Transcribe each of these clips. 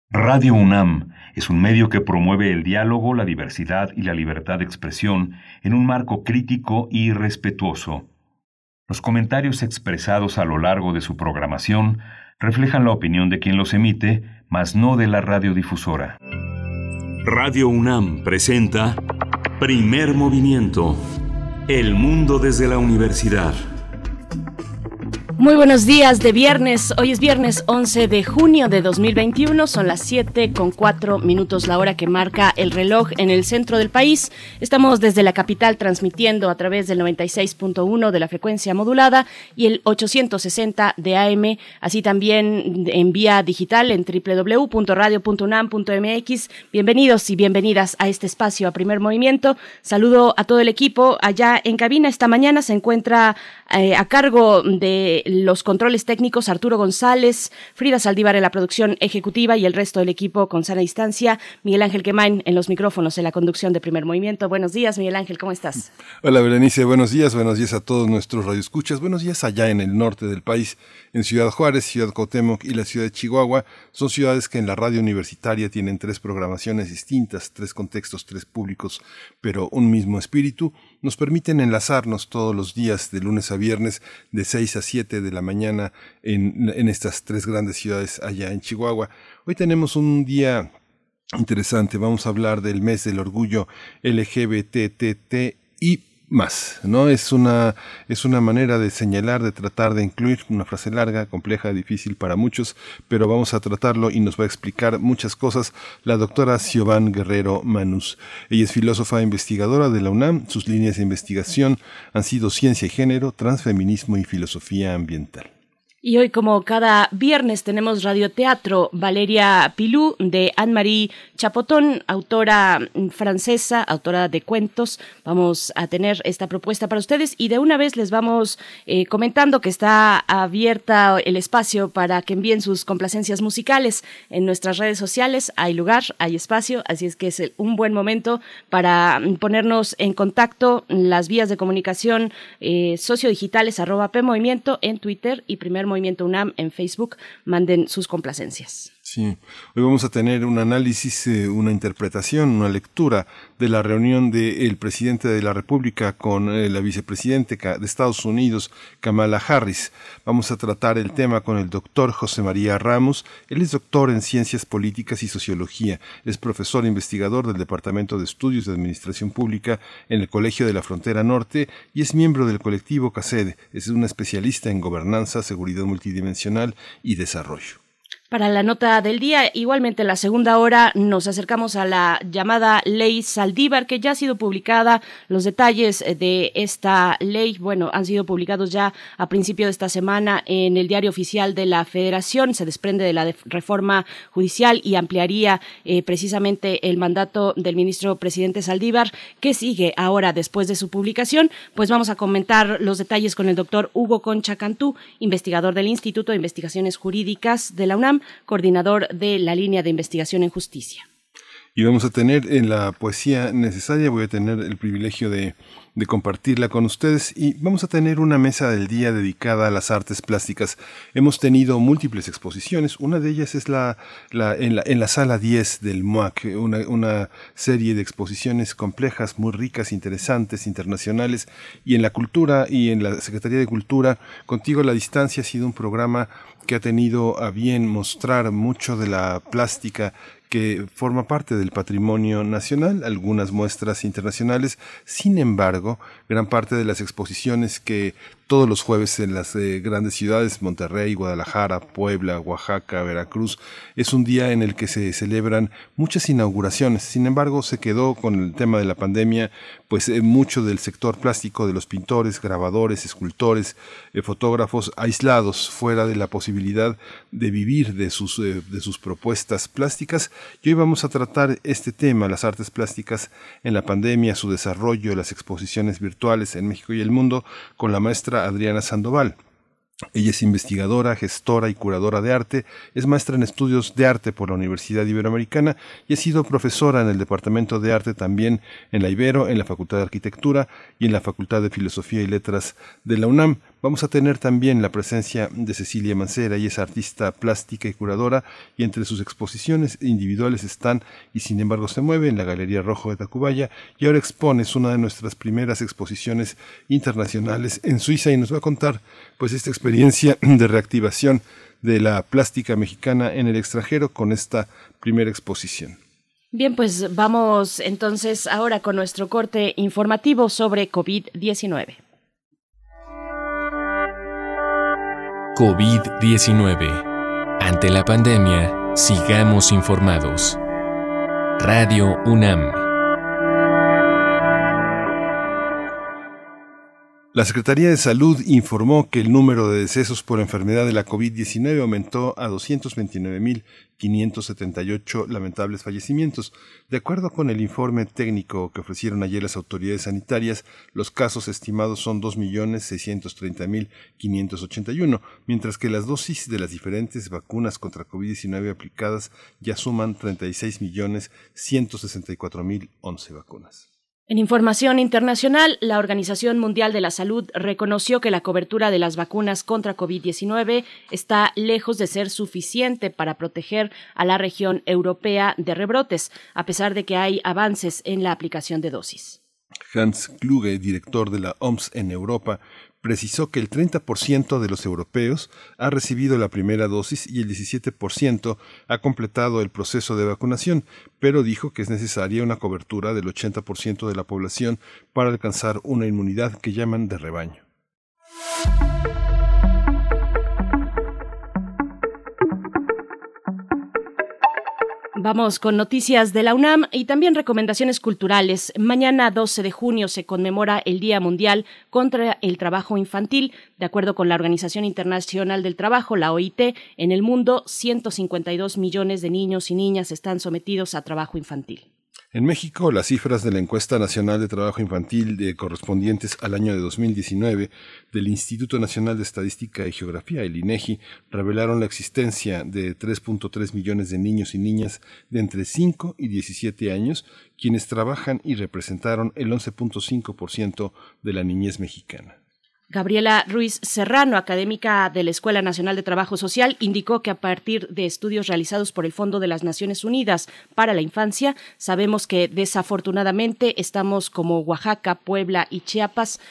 Radio UNAM es un medio que promueve el diálogo, la diversidad y la libertad de expresión en un marco crítico y respetuoso. Los comentarios expresados a lo largo de su programación reflejan la opinión de quien los emite, mas no de la radiodifusora. Radio UNAM presenta Primer Movimiento. El mundo desde la universidad. Muy buenos días de viernes. Hoy es viernes 11 de junio de 2021. Son las 7:04 la hora que marca el reloj en el centro del país. Estamos desde la capital transmitiendo a través del 96.1 de la frecuencia modulada y el 860 de AM, así también en vía digital en www.radio.unam.mx. Bienvenidos y bienvenidas a este espacio, a Primer Movimiento. Saludo a todo el equipo allá en cabina. Esta mañana se encuentra a cargo de los controles técnicos Arturo González, Frida Saldívar en la producción ejecutiva y el resto del equipo con sana distancia. Miguel Ángel Quemain en los micrófonos en la conducción de Primer Movimiento. Buenos días, Miguel Ángel, ¿cómo estás? Hola, Berenice, buenos días a todos nuestros radioescuchas. Buenos días allá en el norte del país, en Ciudad Juárez, Ciudad Cuauhtémoc y la ciudad de Chihuahua. Son ciudades que en la radio universitaria tienen tres programaciones distintas, tres contextos, tres públicos, pero un mismo espíritu. Nos permiten enlazarnos todos los días de lunes a viernes de 6 a 7 de la mañana en estas tres grandes ciudades allá en Chihuahua. Hoy tenemos un día interesante. Vamos a hablar del mes del orgullo LGBTT y más, ¿no? Es una manera de señalar, de tratar de incluir, una frase larga, compleja, difícil para muchos, pero vamos a tratarlo y nos va a explicar muchas cosas la doctora Siobhan Guerrero Manús. Ella es filósofa e investigadora de la UNAM. Sus líneas de investigación han sido ciencia y género, transfeminismo y filosofía ambiental. Y hoy, como cada viernes, tenemos radioteatro. Valeria Pilú, de Anne-Marie Chapotón, autora francesa, autora de cuentos. Vamos a tener esta propuesta para ustedes y de una vez les vamos comentando que está abierta el espacio para que envíen sus complacencias musicales en nuestras redes sociales. Hay lugar, hay espacio, así es que es un buen momento para ponernos en contacto. Las vías de comunicación sociodigitales @PMovimiento en Twitter y Primer Movimiento UNAM en Facebook. Manden sus complacencias. Sí, hoy vamos a tener un análisis, una interpretación, una lectura de la reunión del presidente de la República con la vicepresidenta de Estados Unidos, Kamala Harris. Vamos a tratar el tema con el doctor José María Ramos. Él es doctor en Ciencias Políticas y Sociología. Es profesor e investigador del Departamento de Estudios de Administración Pública en el Colegio de la Frontera Norte y es miembro del colectivo CACED. Es un especialista en gobernanza, seguridad multidimensional y desarrollo. Para la nota del día, igualmente en la segunda hora nos acercamos a la llamada Ley Saldívar, que ya ha sido publicada. Los detalles de esta ley, han sido publicados ya a principio de esta semana en el Diario Oficial de la Federación. Se desprende de la reforma judicial y ampliaría precisamente el mandato del ministro presidente Saldívar. ¿Qué sigue ahora después de su publicación? Pues vamos a comentar los detalles con el doctor Hugo Concha Cantú, investigador del Instituto de Investigaciones Jurídicas de la UNAM, coordinador de la línea de investigación en justicia. Y vamos a tener en la poesía necesaria, voy a tener el privilegio de compartirla con ustedes y vamos a tener una mesa del día dedicada a las artes plásticas. Hemos tenido múltiples exposiciones, una de ellas es en la sala 10 del MUAC, una serie de exposiciones complejas, muy ricas, interesantes, internacionales, y en la cultura y en la Secretaría de Cultura, Contigo a la Distancia ha sido un programa que ha tenido a bien mostrar mucho de la plástica que forma parte del patrimonio nacional, algunas muestras internacionales. Sin embargo, gran parte de las exposiciones que todos los jueves en las grandes ciudades, Monterrey, Guadalajara, Puebla, Oaxaca, Veracruz, es un día en el que se celebran muchas inauguraciones. Sin embargo, se quedó con el tema de la pandemia, pues mucho del sector plástico, de los pintores, grabadores, escultores, fotógrafos, aislados, fuera de la posibilidad de vivir de sus propuestas plásticas. Y hoy vamos a tratar este tema, las artes plásticas en la pandemia, su desarrollo, las exposiciones virtuales en México y el mundo, con la maestra Adriana Sandoval. Ella es investigadora, gestora y curadora de arte, es maestra en estudios de arte por la Universidad Iberoamericana y ha sido profesora en el Departamento de Arte también en la Ibero, en la Facultad de Arquitectura y en la Facultad de Filosofía y Letras de la UNAM. Vamos a tener también la presencia de Cecilia Mancera, ella es artista plástica y curadora, y entre sus exposiciones individuales están Y sin embargo se mueve en la Galería Rojo de Tacubaya, y ahora expone, es una de nuestras primeras exposiciones internacionales en Suiza, y nos va a contar pues esta experiencia de reactivación de la plástica mexicana en el extranjero con esta primera exposición. Bien, pues vamos entonces ahora con nuestro corte informativo sobre COVID-19. COVID-19. Ante la pandemia, sigamos informados. Radio UNAM. La Secretaría de Salud informó que el número de decesos por enfermedad de la COVID-19 aumentó a 229.578 lamentables fallecimientos. De acuerdo con el informe técnico que ofrecieron ayer las autoridades sanitarias, los casos estimados son 2.630.581, mientras que las dosis de las diferentes vacunas contra COVID-19 aplicadas ya suman 36.164.011 vacunas. En información internacional, la Organización Mundial de la Salud reconoció que la cobertura de las vacunas contra COVID-19 está lejos de ser suficiente para proteger a la región europea de rebrotes, a pesar de que hay avances en la aplicación de dosis. Hans Kluge, director de la OMS en Europa, precisó que el 30% de los europeos ha recibido la primera dosis y el 17% ha completado el proceso de vacunación, pero dijo que es necesaria una cobertura del 80% de la población para alcanzar una inmunidad que llaman de rebaño. Vamos con noticias de la UNAM y también recomendaciones culturales. Mañana 12 de junio se conmemora el Día Mundial contra el Trabajo Infantil. De acuerdo con la Organización Internacional del Trabajo, la OIT, en el mundo 152 millones de niños y niñas están sometidos a trabajo infantil. En México, las cifras de la Encuesta Nacional de Trabajo Infantil correspondientes al año de 2019 del Instituto Nacional de Estadística y Geografía, el INEGI, revelaron la existencia de 3.3 millones de niños y niñas de entre 5 y 17 años, quienes trabajan y representaron el 11.5% de la niñez mexicana. Gabriela Ruiz Serrano, académica de la Escuela Nacional de Trabajo Social, indicó que a partir de estudios realizados por el Fondo de las Naciones Unidas para la Infancia, sabemos que desafortunadamente estados como Oaxaca, Puebla y Chiapas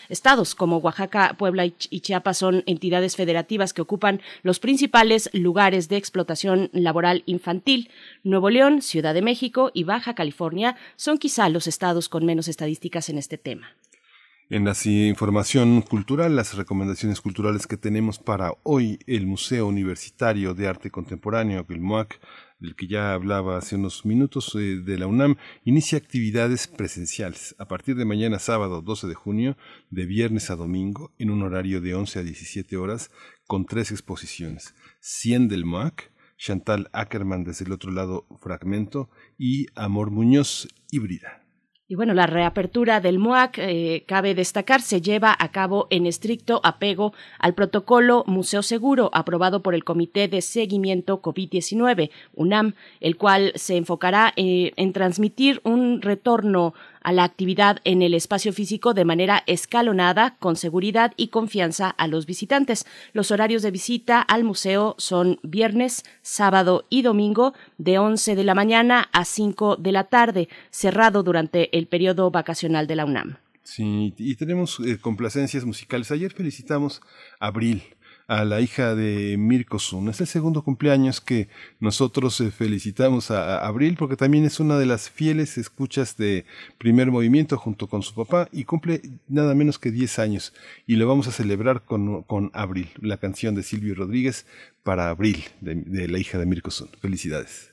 son entidades federativas que ocupan los principales lugares de explotación laboral infantil. Nuevo León, Ciudad de México y Baja California son quizá los estados con menos estadísticas en este tema. En la información cultural, las recomendaciones culturales que tenemos para hoy, el Museo Universitario de Arte Contemporáneo, el MUAC, del que ya hablaba hace unos minutos, de la UNAM, inicia actividades presenciales a partir de mañana sábado 12 de junio, de viernes a domingo, en un horario de 11 a 17 horas, con 3 exposiciones: 100 del MUAC, Chantal Ackerman desde el otro lado, Fragmento, y Amor Muñoz, Híbrida. Y bueno, la reapertura del MUAC, cabe destacar, se lleva a cabo en estricto apego al protocolo Museo Seguro, aprobado por el Comité de Seguimiento COVID-19, UNAM, el cual se enfocará en transmitir un retorno a la actividad en el espacio físico de manera escalonada, con seguridad y confianza a los visitantes. Los horarios de visita al museo son viernes, sábado y domingo de 11 de la mañana a 5 de la tarde, cerrado durante el periodo vacacional de la UNAM. Sí, y tenemos complacencias musicales. Ayer felicitamos a Abril, a la hija de Mirko Sun. Es el segundo cumpleaños que nosotros felicitamos a Abril, porque también es una de las fieles escuchas de Primer Movimiento junto con su papá, y cumple nada menos que 10 años. Y lo vamos a celebrar con Abril, la canción de Silvio Rodríguez para Abril, de la hija de Mirko Sun. Felicidades.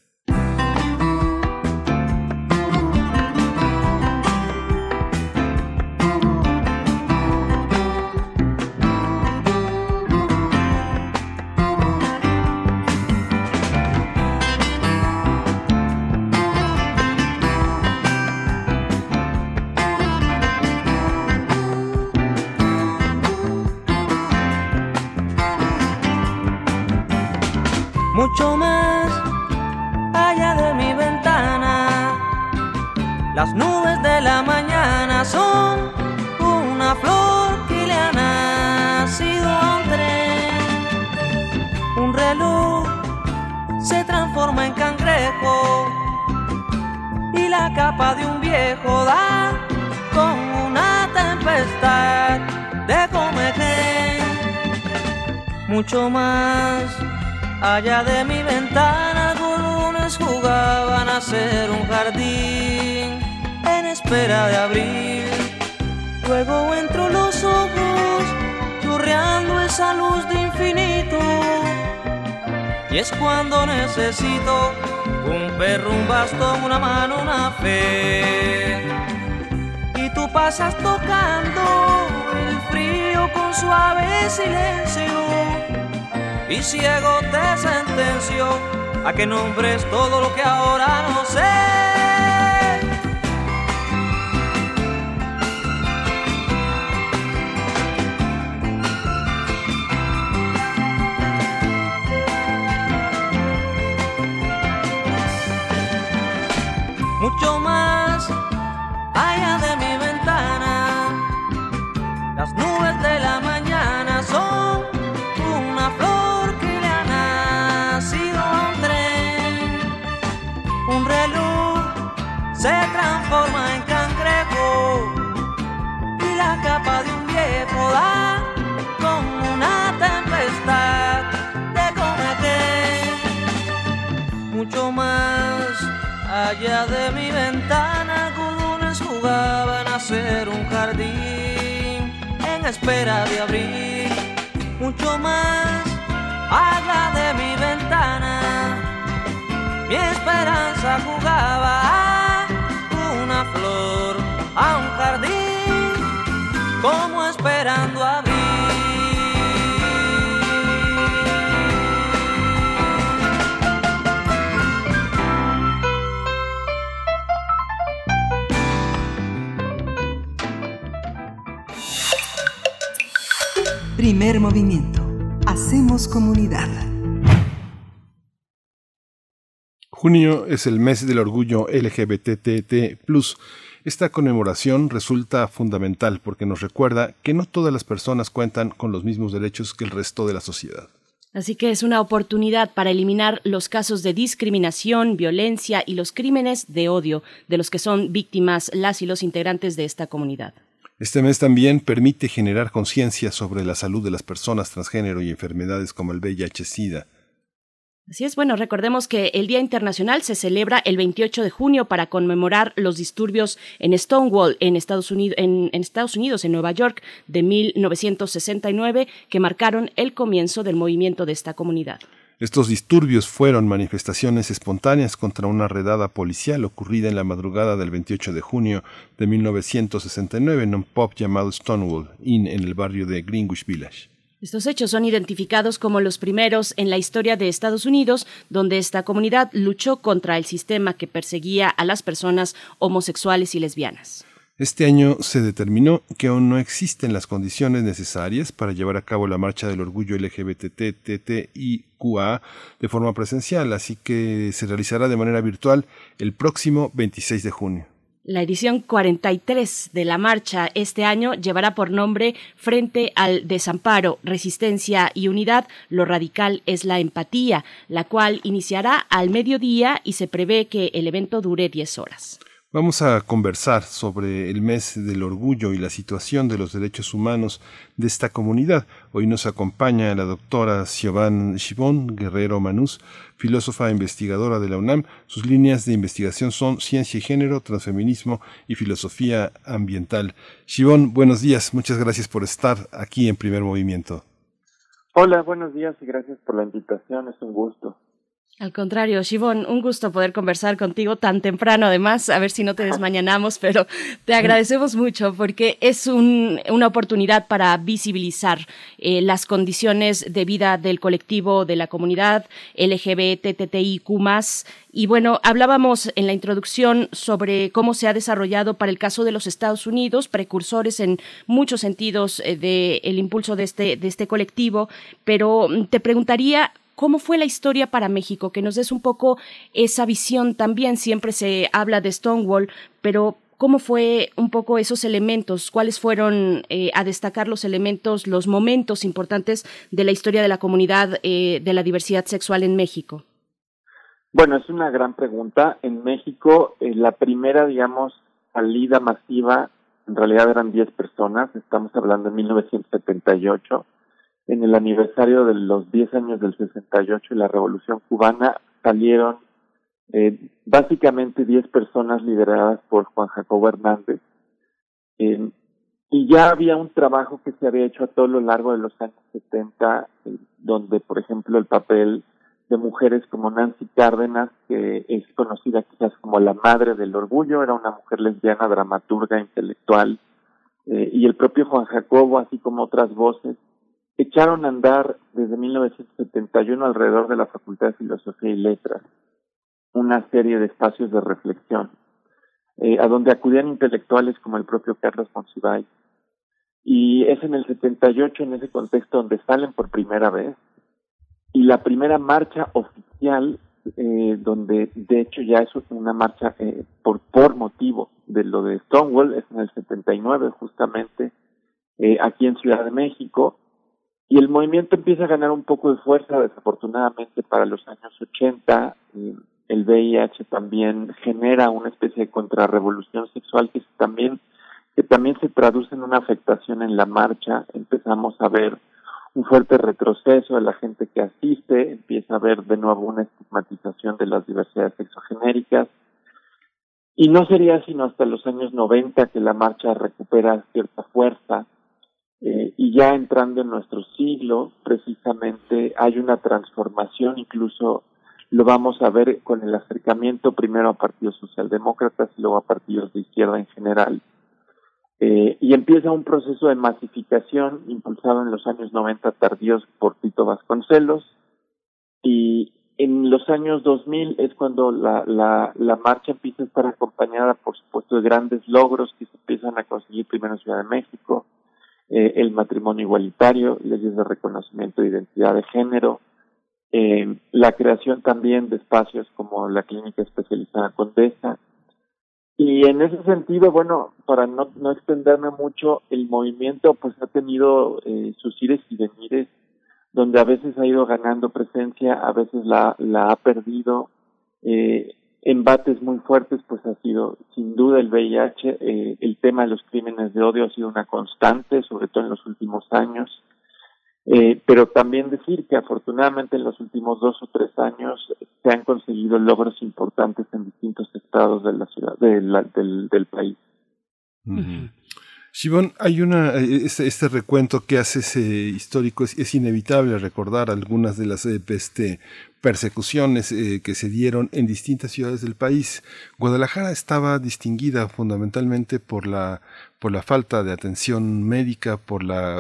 Mucho más allá de mi ventana, las nubes de la mañana son una flor que le ha nacido sido a un tren. Un reloj se transforma en cangrejo y la capa de un viejo da con una tempestad de comején. Mucho más allá de mi ventana, algunos jugaban a ser un jardín en espera de abrir. Luego entro los ojos, chorreando esa luz de infinito. Y es cuando necesito un perro, un bastón, una mano, una fe. Y tú pasas tocando el frío con suave silencio. Y ciego te sentencio a que nombres todo lo que ahora no sé. Mucho más allá de mi ventana, las nubes de la mañana son una flor que le ha nacido a un tren. Un reloj se transforma en cangrejo y la capa de un viejo da con una tempestad de comején. Mucho más allá de mi ventana, algunos jugaban a ser un jardín en espera de abrir. Mucho más allá de mi ventana, mi esperanza jugaba a una flor, a un jardín, como esperando abrir. Primer movimiento. Hacemos comunidad. Junio es el mes del orgullo LGBTT+. Esta conmemoración resulta fundamental porque nos recuerda que no todas las personas cuentan con los mismos derechos que el resto de la sociedad. Así que es una oportunidad para eliminar los casos de discriminación, violencia y los crímenes de odio de los que son víctimas las y los integrantes de esta comunidad. Este mes también permite generar conciencia sobre la salud de las personas transgénero y enfermedades como el VIH-Sida. Así es, bueno, recordemos que el Día Internacional se celebra el 28 de junio para conmemorar los disturbios en Stonewall, en Estados Unidos, en Nueva York, de 1969, que marcaron el comienzo del movimiento de esta comunidad. Estos disturbios fueron manifestaciones espontáneas contra una redada policial ocurrida en la madrugada del 28 de junio de 1969 en un pub llamado Stonewall Inn en el barrio de Greenwich Village. Estos hechos son identificados como los primeros en la historia de Estados Unidos, donde esta comunidad luchó contra el sistema que perseguía a las personas homosexuales y lesbianas. Este año se determinó que aún no existen las condiciones necesarias para llevar a cabo la marcha del orgullo LGBTTIQA de forma presencial, así que se realizará de manera virtual el próximo 26 de junio. La edición 43 de la marcha este año llevará por nombre Frente al Desamparo, Resistencia y Unidad, lo radical es la empatía, la cual iniciará al mediodía y se prevé que el evento dure 10 horas. Vamos a conversar sobre el mes del orgullo y la situación de los derechos humanos de esta comunidad. Hoy nos acompaña la doctora Siobhan Guerrero Manús, filósofa e investigadora de la UNAM. Sus líneas de investigación son ciencia y género, transfeminismo y filosofía ambiental. Siobhan, buenos días. Muchas gracias por estar aquí en Primer Movimiento. Hola, buenos días y gracias por la invitación. Es un gusto. Al contrario, Siobhan, un gusto poder conversar contigo tan temprano, además, a ver si no te desmañanamos, pero te agradecemos mucho porque es una oportunidad para visibilizar las condiciones de vida del colectivo, de la comunidad LGBTTIQ+. Y bueno, hablábamos en la introducción sobre cómo se ha desarrollado para el caso de los Estados Unidos, precursores en muchos sentidos del impulso de este colectivo, pero te preguntaría, ¿cómo fue la historia para México? Que nos des un poco esa visión también. Siempre se habla de Stonewall, pero ¿Cómo fue un poco esos elementos? ¿Cuáles fueron a destacar los elementos, los momentos importantes de la historia de la comunidad de la diversidad sexual en México? Bueno, es una gran pregunta. En México, la primera, digamos, salida masiva, en realidad eran 10 personas. Estamos hablando de 1978. En el aniversario de los 10 años del 68 y la Revolución Cubana, salieron básicamente 10 personas lideradas por Juan Jacobo Hernández. Y ya había un trabajo que se había hecho a todo lo largo de los años 70, donde, por ejemplo, el papel de mujeres como Nancy Cárdenas, que es conocida quizás como la madre del orgullo, era una mujer lesbiana, dramaturga, intelectual, y el propio Juan Jacobo, así como otras voces, echaron a andar desde 1971 alrededor de la Facultad de Filosofía y Letras una serie de espacios de reflexión, a donde acudían intelectuales como el propio Carlos Monsiváis. Y es en el 78, en ese contexto, donde salen por primera vez, y la primera marcha oficial, donde de hecho ya es una marcha por motivo de lo de Stonewall, es en el 79 justamente, aquí en Ciudad de México, y el movimiento empieza a ganar un poco de fuerza, desafortunadamente, para los años 80. El VIH también genera una especie de contrarrevolución sexual que también se traduce en una afectación en la marcha. Empezamos a ver un fuerte retroceso de la gente que asiste, empieza a haber de nuevo una estigmatización de las diversidades sexogenéricas, y no sería sino hasta los años 90 que la marcha recupera cierta fuerza, y ya entrando en nuestro siglo, precisamente hay una transformación, incluso lo vamos a ver con el acercamiento primero a partidos socialdemócratas y luego a partidos de izquierda en general, y empieza un proceso de masificación impulsado en los años 90 tardíos por Tito Vasconcelos, y en los años 2000 es cuando la marcha empieza a estar acompañada, por supuesto, de grandes logros que se empiezan a conseguir primero en Ciudad de México, el matrimonio igualitario, leyes de reconocimiento de identidad de género, la creación también de espacios como la Clínica Especializada Condesa. Y en ese sentido, bueno, para no extenderme mucho, el movimiento pues ha tenido sus ires y venires, donde a veces ha ido ganando presencia, a veces la ha perdido. Embates muy fuertes pues ha sido sin duda el VIH, el tema de los crímenes de odio ha sido una constante, sobre todo en los últimos años. Pero también decir que afortunadamente en los últimos 2 o 3 años se han conseguido logros importantes en distintos estados de la ciudad, del país. Uh-huh. Shibón, hay este recuento que haces histórico, es inevitable recordar algunas de las persecuciones que se dieron en distintas ciudades del país. Guadalajara estaba distinguida fundamentalmente por la falta de atención médica, por la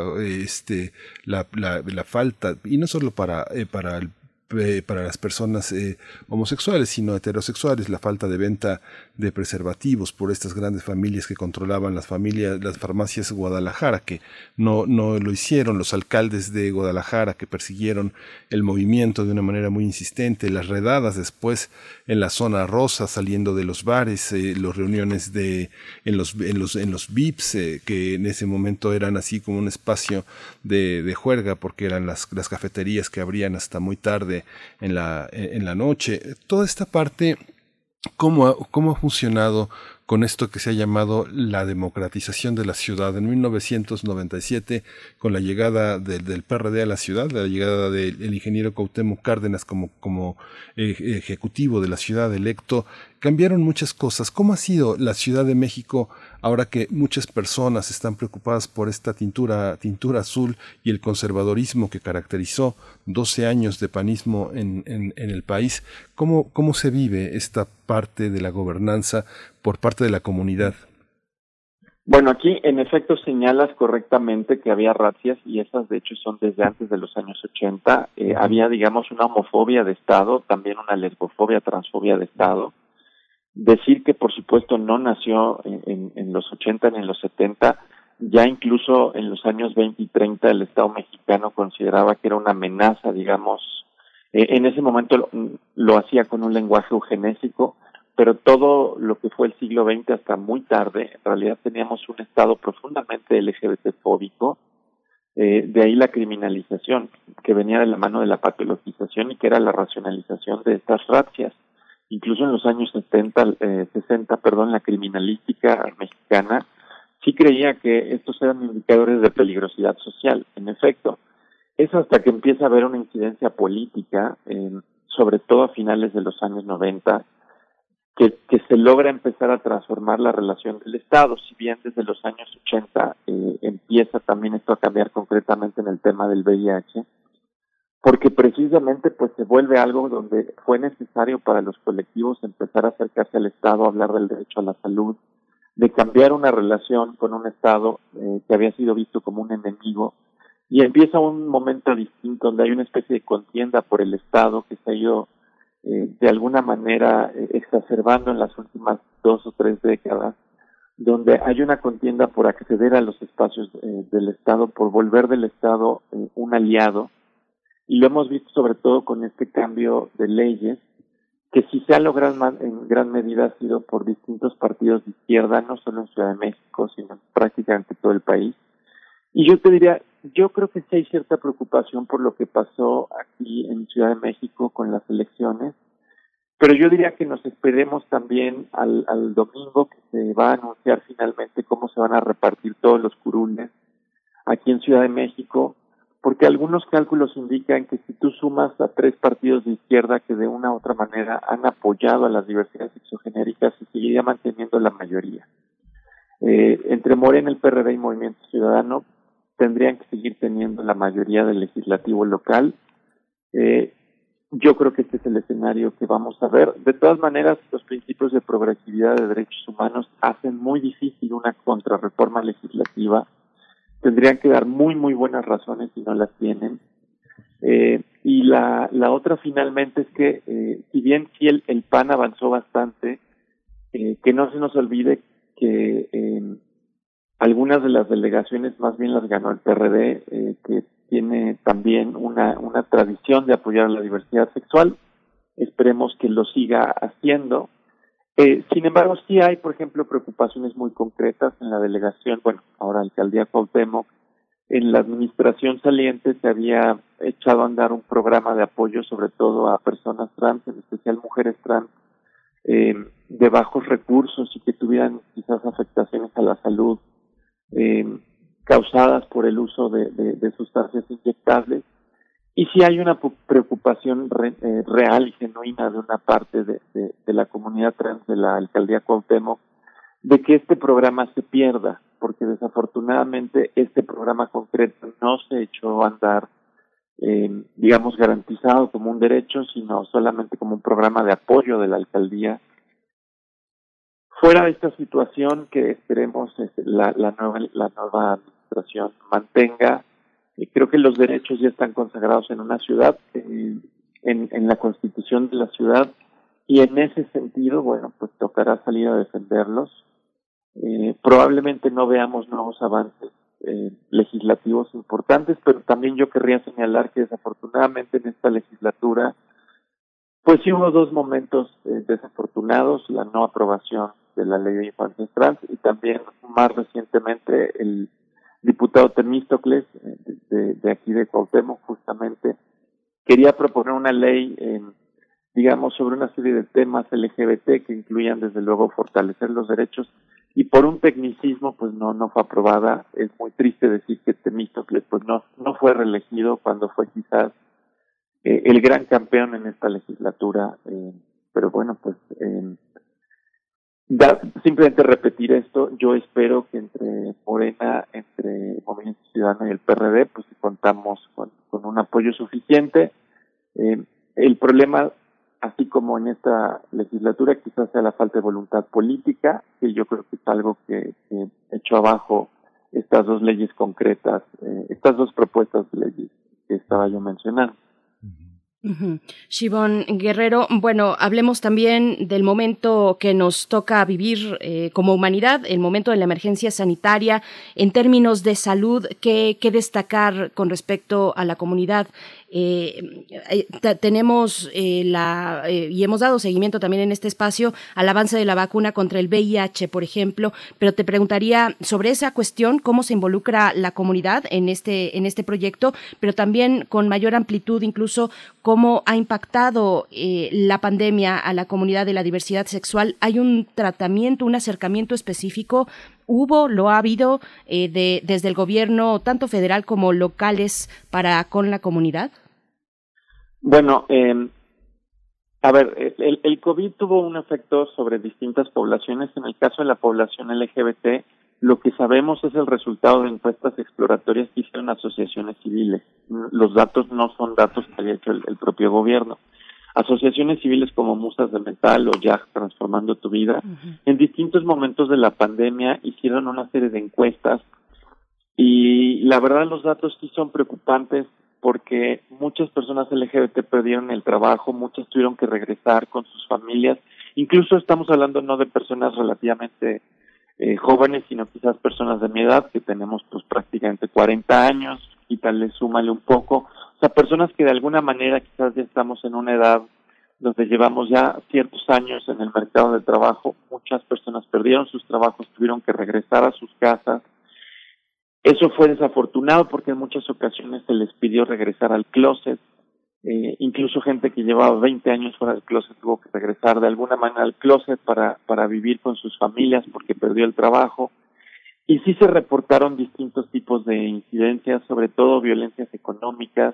falta, y no solo para las personas homosexuales, sino heterosexuales, la falta de venta de preservativos por estas grandes familias que controlaban las farmacias Guadalajara, que no lo hicieron, los alcaldes de Guadalajara que persiguieron el movimiento de una manera muy insistente, las redadas después en la zona rosa saliendo de los bares, las reuniones en los VIPs, que en ese momento eran así como un espacio de juerga porque eran las cafeterías que abrían hasta muy tarde en la noche. Toda esta parte, ¿cómo ha funcionado con esto que se ha llamado la democratización de la ciudad? En 1997, con la llegada del PRD a la ciudad, la llegada del ingeniero Cuauhtémoc Cárdenas como ejecutivo de la ciudad electo, cambiaron muchas cosas. ¿Cómo ha sido la Ciudad de México ahora que muchas personas están preocupadas por esta tintura azul y el conservadorismo que caracterizó 12 años de panismo en el país? ¿Cómo se vive esta parte de la gobernanza por parte de la comunidad? Bueno, aquí en efecto señalas correctamente que había racias, y esas de hecho son desde antes de los años 80. Había, digamos, una homofobia de Estado, también una lesbofobia, transfobia de Estado. Decir que por supuesto no nació en los 80 ni en los 70, ya incluso en los años 20 y 30 el Estado mexicano consideraba que era una amenaza, digamos, en ese momento lo hacía con un lenguaje eugenésico, pero todo lo que fue el siglo XX hasta muy tarde, en realidad teníamos un Estado profundamente LGBT-fóbico, de ahí la criminalización, que venía de la mano de la patologización y que era la racionalización de estas razzias. Incluso en los años 60, la criminalística mexicana sí creía que estos eran indicadores de peligrosidad social. En efecto, es hasta que empieza a haber una incidencia política, sobre todo a finales de los años 90, que se logra empezar a transformar la relación del Estado, si bien desde los años 80 empieza también esto a cambiar concretamente en el tema del VIH, porque precisamente pues se vuelve algo donde fue necesario para los colectivos empezar a acercarse al Estado, hablar del derecho a la salud, de cambiar una relación con un Estado que había sido visto como un enemigo, y empieza un momento distinto donde hay una especie de contienda por el Estado que se ha ido de alguna manera exacerbando en las últimas 2 o 3 décadas, donde hay una contienda por acceder a los espacios del Estado, por volver del Estado un aliado, y lo hemos visto sobre todo con este cambio de leyes, que sí se ha logrado en gran medida ha sido por distintos partidos de izquierda, no solo en Ciudad de México, sino en prácticamente todo el país. Y yo te diría, yo creo que sí hay cierta preocupación por lo que pasó aquí en Ciudad de México con las elecciones, pero yo diría que nos esperemos también al domingo, que se va a anunciar finalmente cómo se van a repartir todos los curules aquí en Ciudad de México, porque algunos cálculos indican que si tú sumas a 3 partidos de izquierda que de una u otra manera han apoyado a las diversidades sexogenéricas, se seguiría manteniendo la mayoría. Entre Morena, el PRD y Movimiento Ciudadano tendrían que seguir teniendo la mayoría del legislativo local. Yo creo que este es el escenario que vamos a ver. De todas maneras, los principios de progresividad de derechos humanos hacen muy difícil una contrarreforma legislativa. Tendrían que dar muy, muy buenas razones y no las tienen. Y la otra finalmente es que, si bien sí el PAN avanzó bastante, que no se nos olvide que algunas de las delegaciones más bien las ganó el PRD, que tiene también una tradición de apoyar la diversidad sexual. Esperemos que lo siga haciendo. Sin embargo, sí hay, por ejemplo, preocupaciones muy concretas en la delegación, ahora Alcaldía Cuauhtémoc. En la administración saliente se había echado a andar un programa de apoyo sobre todo a personas trans, en especial mujeres trans, de bajos recursos y que tuvieran quizás afectaciones a la salud causadas por el uso de sustancias inyectables. Y sí hay una preocupación real y genuina de una parte de la comunidad trans de la Alcaldía Cuauhtémoc de que este programa se pierda, porque desafortunadamente este programa concreto no se echó a andar, digamos, garantizado como un derecho, sino solamente como un programa de apoyo de la Alcaldía. Fuera de esta situación que esperemos la nueva administración mantenga, creo que los derechos ya están consagrados en una ciudad, en la Constitución de la ciudad, y en ese sentido, pues tocará salir a defenderlos. Probablemente no veamos nuevos avances legislativos importantes, pero también yo querría señalar que desafortunadamente en esta legislatura pues sí hubo 2 momentos desafortunados: la no aprobación de la ley de infancias trans y también más recientemente el diputado Temístocles de aquí de Cuauhtémoc justamente quería proponer una ley digamos sobre una serie de temas LGBT que incluían desde luego fortalecer los derechos, y por un tecnicismo pues no fue aprobada. Es muy triste decir que Temístocles pues no fue reelegido cuando fue quizás el gran campeón en esta legislatura, pero pues simplemente repetir esto. Yo espero que entre Morena, entre Movimiento Ciudadano y el PRD pues contamos con un apoyo suficiente. El problema, así como en esta legislatura, quizás sea la falta de voluntad política, que yo creo que es algo que echó abajo estas 2 leyes concretas, estas 2 propuestas de leyes que estaba yo mencionando. Shibón Guerrero, hablemos también del momento que nos toca vivir como humanidad, el momento de la emergencia sanitaria. En términos de salud, ¿qué destacar con respecto a la comunidad tenemos y hemos dado seguimiento también en este espacio al avance de la vacuna contra el VIH, por ejemplo, pero te preguntaría sobre esa cuestión, cómo se involucra la comunidad en este proyecto, pero también con mayor amplitud, incluso cómo ha impactado la pandemia a la comunidad de la diversidad sexual. ¿Hay un tratamiento, un acercamiento específico? ¿Lo ha habido desde el gobierno, tanto federal como locales, con la comunidad? Bueno, a ver, el COVID tuvo un efecto sobre distintas poblaciones. En el caso de la población LGBT, lo que sabemos es el resultado de encuestas exploratorias que hicieron asociaciones civiles. Los datos no son datos que haya hecho el propio gobierno. Asociaciones civiles como Musas de Metal o YAG Transformando tu Vida, en distintos momentos de la pandemia hicieron una serie de encuestas y la verdad los datos sí son preocupantes porque muchas personas LGBT perdieron el trabajo, muchas tuvieron que regresar con sus familias, incluso estamos hablando no de personas relativamente jóvenes, sino quizás personas de mi edad, que tenemos pues prácticamente 40 años, y tal vez súmale un poco, o sea, personas que de alguna manera quizás ya estamos en una edad donde llevamos ya ciertos años en el mercado de trabajo, muchas personas perdieron sus trabajos, tuvieron que regresar a sus casas. Eso fue desafortunado porque en muchas ocasiones se les pidió regresar al closet, incluso gente que llevaba 20 años fuera del closet tuvo que regresar de alguna manera al closet para vivir con sus familias porque perdió el trabajo. Y sí se reportaron distintos tipos de incidencias, sobre todo violencias económicas,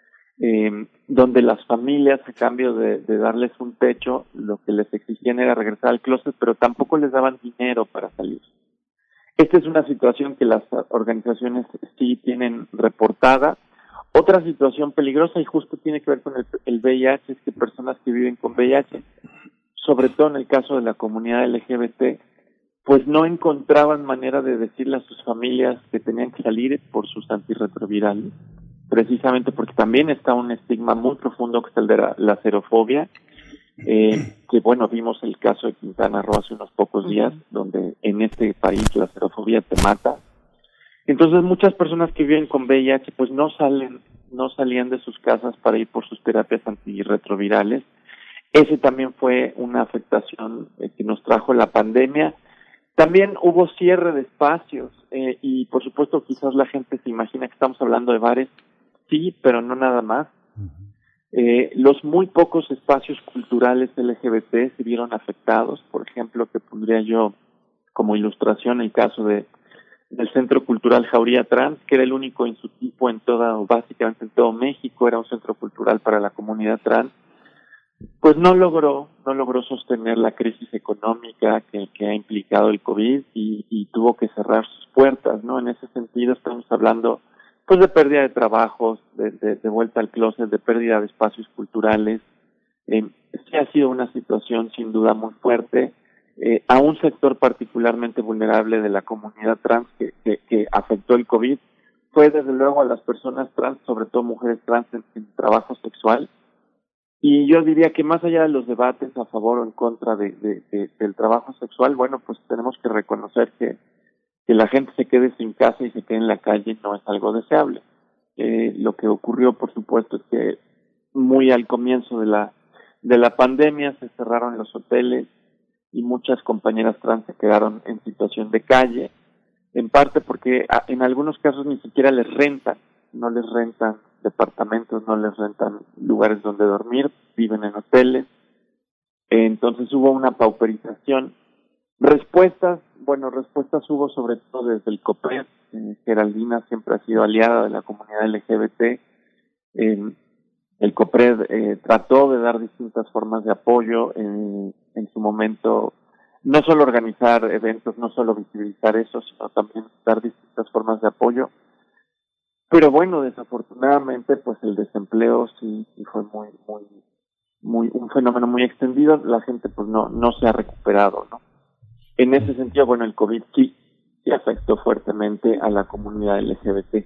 donde las familias, a cambio de darles un techo, lo que les exigían era regresar al closet, pero tampoco les daban dinero para salir. Esta es una situación que las organizaciones sí tienen reportada. Otra situación peligrosa, y justo tiene que ver con el VIH, es que personas que viven con VIH, sobre todo en el caso de la comunidad LGBT, pues no encontraban manera de decirle a sus familias que tenían que salir por sus antirretrovirales, precisamente porque también está un estigma muy profundo que es el de la xerofobia, que bueno, vimos el caso de Quintana Roo hace unos pocos días, donde en este país la xerofobia te mata. Entonces muchas personas que viven con VIH pues no salían de sus casas para ir por sus terapias antirretrovirales. Ese también fue una afectación que nos trajo la pandemia. También hubo cierre de espacios y por supuesto quizás la gente se imagina que estamos hablando de bares, sí, pero no nada más. Los muy pocos espacios culturales LGBT se vieron afectados. Por ejemplo, que pondría yo como ilustración el caso del Centro Cultural Jauría Trans, que era el único en su tipo básicamente en todo México, era un centro cultural para la comunidad trans. Pues no logró sostener la crisis económica que ha implicado el COVID y tuvo que cerrar sus puertas, ¿no? En ese sentido estamos hablando pues de pérdida de trabajos, de vuelta al closet, de pérdida de espacios culturales. Sí ha sido una situación sin duda muy fuerte a un sector particularmente vulnerable de la comunidad trans que afectó el COVID. Fue desde luego a las personas trans, sobre todo mujeres trans en trabajo sexual. Y yo diría que más allá de los debates a favor o en contra del trabajo sexual, bueno, pues tenemos que reconocer que la gente se quede sin casa y se quede en la calle no es algo deseable. Lo que ocurrió, por supuesto, es que muy al comienzo de la pandemia se cerraron los hoteles y muchas compañeras trans se quedaron en situación de calle, en parte porque en algunos casos ni siquiera les rentan, no les rentan departamentos, no les rentan lugares donde dormir, viven en hoteles. Entonces hubo una pauperización. Respuestas hubo sobre todo desde el COPRED. Geraldina siempre ha sido aliada de la comunidad LGBT. El COPRED trató de dar distintas formas de apoyo en su momento, no solo organizar eventos, no solo visibilizar eso, sino también dar distintas formas de apoyo. Pero bueno, desafortunadamente, pues el desempleo sí fue muy un fenómeno muy extendido. La gente pues no se ha recuperado, ¿no? En ese sentido, bueno, el COVID sí afectó fuertemente a la comunidad LGBT.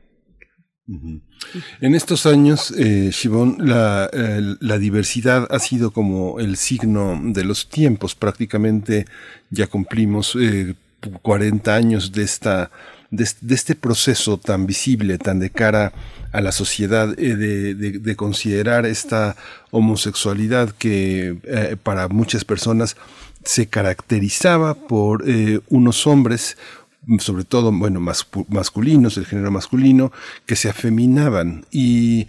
En estos años, Shimon, la diversidad ha sido como el signo de los tiempos. Prácticamente ya cumplimos 40 años de de este proceso tan visible, tan de cara a la sociedad, de considerar esta homosexualidad que para muchas personas se caracterizaba por unos hombres, sobre todo, bueno, masculinos, el género masculino, que se afeminaban y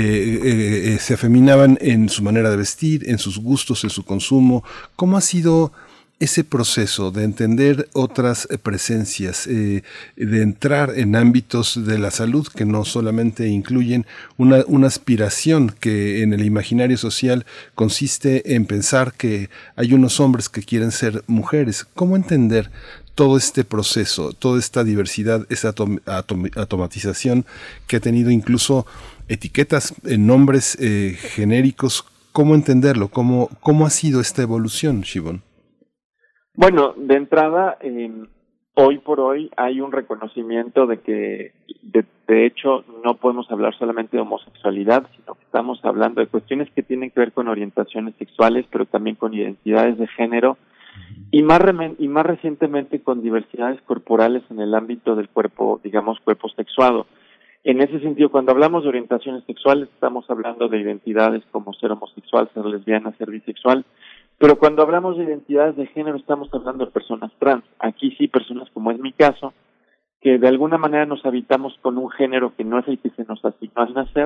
se afeminaban en su manera de vestir, en sus gustos, en su consumo. ¿Cómo ha sido ese proceso de entender otras presencias, de entrar en ámbitos de la salud que no solamente incluyen una aspiración que en el imaginario social consiste en pensar que hay unos hombres que quieren ser mujeres? ¿Cómo entender todo este proceso, toda esta diversidad, esa automatización que ha tenido incluso etiquetas, nombres genéricos? ¿Cómo entenderlo? ¿Cómo ha sido esta evolución, Shibon? Bueno, de entrada, hoy por hoy hay un reconocimiento de que, de hecho, no podemos hablar solamente de homosexualidad, sino que estamos hablando de cuestiones que tienen que ver con orientaciones sexuales, pero también con identidades de género, y más recientemente con diversidades corporales en el ámbito del cuerpo, digamos, cuerpo sexuado. En ese sentido, cuando hablamos de orientaciones sexuales, estamos hablando de identidades como ser homosexual, ser lesbiana, ser bisexual, pero cuando hablamos de identidades de género estamos hablando de personas trans. Aquí sí, personas como es mi caso, que de alguna manera nos habitamos con un género que no es el que se nos asignó al nacer.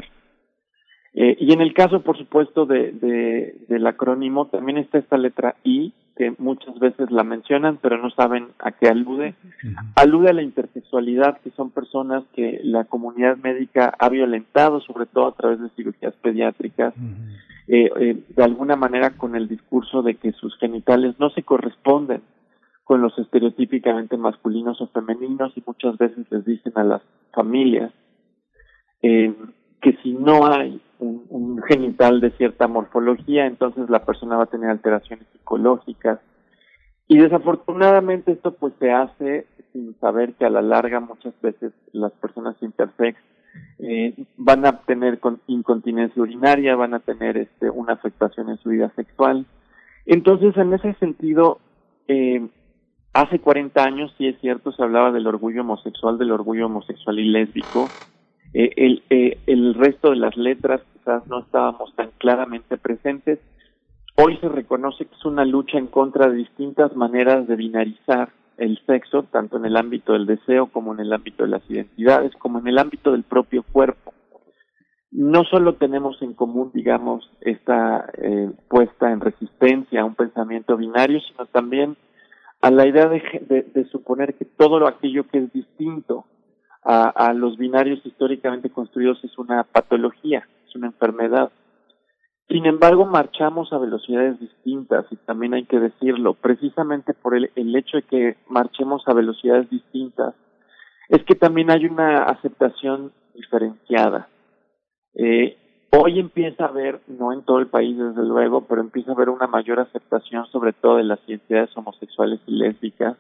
Y en el caso, por supuesto, del acrónimo, también está esta letra I, que muchas veces la mencionan, pero no saben a qué alude. Alude a la intersexualidad, que son personas que la comunidad médica ha violentado, sobre todo a través de cirugías pediátricas, de alguna manera con el discurso de que sus genitales no se corresponden con los estereotípicamente masculinos o femeninos, y muchas veces les dicen a las familias que si no hay un genital de cierta morfología, entonces la persona va a tener alteraciones psicológicas. Y desafortunadamente esto pues se hace sin saber que a la larga muchas veces las personas intersex van a tener incontinencia urinaria, van a tener una afectación en su vida sexual. Entonces, en ese sentido, hace 40 años, sí es cierto, se hablaba del orgullo homosexual y lésbico. El resto de las letras quizás no estábamos tan claramente presentes. Hoy se reconoce que es una lucha en contra de distintas maneras de binarizar el sexo, tanto en el ámbito del deseo como en el ámbito de las identidades, como en el ámbito del propio cuerpo. No solo tenemos en común, digamos, esta puesta en resistencia a un pensamiento binario, sino también a la idea de suponer que todo aquello que es distinto a los binarios históricamente construidos es una patología, es una enfermedad. Sin embargo, marchamos a velocidades distintas, y también hay que decirlo, precisamente por el hecho de que marchemos a velocidades distintas, es que también hay una aceptación diferenciada. Hoy empieza a haber, no en todo el país desde luego, pero empieza a haber una mayor aceptación sobre todo de las identidades homosexuales y lésbicas,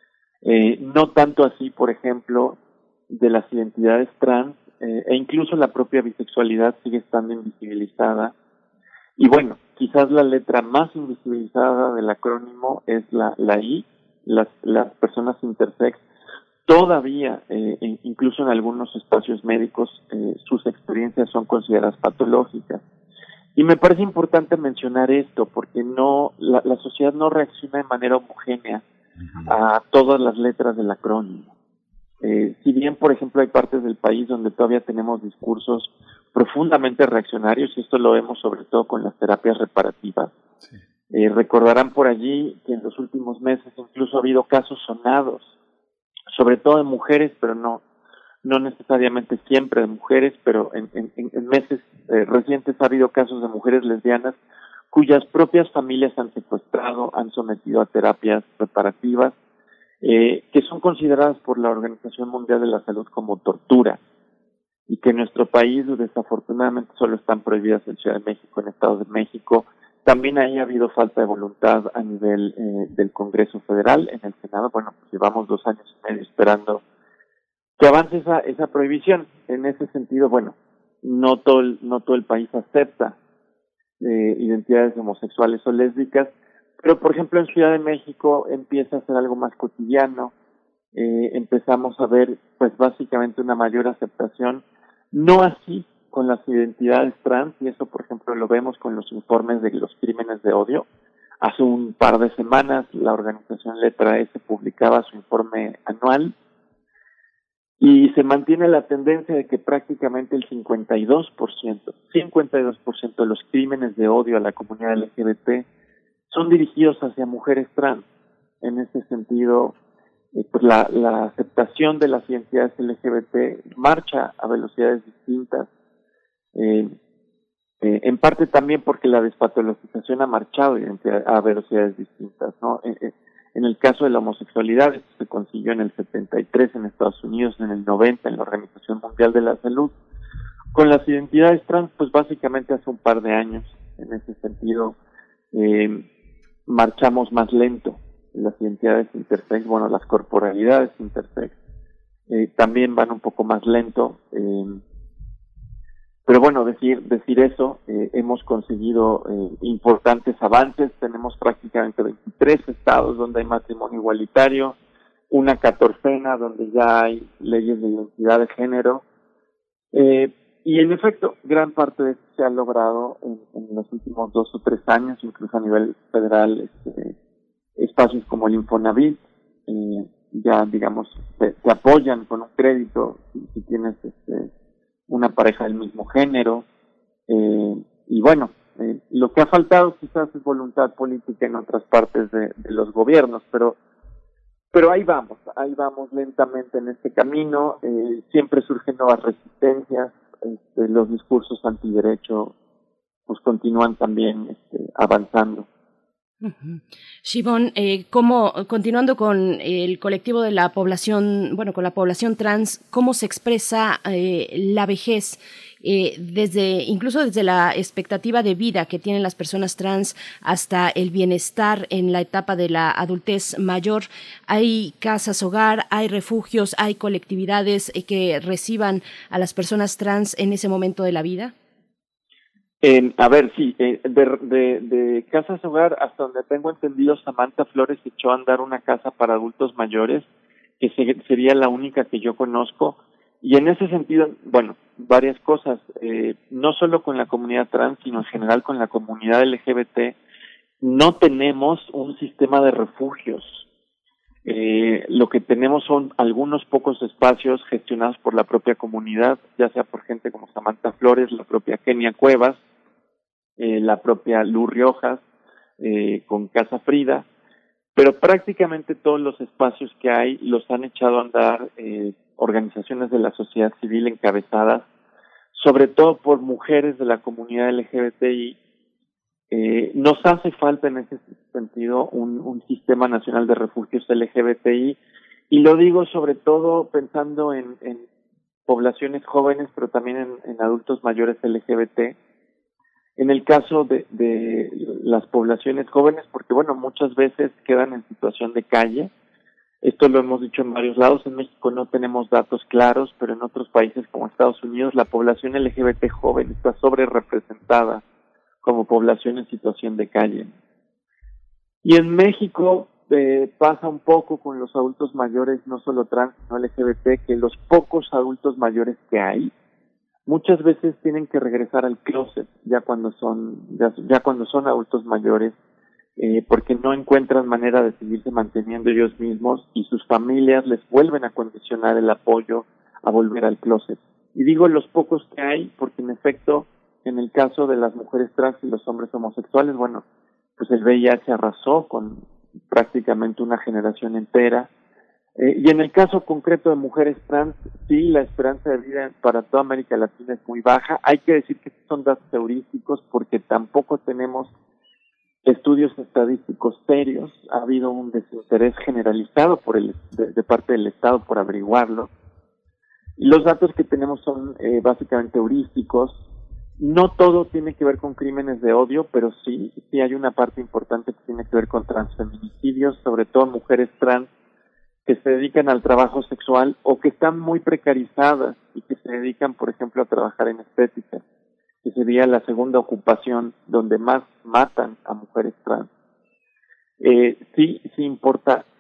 no tanto así, por ejemplo, de las identidades trans, e incluso la propia bisexualidad sigue estando invisibilizada. Y bueno, quizás la letra más invisibilizada del acrónimo es la I, las personas intersex. Todavía, incluso en algunos espacios médicos, sus experiencias son consideradas patológicas. Y me parece importante mencionar esto, porque la sociedad no reacciona de manera homogénea a todas las letras del acrónimo. Si bien, por ejemplo, hay partes del país donde todavía tenemos discursos profundamente reaccionarios, y esto lo vemos sobre todo con las terapias reparativas. Sí. Recordarán por allí que en los últimos meses incluso ha habido casos sonados, sobre todo de mujeres, pero no necesariamente siempre de mujeres, pero en meses recientes ha habido casos de mujeres lesbianas cuyas propias familias han secuestrado, han sometido a terapias reparativas, que son consideradas por la Organización Mundial de la Salud como tortura, y que en nuestro país desafortunadamente solo están prohibidas en Ciudad de México, en Estado de México. También ahí ha habido falta de voluntad a nivel del Congreso Federal. En el Senado, bueno, pues llevamos 2 años y medio esperando que avance esa prohibición. En ese sentido, bueno, no todo el país acepta identidades homosexuales o lésbicas, pero por ejemplo en Ciudad de México empieza a ser algo más cotidiano. empezamos a ver pues básicamente una mayor aceptación, no así con las identidades trans, y eso por ejemplo lo vemos con los informes de los crímenes de odio. Hace un par de semanas la organización Letra S publicaba su informe anual y se mantiene la tendencia de que prácticamente el 52% de los crímenes de odio a la comunidad LGBT son dirigidos hacia mujeres trans. En ese sentido, pues la aceptación de las identidades LGBT marcha a velocidades distintas, en parte también porque la despatologización ha marchado a velocidades distintas, ¿no? En el caso de la homosexualidad, esto se consiguió en el 73 en Estados Unidos, en el 90 en la Organización Mundial de la Salud. Con las identidades trans, pues básicamente hace un par de años, en ese sentido, marchamos más lento. Las identidades intersex, bueno, las corporalidades intersex, también van un poco más lento. Pero bueno, decir eso, hemos conseguido importantes avances. Tenemos prácticamente 23 estados donde hay matrimonio igualitario, una 14ª donde ya hay leyes de identidad de género. Y en efecto, gran parte de esto se ha logrado en los últimos 2 o 3 años, incluso a nivel federal, espacios como el Infonavit, ya digamos, te apoyan con un crédito si tienes una pareja del mismo género, y bueno, lo que ha faltado quizás es voluntad política en otras partes de los gobiernos, pero ahí vamos lentamente en este camino. Siempre surgen nuevas resistencias, los discursos antiderecho pues continúan también avanzando. Shibón, continuando con el colectivo de la población, bueno, con la población trans, ¿cómo se expresa la vejez? Incluso desde la expectativa de vida que tienen las personas trans hasta el bienestar en la etapa de la adultez mayor. ¿Hay casas hogar, hay refugios, hay colectividades que reciban a las personas trans en ese momento de la vida? A ver, sí, de casas hogar, hasta donde tengo entendido, Samantha Flores echó a andar una casa para adultos mayores, que sería la única que yo conozco, y en ese sentido, bueno, varias cosas, no solo con la comunidad trans, sino en general con la comunidad LGBT, no tenemos un sistema de refugios. Lo que tenemos son algunos pocos espacios gestionados por la propia comunidad, ya sea por gente como Samantha Flores, la propia Kenia Cuevas, la propia Luz Riojas, con Casa Frida, pero prácticamente todos los espacios que hay los han echado a andar organizaciones de la sociedad civil encabezadas, sobre todo por mujeres de la comunidad LGBTI. Nos hace falta en ese sentido un sistema nacional de refugios LGBTI, y lo digo sobre todo pensando en poblaciones jóvenes, pero también en adultos mayores LGBT. En el caso de las poblaciones jóvenes, porque bueno, muchas veces quedan en situación de calle. Esto lo hemos dicho en varios lados. En México no tenemos datos claros, pero en otros países como Estados Unidos la población LGBT joven está sobre-representada como población en situación de calle. Y en México pasa un poco con los adultos mayores, no solo trans, sino LGBT, que los pocos adultos mayores que hay muchas veces tienen que regresar al closet ya cuando son adultos mayores, porque no encuentran manera de seguirse manteniendo ellos mismos, y sus familias les vuelven a condicionar el apoyo a volver al closet. Y digo los pocos que hay porque en efecto, en el caso de las mujeres trans y los hombres homosexuales, bueno, pues el VIH arrasó con prácticamente una generación entera. Y en el caso concreto de mujeres trans, sí, la esperanza de vida para toda América Latina es muy baja. Hay que decir que son datos heurísticos porque tampoco tenemos estudios estadísticos serios. Ha habido un desinterés generalizado de parte del Estado por averiguarlo. Y los datos que tenemos son básicamente heurísticos. No todo tiene que ver con crímenes de odio, pero sí hay una parte importante que tiene que ver con transfeminicidios, sobre todo mujeres trans que se dedican al trabajo sexual o que están muy precarizadas y que se dedican, por ejemplo, a trabajar en estética, que sería la segunda ocupación donde más matan a mujeres trans. Sí importa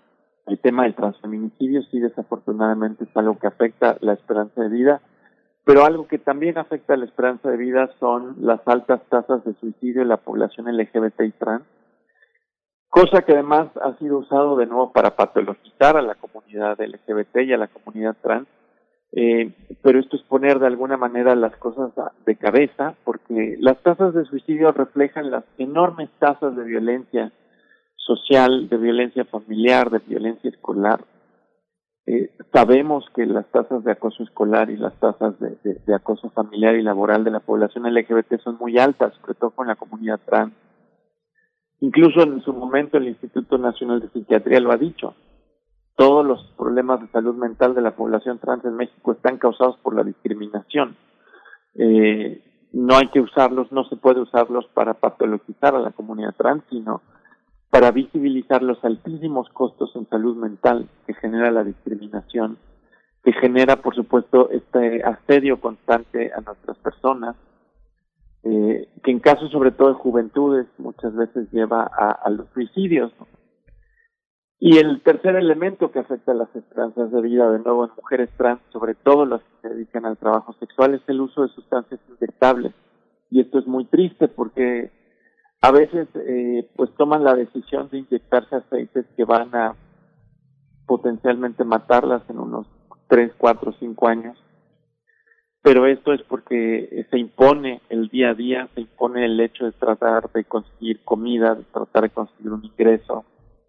El tema del transfeminicidio sí, desafortunadamente, es algo que afecta la esperanza de vida, pero algo que también afecta la esperanza de vida son las altas tasas de suicidio en la población LGBT y trans, cosa que además ha sido usado de nuevo para patologizar a la comunidad LGBT y a la comunidad trans, pero esto es poner de alguna manera las cosas de cabeza, porque las tasas de suicidio reflejan las enormes tasas de violencia social, de violencia familiar, de violencia escolar. Sabemos que las tasas de acoso escolar y las tasas de acoso familiar y laboral de la población LGBT son muy altas, sobre todo con la comunidad trans. Incluso en su momento el Instituto Nacional de Psiquiatría lo ha dicho. Todos los problemas de salud mental de la población trans en México están causados por la discriminación. No hay que usarlos, no se puede usarlos para patologizar a la comunidad trans, sino para visibilizar los altísimos costos en salud mental que genera la discriminación, que genera, por supuesto, este asedio constante a nuestras personas, que en casos sobre todo de juventudes muchas veces lleva a los suicidios, ¿no? Y el tercer elemento que afecta a las esperanzas de vida, de nuevo en mujeres trans, sobre todo las que se dedican al trabajo sexual, es el uso de sustancias inyectables. Y esto es muy triste porque a veces pues toman la decisión de inyectarse aceites que van a potencialmente matarlas en unos 3, 4, 5 años. Pero esto es porque se impone el día a día, se impone el hecho de tratar de conseguir comida, de tratar de conseguir un ingreso.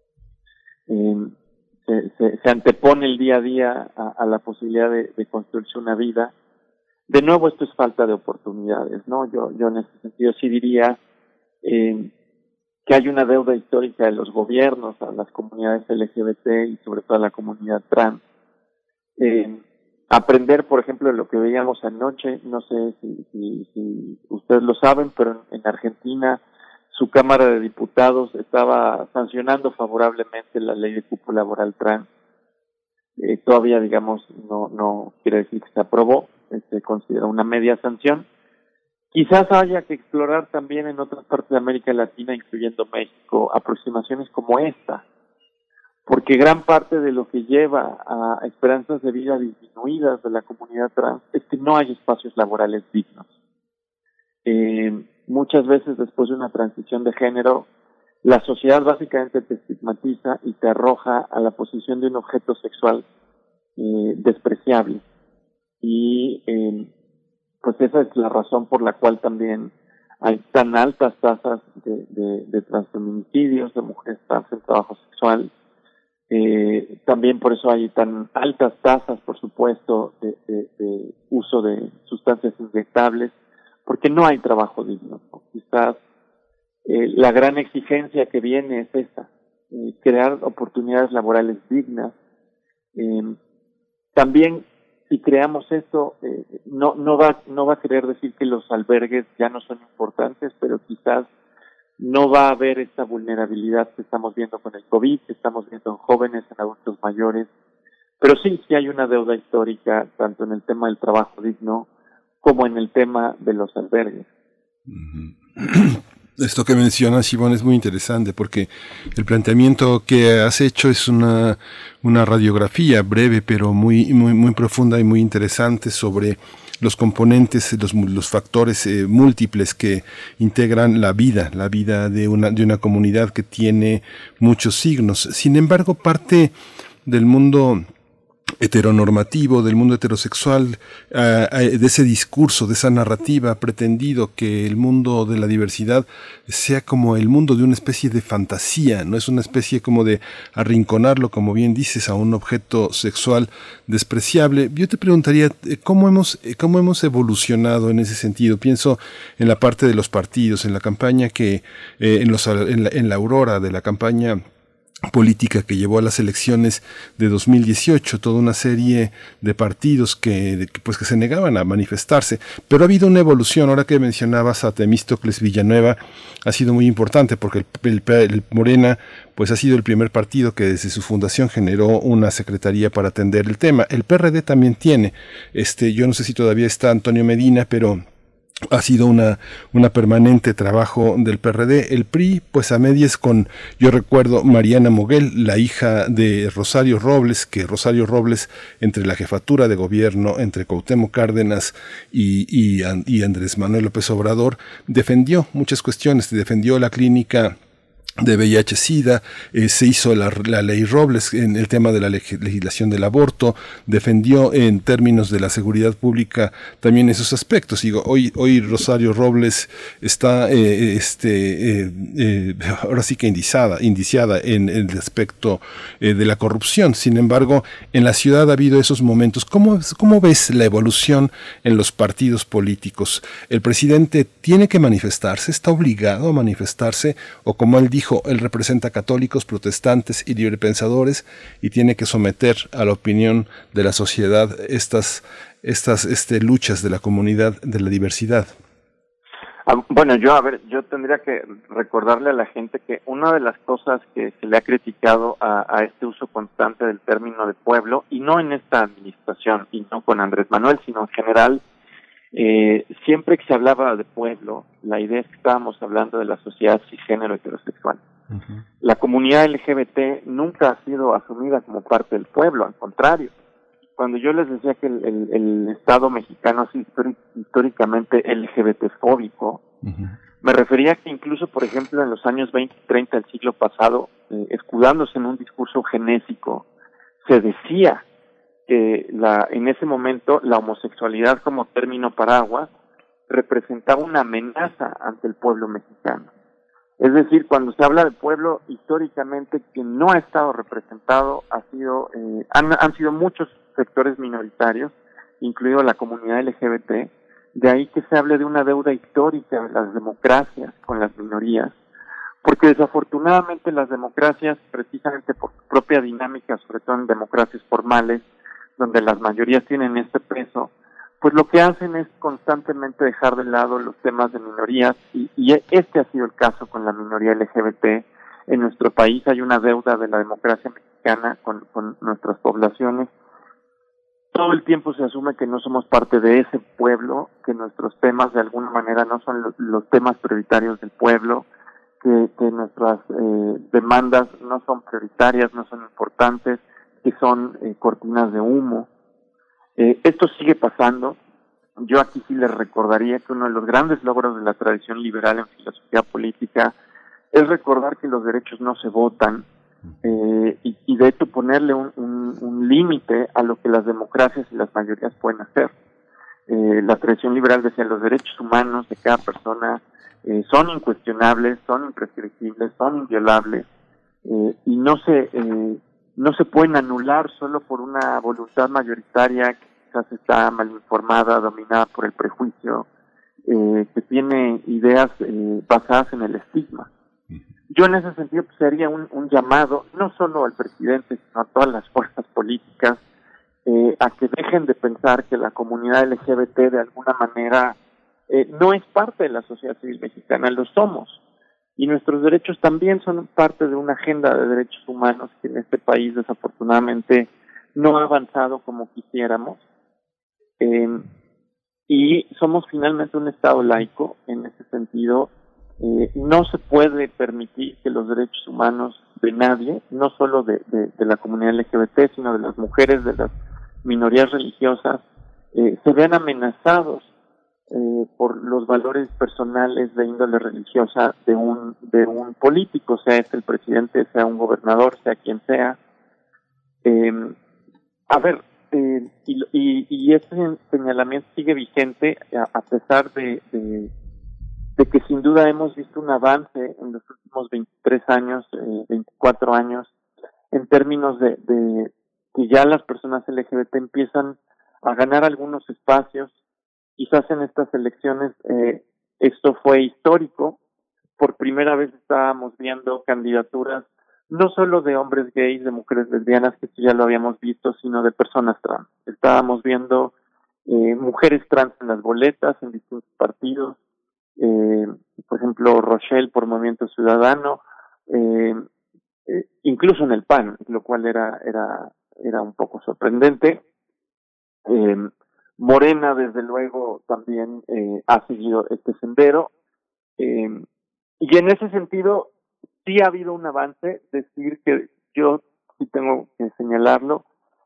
Se antepone el día a día a la posibilidad de construirse una vida. De nuevo, esto es falta de oportunidades, ¿no? Yo en ese sentido sí diría que hay una deuda histórica de los gobiernos a las comunidades LGBT y sobre todo a la comunidad trans. Aprender, por ejemplo, de lo que veíamos anoche, no sé si ustedes lo saben, pero en Argentina su Cámara de Diputados estaba sancionando favorablemente la ley de cupo laboral trans. Todavía, digamos, no quiere decir que se aprobó, se considera una media sanción. Quizás haya que explorar también en otras partes de América Latina, incluyendo México, aproximaciones como esta, porque gran parte de lo que lleva a esperanzas de vida disminuidas de la comunidad trans es que no hay espacios laborales dignos. Muchas veces después de una transición de género, la sociedad básicamente te estigmatiza y te arroja a la posición de un objeto sexual despreciable. Y pues esa es la razón por la cual también hay tan altas tasas de transfeminicidios, de mujeres trans en trabajo sexual. También por eso hay tan altas tasas, por supuesto, de uso de sustancias inyectables, porque no hay trabajo digno, ¿no? Quizás la gran exigencia que viene es esta, crear oportunidades laborales dignas. También, si creamos esto, no va a querer decir que los albergues ya no son importantes, pero quizás no va a haber esta vulnerabilidad que estamos viendo con el COVID, que estamos viendo en jóvenes, en adultos mayores. Pero sí hay una deuda histórica, tanto en el tema del trabajo digno como en el tema de los albergues. Esto que mencionas, Ivonne, es muy interesante porque el planteamiento que has hecho es una radiografía breve pero muy profunda y muy interesante sobre los componentes, los factores múltiples que integran la vida de una comunidad que tiene muchos signos. Sin embargo, parte del mundo heteronormativo, del mundo heterosexual, de ese discurso, de esa narrativa pretendido que el mundo de la diversidad sea como el mundo de una especie de fantasía, no es una especie como de arrinconarlo, como bien dices, a un objeto sexual despreciable. Yo te preguntaría, ¿cómo hemos evolucionado en ese sentido? Pienso en la parte de los partidos, en la campaña que, en la aurora de la campaña política que llevó a las elecciones de 2018, toda una serie de partidos que se negaban a manifestarse, pero ha habido una evolución. Ahora que mencionabas a Temístocles Villanueva, ha sido muy importante porque el Morena pues ha sido el primer partido que desde su fundación generó una secretaría para atender el tema. El PRD también tiene, yo no sé si todavía está Antonio Medina, pero ha sido una permanente trabajo del PRD. El PRI, pues a medias con, yo recuerdo, Mariana Moguel, la hija de Rosario Robles, que Rosario Robles, entre la jefatura de gobierno, entre Cuauhtémoc Cárdenas y Andrés Manuel López Obrador, defendió muchas cuestiones, defendió la clínica de VIH-Sida, se hizo la ley Robles en el tema de la legislación del aborto, defendió en términos de la seguridad pública también esos aspectos. Digo, hoy Rosario Robles está ahora sí que indiciada en el aspecto de la corrupción. Sin embargo, en la ciudad ha habido esos momentos. ¿Cómo ves la evolución en los partidos políticos? ¿El presidente tiene que manifestarse? ¿Está obligado a manifestarse? ¿O como él dijo, él representa católicos, protestantes y librepensadores y tiene que someter a la opinión de la sociedad estas luchas de la comunidad, de la diversidad? Bueno, yo tendría que recordarle a la gente que una de las cosas que se le ha criticado a este uso constante del término de pueblo, y no en esta administración, y no con Andrés Manuel, sino en general, siempre que se hablaba de pueblo, la idea es que estábamos hablando de la sociedad cisgénero heterosexual. Uh-huh. La comunidad LGBT nunca ha sido asumida como parte del pueblo, al contrario. Cuando yo les decía que el Estado mexicano ha sido históricamente LGBT-fóbico, uh-huh, me refería que incluso, por ejemplo, en los años 20 y 30 del siglo pasado, escudándose en un discurso genésico, se decía que en ese momento la homosexualidad como término paraguas representaba una amenaza ante el pueblo mexicano. Es decir, cuando se habla de pueblo, históricamente quien no ha estado representado han sido muchos sectores minoritarios, incluido la comunidad LGBT, de ahí que se hable de una deuda histórica de las democracias con las minorías, porque desafortunadamente las democracias, precisamente por su propia dinámica, sobre todo en democracias formales, donde las mayorías tienen este peso, pues lo que hacen es constantemente dejar de lado los temas de minorías, y este ha sido el caso con la minoría LGBT. En nuestro país hay una deuda de la democracia mexicana con nuestras poblaciones. Todo el tiempo se asume que no somos parte de ese pueblo, que nuestros temas de alguna manera no son los temas prioritarios del pueblo, que nuestras demandas no son prioritarias, no son importantes, que son cortinas de humo. Esto sigue pasando. Yo aquí sí les recordaría que uno de los grandes logros de la tradición liberal en filosofía política es recordar que los derechos no se votan, y de hecho ponerle un límite a lo que las democracias y las mayorías pueden hacer. La tradición liberal decía los derechos humanos de cada persona son incuestionables, son imprescriptibles, son inviolables, y no se pueden anular solo por una voluntad mayoritaria que quizás está mal informada, dominada por el prejuicio, que tiene ideas basadas en el estigma. Yo en ese sentido pues, haría un llamado, no solo al presidente, sino a todas las fuerzas políticas, a que dejen de pensar que la comunidad LGBT de alguna manera no es parte de la sociedad civil mexicana, lo somos. Y nuestros derechos también son parte de una agenda de derechos humanos que en este país desafortunadamente no ha avanzado como quisiéramos. Y somos finalmente un Estado laico. En ese sentido, no se puede permitir que los derechos humanos de nadie, no solo de la comunidad LGBT, sino de las mujeres, de las minorías religiosas, se vean amenazados por los valores personales de índole religiosa de un político, sea este el presidente, sea un gobernador, sea quien sea. Y este señalamiento sigue vigente a pesar de que sin duda hemos visto un avance en los últimos 23 años, 24 años, en términos de que ya las personas LGBT empiezan a ganar algunos espacios. Quizás en estas elecciones esto fue histórico. Por primera vez estábamos viendo candidaturas no solo de hombres gays, de mujeres lesbianas, que esto ya lo habíamos visto, sino de personas trans. Estábamos viendo mujeres trans en las boletas, en distintos partidos, por ejemplo, Rochelle por Movimiento Ciudadano, incluso en el PAN, lo cual era un poco sorprendente. Morena, desde luego, también ha seguido este sendero. Y en ese sentido, sí ha habido un avance. Decir que yo sí tengo que señalarlo,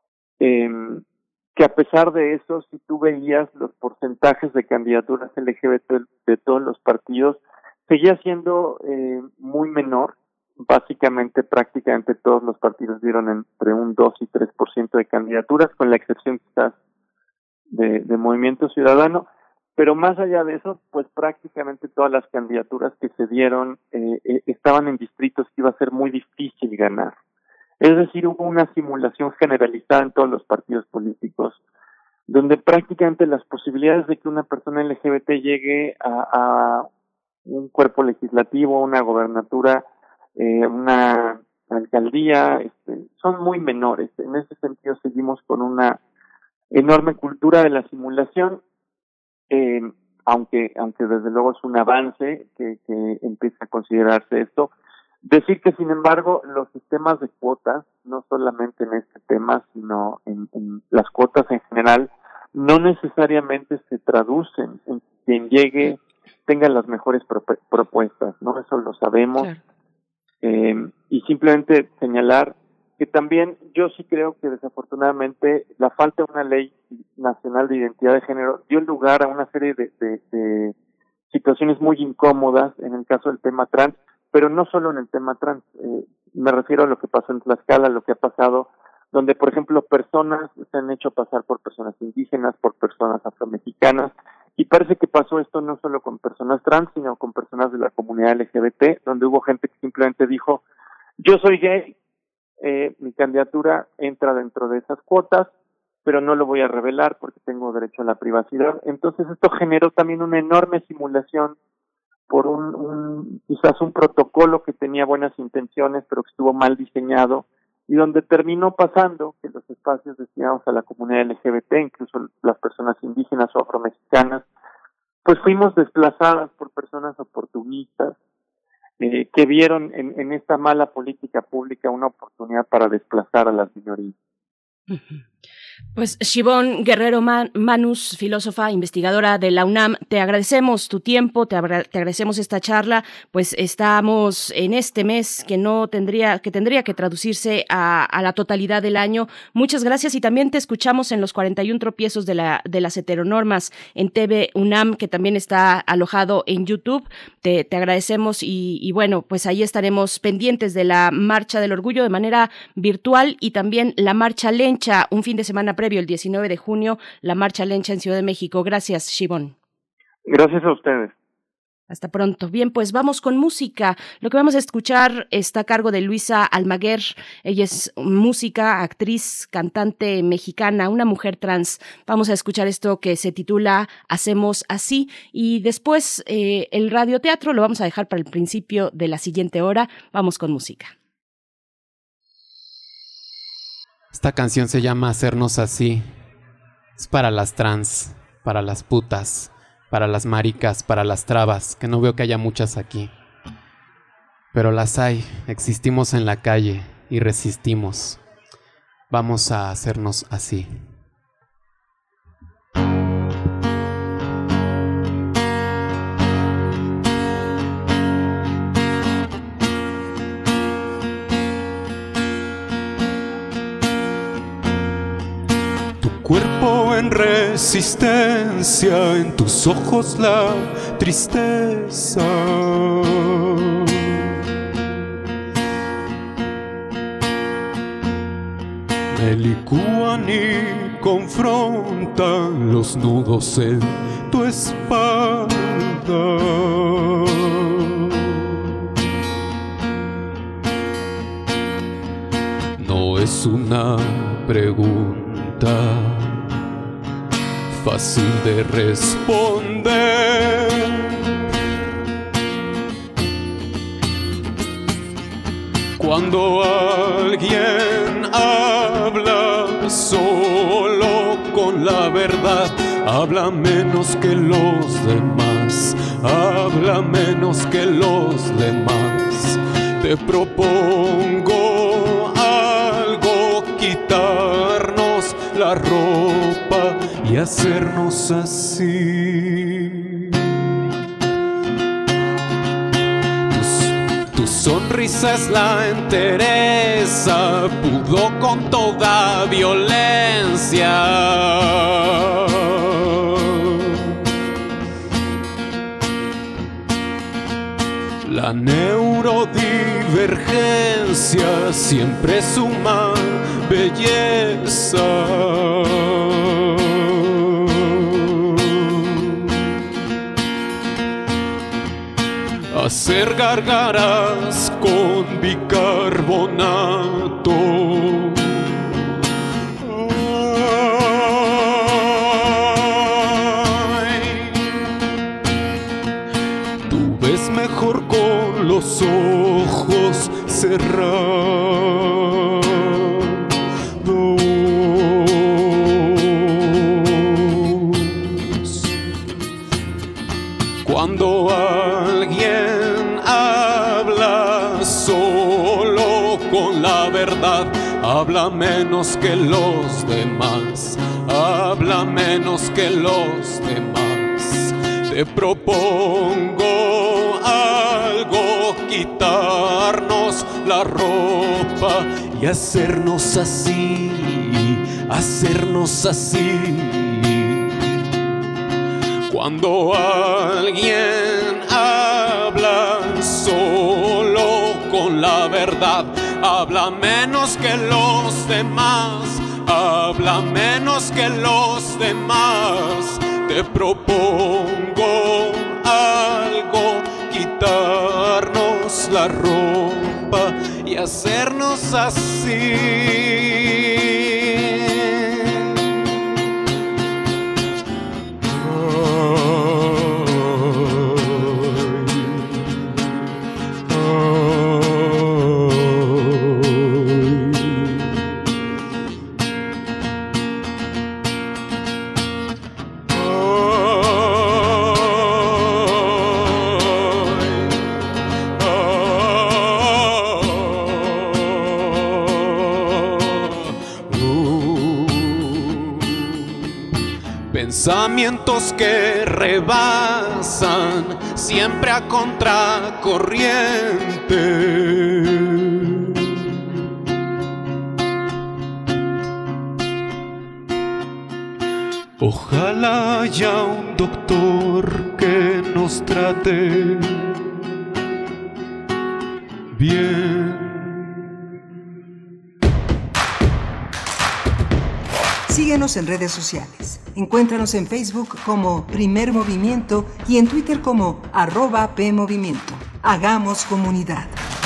que a pesar de eso, si tú veías los porcentajes de candidaturas LGBT de todos los partidos, seguía siendo muy menor. Básicamente, prácticamente todos los partidos dieron entre un 2 y 3% de candidaturas, con la excepción quizás de Movimiento Ciudadano, pero más allá de eso, pues prácticamente todas las candidaturas que se dieron estaban en distritos que iba a ser muy difícil ganar. Es decir, hubo una simulación generalizada en todos los partidos políticos, donde prácticamente las posibilidades de que una persona LGBT llegue a un cuerpo legislativo, una gobernatura, una alcaldía, son muy menores. En ese sentido seguimos con una enorme cultura de la simulación, aunque desde luego es un avance que empieza a considerarse esto. Decir que, sin embargo, los sistemas de cuotas, no solamente en este tema, sino en las cuotas en general, no necesariamente se traducen en quien llegue tenga las mejores propuestas, ¿no? Eso lo sabemos. Claro. Y simplemente señalar que también yo sí creo que desafortunadamente la falta de una ley nacional de identidad de género dio lugar a una serie de situaciones muy incómodas en el caso del tema trans, pero no solo en el tema trans. Me refiero a lo que pasó en Tlaxcala, lo que ha pasado, donde, por ejemplo, personas se han hecho pasar por personas indígenas, por personas afromexicanas, y parece que pasó esto no solo con personas trans, sino con personas de la comunidad LGBT, donde hubo gente que simplemente dijo, yo soy gay, mi candidatura entra dentro de esas cuotas, pero no lo voy a revelar porque tengo derecho a la privacidad. Entonces esto generó también una enorme simulación por quizás un protocolo que tenía buenas intenciones, pero que estuvo mal diseñado, y donde terminó pasando que los espacios destinados a la comunidad LGBT, incluso las personas indígenas o afromexicanas, pues fuimos desplazadas por personas oportunistas, que vieron en esta mala política pública una oportunidad para desplazar a las minorías. Pues Shibón Guerrero Manus, filósofa, investigadora de la UNAM, te agradecemos tu tiempo, te agradecemos esta charla, pues estamos en este mes que tendría que traducirse a la totalidad del año. Muchas gracias, y también te escuchamos en los 41 tropiezos de las heteronormas en TV UNAM, que también está alojado en YouTube. Te agradecemos y bueno, pues ahí estaremos pendientes de la Marcha del Orgullo de manera virtual, y también la Marcha Lencha, un fin de semana previo, el 19 de junio, la Marcha Lencha en Ciudad de México. Gracias, Shibón. Gracias a ustedes. Hasta pronto. Bien, pues vamos con música. Lo que vamos a escuchar está a cargo de Luisa Almaguer. Ella es música, actriz, cantante mexicana, una mujer trans. Vamos a escuchar esto que se titula Hacemos Así, y después el radioteatro lo vamos a dejar para el principio de la siguiente hora. Vamos con música. Esta canción se llama Hacernos Así. Es para las trans, para las putas, para las maricas, para las trabas, que no veo que haya muchas aquí. Pero las hay, existimos en la calle y resistimos. Vamos a hacernos así. Cuerpo en resistencia, en tus ojos la tristeza. Me licúan y confrontan los nudos en tu espalda. No es una pregunta fácil de responder. Cuando alguien habla solo con la verdad, habla menos que los demás, habla menos que los demás. Te propongo algo, quitarnos la ropa y hacernos así. Tu sonrisa es la entereza, pudo con toda violencia. La neurodivergencia siempre suma belleza. Hacer gárgaras con bicarbonato. Tú ves mejor con los ojos cerrados. Cuando alguien habla solo con la verdad, habla menos que los demás, habla menos que los demás. Te propongo algo, quitarnos la ropa y hacernos así, hacernos así. Cuando alguien habla solo con la verdad, habla menos que los demás, habla menos que los demás. Te propongo algo, quitarnos la ropa y hacernos así. Pensamientos que rebasan siempre a contracorriente. Ojalá haya un doctor que nos trate bien. Síguenos en redes sociales. Encuéntranos en Facebook como Primer Movimiento y en Twitter como @PMovimiento. Hagamos comunidad.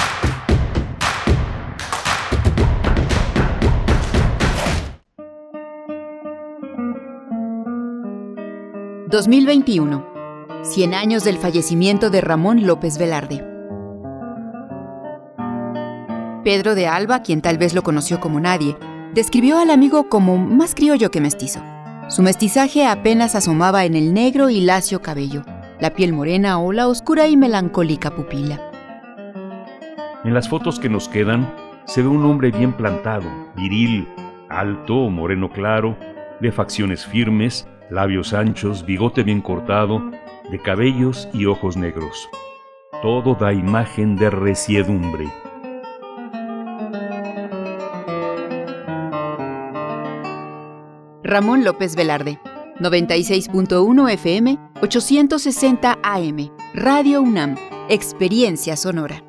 ...2021... 100 años del fallecimiento de Ramón López Velarde. Pedro de Alba, quien tal vez lo conoció como nadie, describió al amigo como más criollo que mestizo. Su mestizaje apenas asomaba en el negro y lacio cabello, la piel morena o la oscura y melancólica pupila. En las fotos que nos quedan, se ve un hombre bien plantado, viril, alto, moreno claro, de facciones firmes, labios anchos, bigote bien cortado, de cabellos y ojos negros. Todo da imagen de resiedumbre. Ramón López Velarde, 96.1 FM, 860 AM, Radio UNAM, Experiencia Sonora.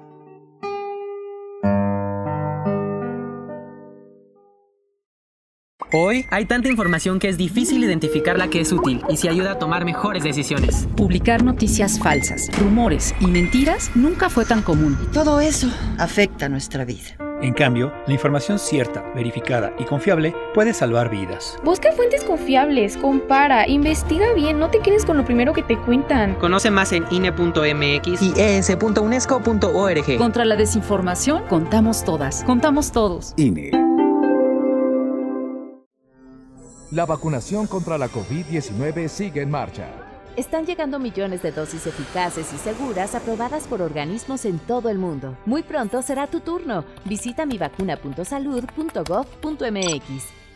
Hoy hay tanta información que es difícil identificar la que es útil y si ayuda a tomar mejores decisiones. Publicar noticias falsas, rumores y mentiras nunca fue tan común. Y todo eso afecta nuestra vida. En cambio, la información cierta, verificada y confiable puede salvar vidas. Busca fuentes confiables, compara, investiga bien, no te quedes con lo primero que te cuentan. Conoce más en INE.mx y es.unesco.org. Contra la desinformación, contamos todas, contamos todos. INE. La vacunación contra la COVID-19 sigue en marcha. Están llegando millones de dosis eficaces y seguras aprobadas por organismos en todo el mundo. Muy pronto será tu turno. Visita mivacuna.salud.gov.mx.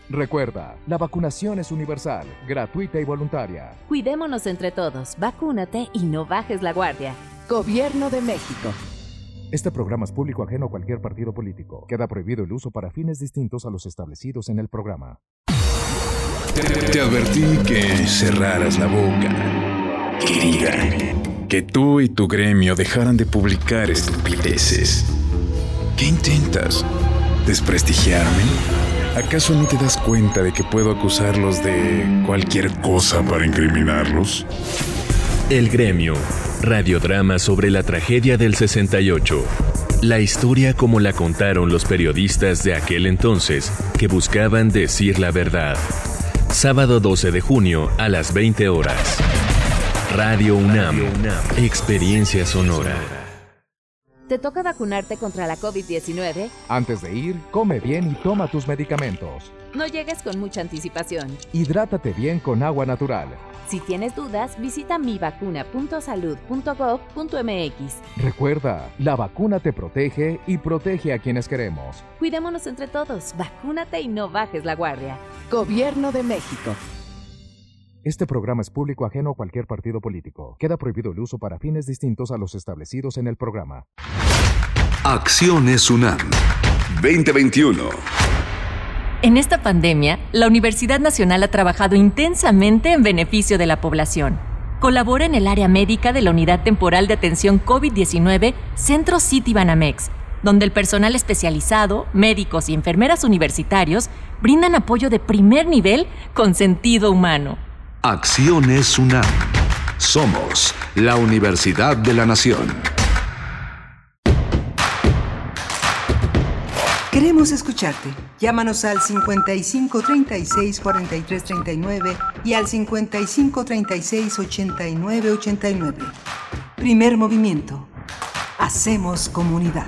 Recuerda, la vacunación es universal, gratuita y voluntaria. Cuidémonos entre todos, vacúnate y no bajes la guardia. Gobierno de México. Este programa es público ajeno a cualquier partido político. Queda prohibido el uso para fines distintos a los establecidos en el programa. Te advertí que cerraras la boca. Quería que tú y tu gremio dejaran de publicar estupideces. ¿Qué intentas? ¿Desprestigiarme? ¿Acaso no te das cuenta de que puedo acusarlos de cualquier cosa para incriminarlos? El Gremio, radiodrama sobre la tragedia del 68. La historia como la contaron los periodistas de aquel entonces que buscaban decir la verdad. Sábado 12 de junio a las 20 horas. Radio UNAM, experiencia sonora. ¿Te toca vacunarte contra la COVID-19? Antes de ir, come bien y toma tus medicamentos. No llegues con mucha anticipación. Hidrátate bien con agua natural. Si tienes dudas, visita mivacuna.salud.gov.mx. Recuerda, la vacuna te protege y protege a quienes queremos. Cuidémonos entre todos, vacúnate y no bajes la guardia. Gobierno de México. Este programa es público ajeno a cualquier partido político. Queda prohibido el uso para fines distintos a los establecidos en el programa. Acciones UNAM 2021. En esta pandemia, la Universidad Nacional ha trabajado intensamente en beneficio de la población. Colabora en el área médica de la Unidad Temporal de Atención COVID-19 Centro City Banamex, donde el personal especializado, médicos y enfermeras universitarios brindan apoyo de primer nivel con sentido humano. Acciones UNAM. Somos la Universidad de la Nación. Queremos escucharte. Llámanos al 55 36 43 39 y al 55 36 89 89. Primer movimiento. Hacemos comunidad.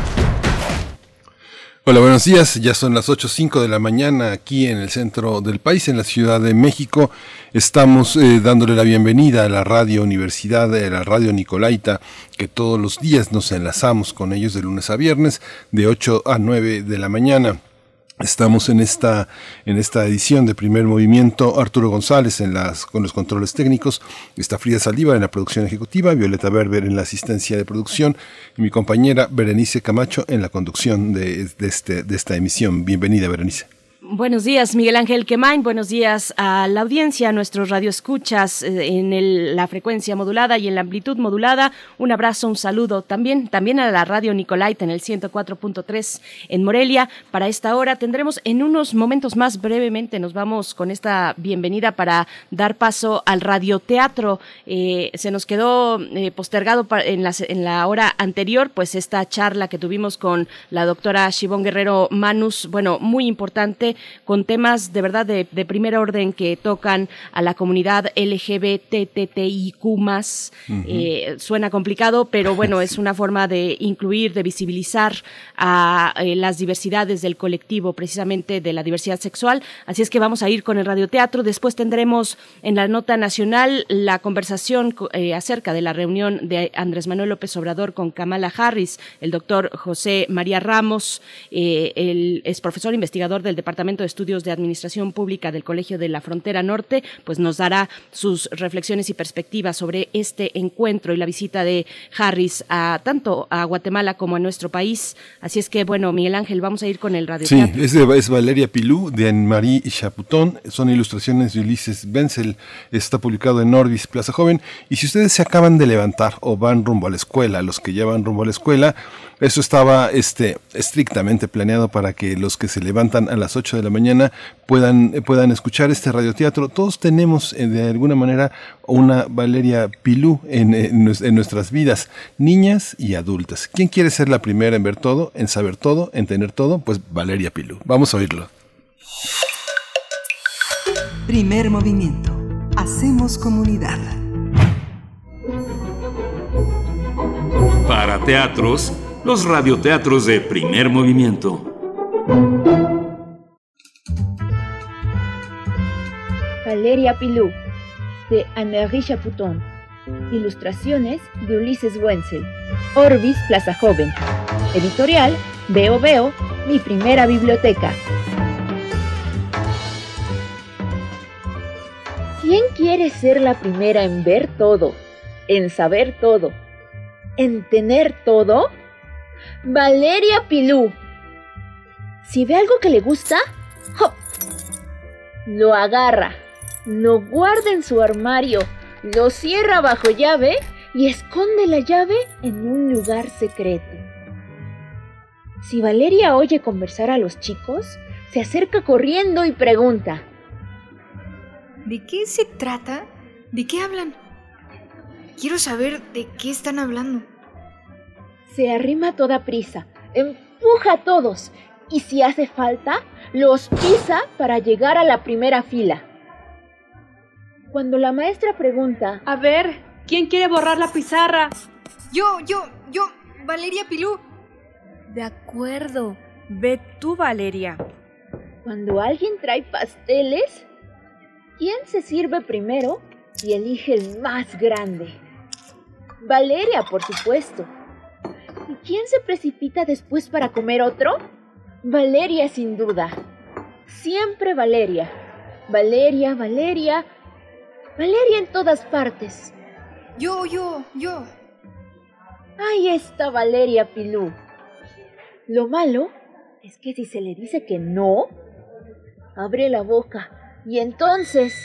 Hola, buenos días. Ya son las 8:05 de la mañana aquí en el centro del país, en la Ciudad de México. Estamos dándole la bienvenida a la Radio Universidad, a la Radio Nicolaita, que todos los días nos enlazamos con ellos de lunes a viernes, de 8 a 9 de la mañana. Estamos en esta edición de Primer Movimiento. Arturo González con los controles técnicos, está Frida Saldívar en la producción ejecutiva, Violeta Berber en la asistencia de producción y mi compañera Berenice Camacho en la conducción de esta emisión. Bienvenida, Berenice. Buenos días, Miguel Ángel Quemain. Buenos días a la audiencia, a nuestros radioescuchas en la frecuencia modulada y en la amplitud modulada. Un abrazo, un saludo también a la Radio Nicolaita en el 104.3 en Morelia. Para esta hora tendremos en unos momentos más, brevemente, nos vamos con esta bienvenida para dar paso al radioteatro. Se nos quedó postergado en la hora anterior, pues esta charla que tuvimos con la doctora Shivón Guerrero Manus, muy importante, con temas de verdad de primer orden que tocan a la comunidad LGBTTIQ+. Suena complicado, pero es una forma de incluir, de visibilizar a las diversidades del colectivo, precisamente de la diversidad sexual. Así es que vamos a ir con el radioteatro. Después tendremos en la nota nacional la conversación acerca de la reunión de Andrés Manuel López Obrador con Kamala Harris. El doctor José María Ramos, él es profesor investigador del Departamento de Estudios de Administración Pública del Colegio de la Frontera Norte, pues nos dará sus reflexiones y perspectivas sobre este encuentro y la visita de Harris tanto a Guatemala como a nuestro país. Así es que, Miguel Ángel, vamos a ir con el radioteatro. Sí, es Valeria Pilú, de Anne-Marie Chaputón, son ilustraciones de Ulises Wenzel, está publicado en Orbis Plaza Joven, y si ustedes se acaban de levantar o van rumbo a la escuela, los que ya van rumbo a la escuela, eso estaba estrictamente planeado para que los que se levantan a las 8 de la mañana puedan escuchar este radioteatro. Todos tenemos de alguna manera una Valeria Pilú en nuestras vidas, niñas y adultas. ¿Quién quiere ser la primera en ver todo, en saber todo, en tener todo? Pues Valeria Pilú. Vamos a oírlo. Primer movimiento. Hacemos comunidad. Para teatros, los radioteatros de Primer Movimiento. Valeria Pilú, de Anne-Marie Chaputón. Ilustraciones de Ulises Wenzel. Orbis Plaza Joven. Editorial Veo Veo, mi primera biblioteca. ¿Quién quiere ser la primera en ver todo, en saber todo, en tener todo? Valeria Pilú. Si ve algo que le gusta, ¡hop!, lo agarra, lo guarda en su armario, lo cierra bajo llave y esconde la llave en un lugar secreto. Si Valeria oye conversar a los chicos, se acerca corriendo y pregunta: ¿de qué se trata? ¿De qué hablan? Quiero saber de qué están hablando. Se arrima a toda prisa, empuja a todos y si hace falta, los pisa para llegar a la primera fila. Cuando la maestra pregunta: a ver, ¿quién quiere borrar la pizarra? Yo, Valeria Pilú. De acuerdo, ve tú, Valeria. Cuando alguien trae pasteles, ¿quién se sirve primero y elige el más grande? Valeria, por supuesto. ¿Y quién se precipita después para comer otro? Valeria, sin duda. Siempre Valeria. Valeria, Valeria. Valeria en todas partes. Yo. Ahí está Valeria Pilú. Lo malo es que si se le dice que no, abre la boca y entonces,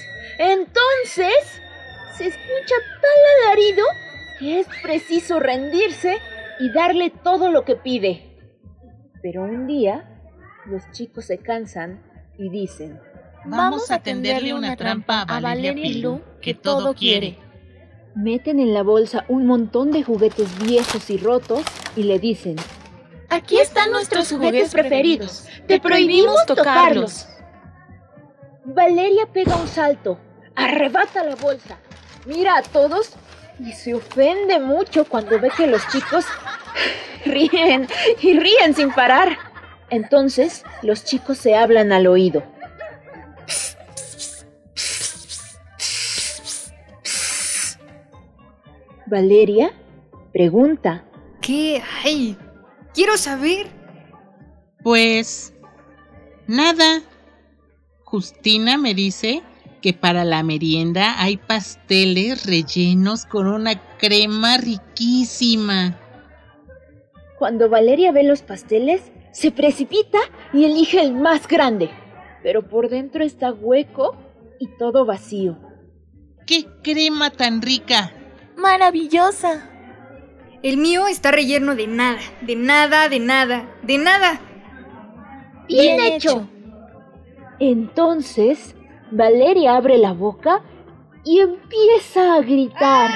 se escucha tal alarido que es preciso rendirse y darle todo lo que pide. Pero un día, los chicos se cansan y dicen: vamos a tenderle una trampa a Valeria Pilú, que todo quiere. Meten en la bolsa un montón de juguetes viejos y rotos y le dicen: aquí están nuestros juguetes preferidos. Te prohibimos tocarlos. Valeria pega un salto, arrebata la bolsa, mira a todos y se ofende mucho cuando ve que los chicos ríen sin parar. Entonces, los chicos se hablan al oído. Valeria pregunta: ¿qué hay? Quiero saber. Pues nada. Justina me dice que para la merienda hay pasteles rellenos con una crema riquísima. Cuando Valeria ve los pasteles, se precipita y elige el más grande, pero por dentro está hueco y todo vacío. ¡Qué crema tan rica! ¡Maravillosa! El mío está relleno de nada. ¡Bien hecho! Entonces, Valeria abre la boca y empieza a gritar.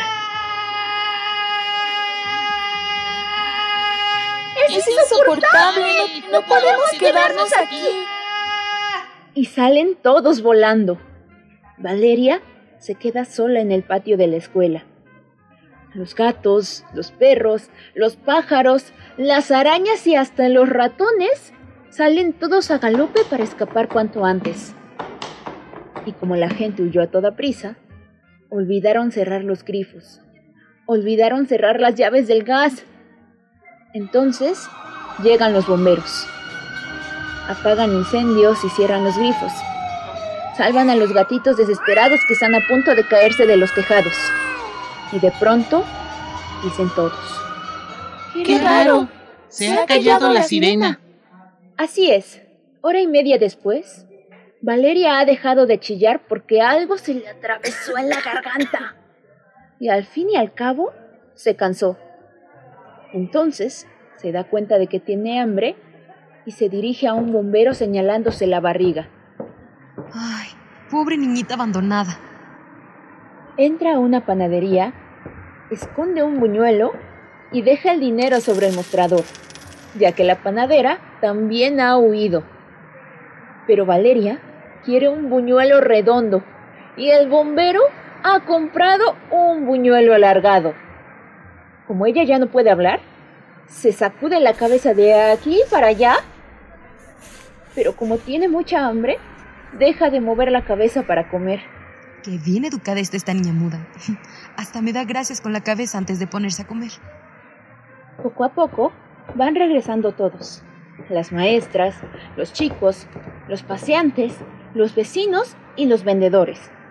¡Es insoportable! ¡No podemos quedarnos aquí! Y salen todos volando. Valeria se queda sola en el patio de la escuela. Los gatos, los perros, los pájaros, las arañas y hasta los ratones salen todos a galope para escapar cuanto antes. Y como la gente huyó a toda prisa, olvidaron cerrar los grifos, olvidaron cerrar las llaves del gas. Entonces llegan los bomberos, apagan incendios y cierran los grifos, salvan a los gatitos desesperados que están a punto de caerse de los tejados. Y de pronto, dicen todos: ¡qué raro! Se ha callado la sirena. Así es. Hora y media después, Valeria ha dejado de chillar porque algo se le atravesó en la garganta. Y al fin y al cabo, se cansó. Entonces, se da cuenta de que tiene hambre y se dirige a un bombero señalándose la barriga. ¡Ay, pobre niñita abandonada! Entra a una panadería, esconde un buñuelo y deja el dinero sobre el mostrador, ya que la panadera también ha huido. Pero Valeria quiere un buñuelo redondo y el bombero ha comprado un buñuelo alargado. Como ella ya no puede hablar, se sacude la cabeza de aquí para allá, pero como tiene mucha hambre, deja de mover la cabeza para comer. Qué bien educada está esta niña muda. Hasta me da gracias con la cabeza antes de ponerse a comer. Poco a poco van regresando todos. Las maestras, los chicos, los paseantes, los vecinos y los vendedores.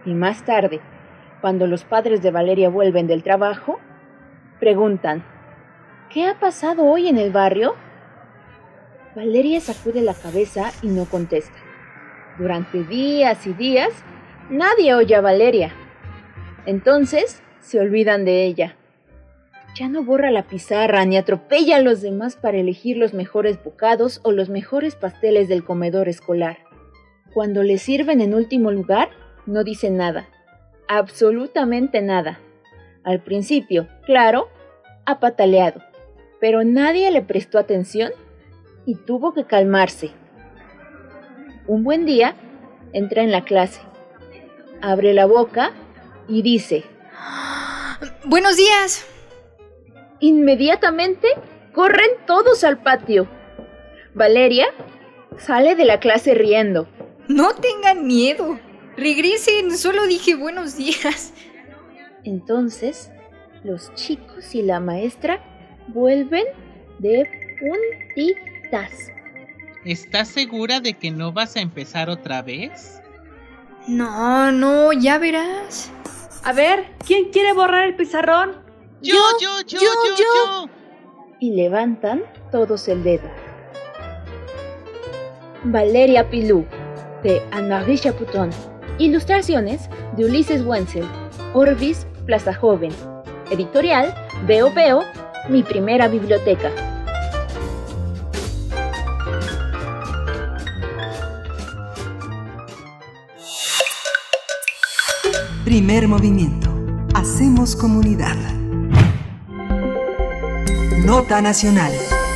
Y más tarde, cuando los padres de Valeria vuelven del trabajo, preguntan, ¿qué ha pasado hoy en el barrio? Valeria sacude la cabeza y no contesta. Durante días y días, nadie oye a Valeria. Entonces, se olvidan de ella. Ya no borra la pizarra ni atropella a los demás para elegir los mejores bocados o los mejores pasteles del comedor escolar. Cuando le sirven en último lugar, no dice nada. Absolutamente nada. Al principio, claro, ha pataleado, pero nadie le prestó atención y tuvo que calmarse. Un buen día, entra en la clase, abre la boca y dice: ¡Buenos días! Inmediatamente corren todos al patio. Valeria sale de la clase riendo. No tengan miedo. Regresen, solo dije buenos días. Entonces, los chicos y la maestra vuelven de puntitas. ¿Estás segura de que no vas a empezar otra vez? No, ya verás. A ver, ¿quién quiere borrar el pizarrón? Yo. Y levantan todos el dedo. Valeria Pilú, de Anne-Marie Chapoton. Ilustraciones de Ulises Wenzel. Orbis Plaza Joven. Editorial Veo Veo, mi primera biblioteca. Primer movimiento. Hacemos comunidad. Nota nacional.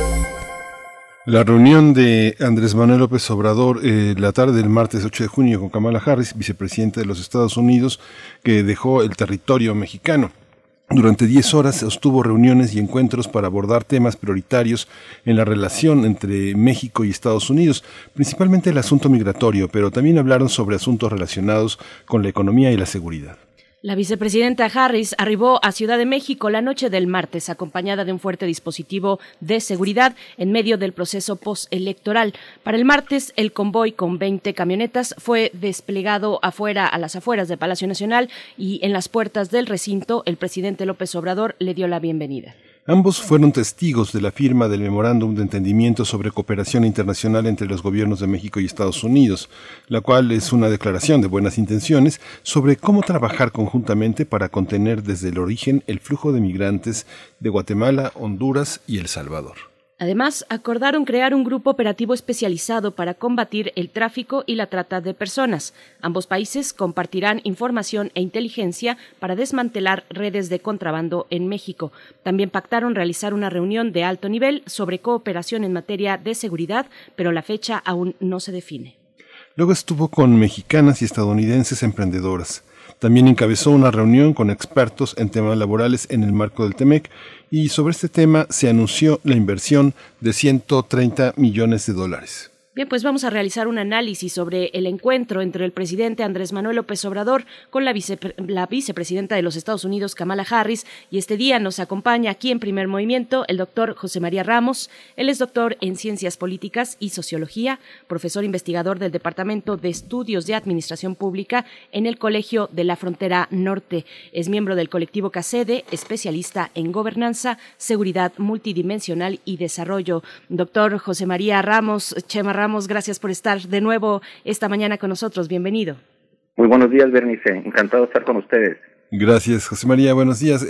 La reunión de Andrés Manuel López Obrador la tarde del martes 8 de junio con Kamala Harris, vicepresidenta de los Estados Unidos, que dejó el territorio mexicano. Durante 10 horas sostuvo reuniones y encuentros para abordar temas prioritarios en la relación entre México y Estados Unidos, principalmente el asunto migratorio, pero también hablaron sobre asuntos relacionados con la economía y la seguridad. La vicepresidenta Harris arribó a Ciudad de México la noche del martes, acompañada de un fuerte dispositivo de seguridad en medio del proceso postelectoral. Para el martes, el convoy con 20 camionetas fue desplegado a las afueras de Palacio Nacional y en las puertas del recinto, el presidente López Obrador le dio la bienvenida. Ambos fueron testigos de la firma del Memorándum de Entendimiento sobre Cooperación Internacional entre los gobiernos de México y Estados Unidos, la cual es una declaración de buenas intenciones sobre cómo trabajar conjuntamente para contener desde el origen el flujo de migrantes de Guatemala, Honduras y El Salvador. Además, acordaron crear un grupo operativo especializado para combatir el tráfico y la trata de personas. Ambos países compartirán información e inteligencia para desmantelar redes de contrabando en México. También pactaron realizar una reunión de alto nivel sobre cooperación en materia de seguridad, pero la fecha aún no se define. Luego estuvo con mexicanas y estadounidenses emprendedoras. También encabezó una reunión con expertos en temas laborales en el marco del TEMEC y sobre este tema se anunció la inversión de $130 millones. Bien, pues vamos a realizar un análisis sobre el encuentro entre el presidente Andrés Manuel López Obrador con la vicepresidenta de los Estados Unidos, Kamala Harris, y este día nos acompaña aquí en Primer Movimiento el doctor José María Ramos. Él es doctor en Ciencias Políticas y Sociología, profesor investigador del Departamento de Estudios de Administración Pública en el Colegio de la Frontera Norte. Es miembro del colectivo CACEDE, especialista en gobernanza, seguridad multidimensional y desarrollo. Doctor José María Ramos, Chema Ramos, gracias por estar de nuevo esta mañana con nosotros. Bienvenido. Muy buenos días, Bernice. Encantado de estar con ustedes. Gracias, José María. Buenos días.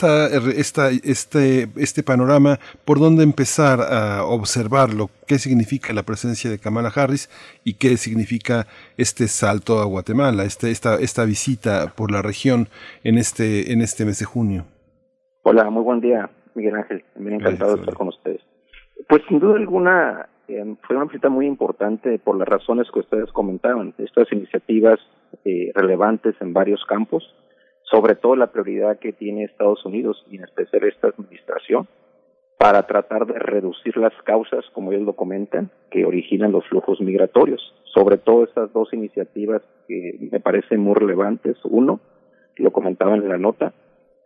Este panorama, ¿por dónde empezar a observarlo? ¿Qué significa la presencia de Kamala Harris y qué significa este salto a Guatemala, esta visita por la región en este mes de junio? Hola, muy buen día, Miguel Ángel. Bien encantado de estar con ustedes. Pues sin duda alguna fue una visita muy importante por las razones que ustedes comentaban. Estas iniciativas relevantes en varios campos, sobre todo la prioridad que tiene Estados Unidos y en especial esta administración para tratar de reducir las causas, como ellos lo comentan, que originan los flujos migratorios. Sobre todo estas dos iniciativas que me parecen muy relevantes. Uno, lo comentaban en la nota,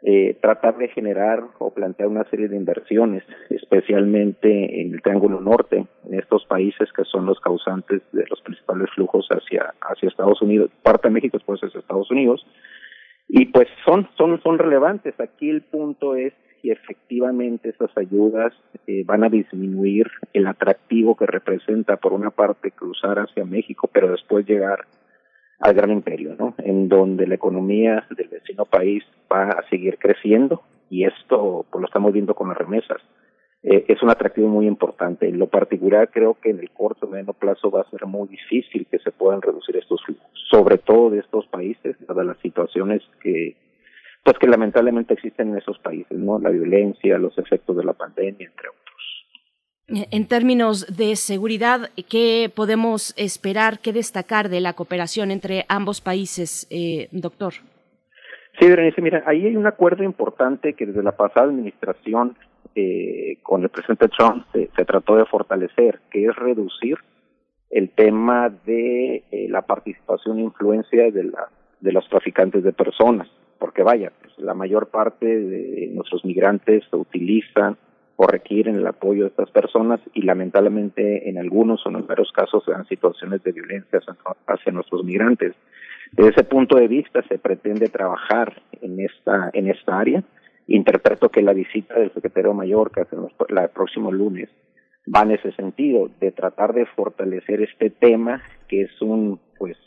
tratar de generar o plantear una serie de inversiones, especialmente en el Triángulo Norte, en estos países que son los causantes de los principales flujos hacia Estados Unidos, parte de México, después hacia Estados Unidos, y pues son relevantes. Aquí el punto es si efectivamente esas ayudas van a disminuir el atractivo que representa, por una parte, cruzar hacia México, pero después llegar al gran imperio, ¿no? En donde la economía del vecino país va a seguir creciendo, y esto pues lo estamos viendo con las remesas. Es un atractivo muy importante. En lo particular, creo que en el corto y mediano plazo va a ser muy difícil que se puedan reducir estos flujos, sobre todo de estos países, dadas las situaciones que lamentablemente existen en esos países, ¿no? La violencia, los efectos de la pandemia, entre otros. En términos de seguridad, ¿qué podemos esperar, qué destacar de la cooperación entre ambos países, doctor? Sí, Berenice, mira, ahí hay un acuerdo importante que desde la pasada administración con el presidente Trump se trató de fortalecer, que es reducir el tema de la participación e influencia de los traficantes de personas, porque vaya, pues, la mayor parte de nuestros migrantes se utilizan o requieren el apoyo de estas personas, y lamentablemente en algunos o en varios casos se dan situaciones de violencia hacia nuestros migrantes. Desde ese punto de vista se pretende trabajar en esta área. Interpreto que la visita del secretario mayor, que hace el próximo lunes, va en ese sentido, de tratar de fortalecer este tema, que es una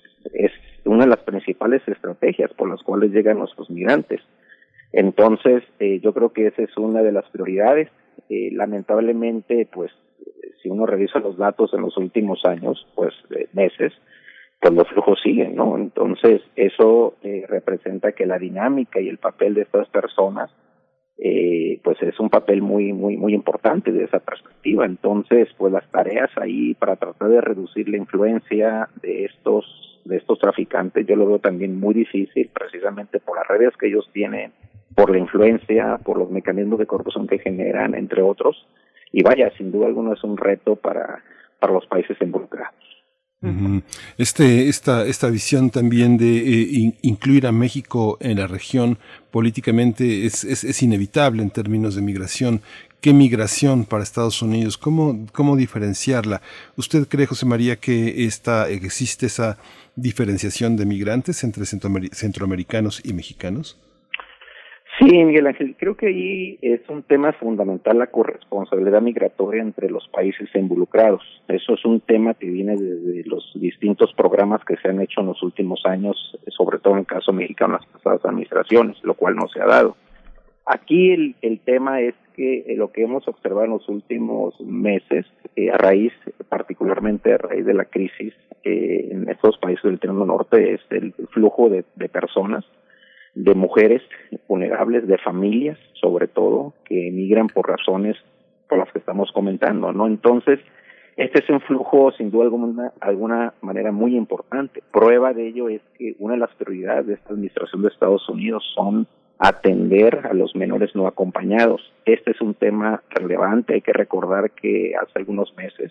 de las principales estrategias por las cuales llegan nuestros migrantes. Entonces, yo creo que esa es una de las prioridades. Lamentablemente, pues, si uno revisa los datos en los últimos años, meses, pues los flujos siguen, ¿no? Entonces, eso representa que la dinámica y el papel de estas personas, pues es un papel muy, muy, muy importante de esa perspectiva. Entonces, pues las tareas ahí para tratar de reducir la influencia de estos traficantes, yo lo veo también muy difícil, precisamente por las redes que ellos tienen, por la influencia, por los mecanismos de corrupción que generan, entre otros. Y vaya, sin duda alguna es un reto para los países involucrados. Uh-huh. Esta visión también de incluir a México en la región políticamente es inevitable en términos de migración. ¿Qué migración para Estados Unidos? ¿Cómo diferenciarla? ¿Usted cree, José María, que existe esa diferenciación de migrantes entre centroamericanos y mexicanos? Sí, Miguel Ángel, creo que ahí es un tema fundamental la corresponsabilidad migratoria entre los países involucrados. Eso es un tema que viene desde los distintos programas que se han hecho en los últimos años, sobre todo en el caso mexicano, en las pasadas administraciones, lo cual no se ha dado. Aquí el tema es que lo que hemos observado en los últimos meses, particularmente a raíz de la crisis en estos países del Triángulo Norte, es el flujo de personas, de mujeres vulnerables, de familias, sobre todo, que emigran por razones por las que estamos comentando, ¿no? Entonces, este es un flujo, sin duda alguna manera, muy importante. Prueba de ello es que una de las prioridades de esta administración de Estados Unidos son atender a los menores no acompañados. Este es un tema relevante. Hay que recordar que hace algunos meses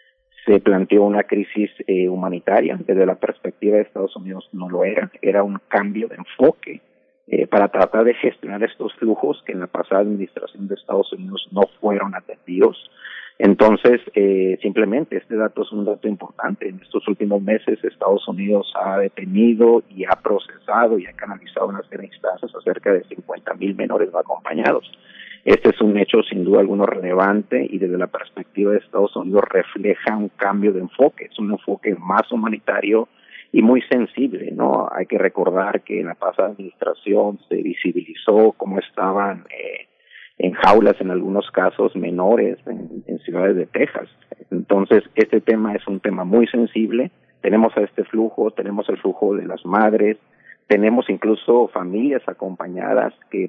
se planteó una crisis humanitaria. Desde la perspectiva de Estados Unidos no lo era un cambio de enfoque para tratar de gestionar estos flujos que en la pasada administración de Estados Unidos no fueron atendidos. Entonces, simplemente este dato es un dato importante. En estos últimos meses Estados Unidos ha detenido y ha procesado y ha canalizado una serie de instancias a cerca de 50,000 menores no acompañados. Este es un hecho sin duda alguno relevante y desde la perspectiva de Estados Unidos refleja un cambio de enfoque. Es un enfoque más humanitario y muy sensible, ¿no? Hay que recordar que en la pasada administración se visibilizó cómo estaban en jaulas, en algunos casos, menores en ciudades de Texas. Entonces, este tema es un tema muy sensible. Tenemos a este flujo, tenemos el flujo de las madres, tenemos incluso familias acompañadas que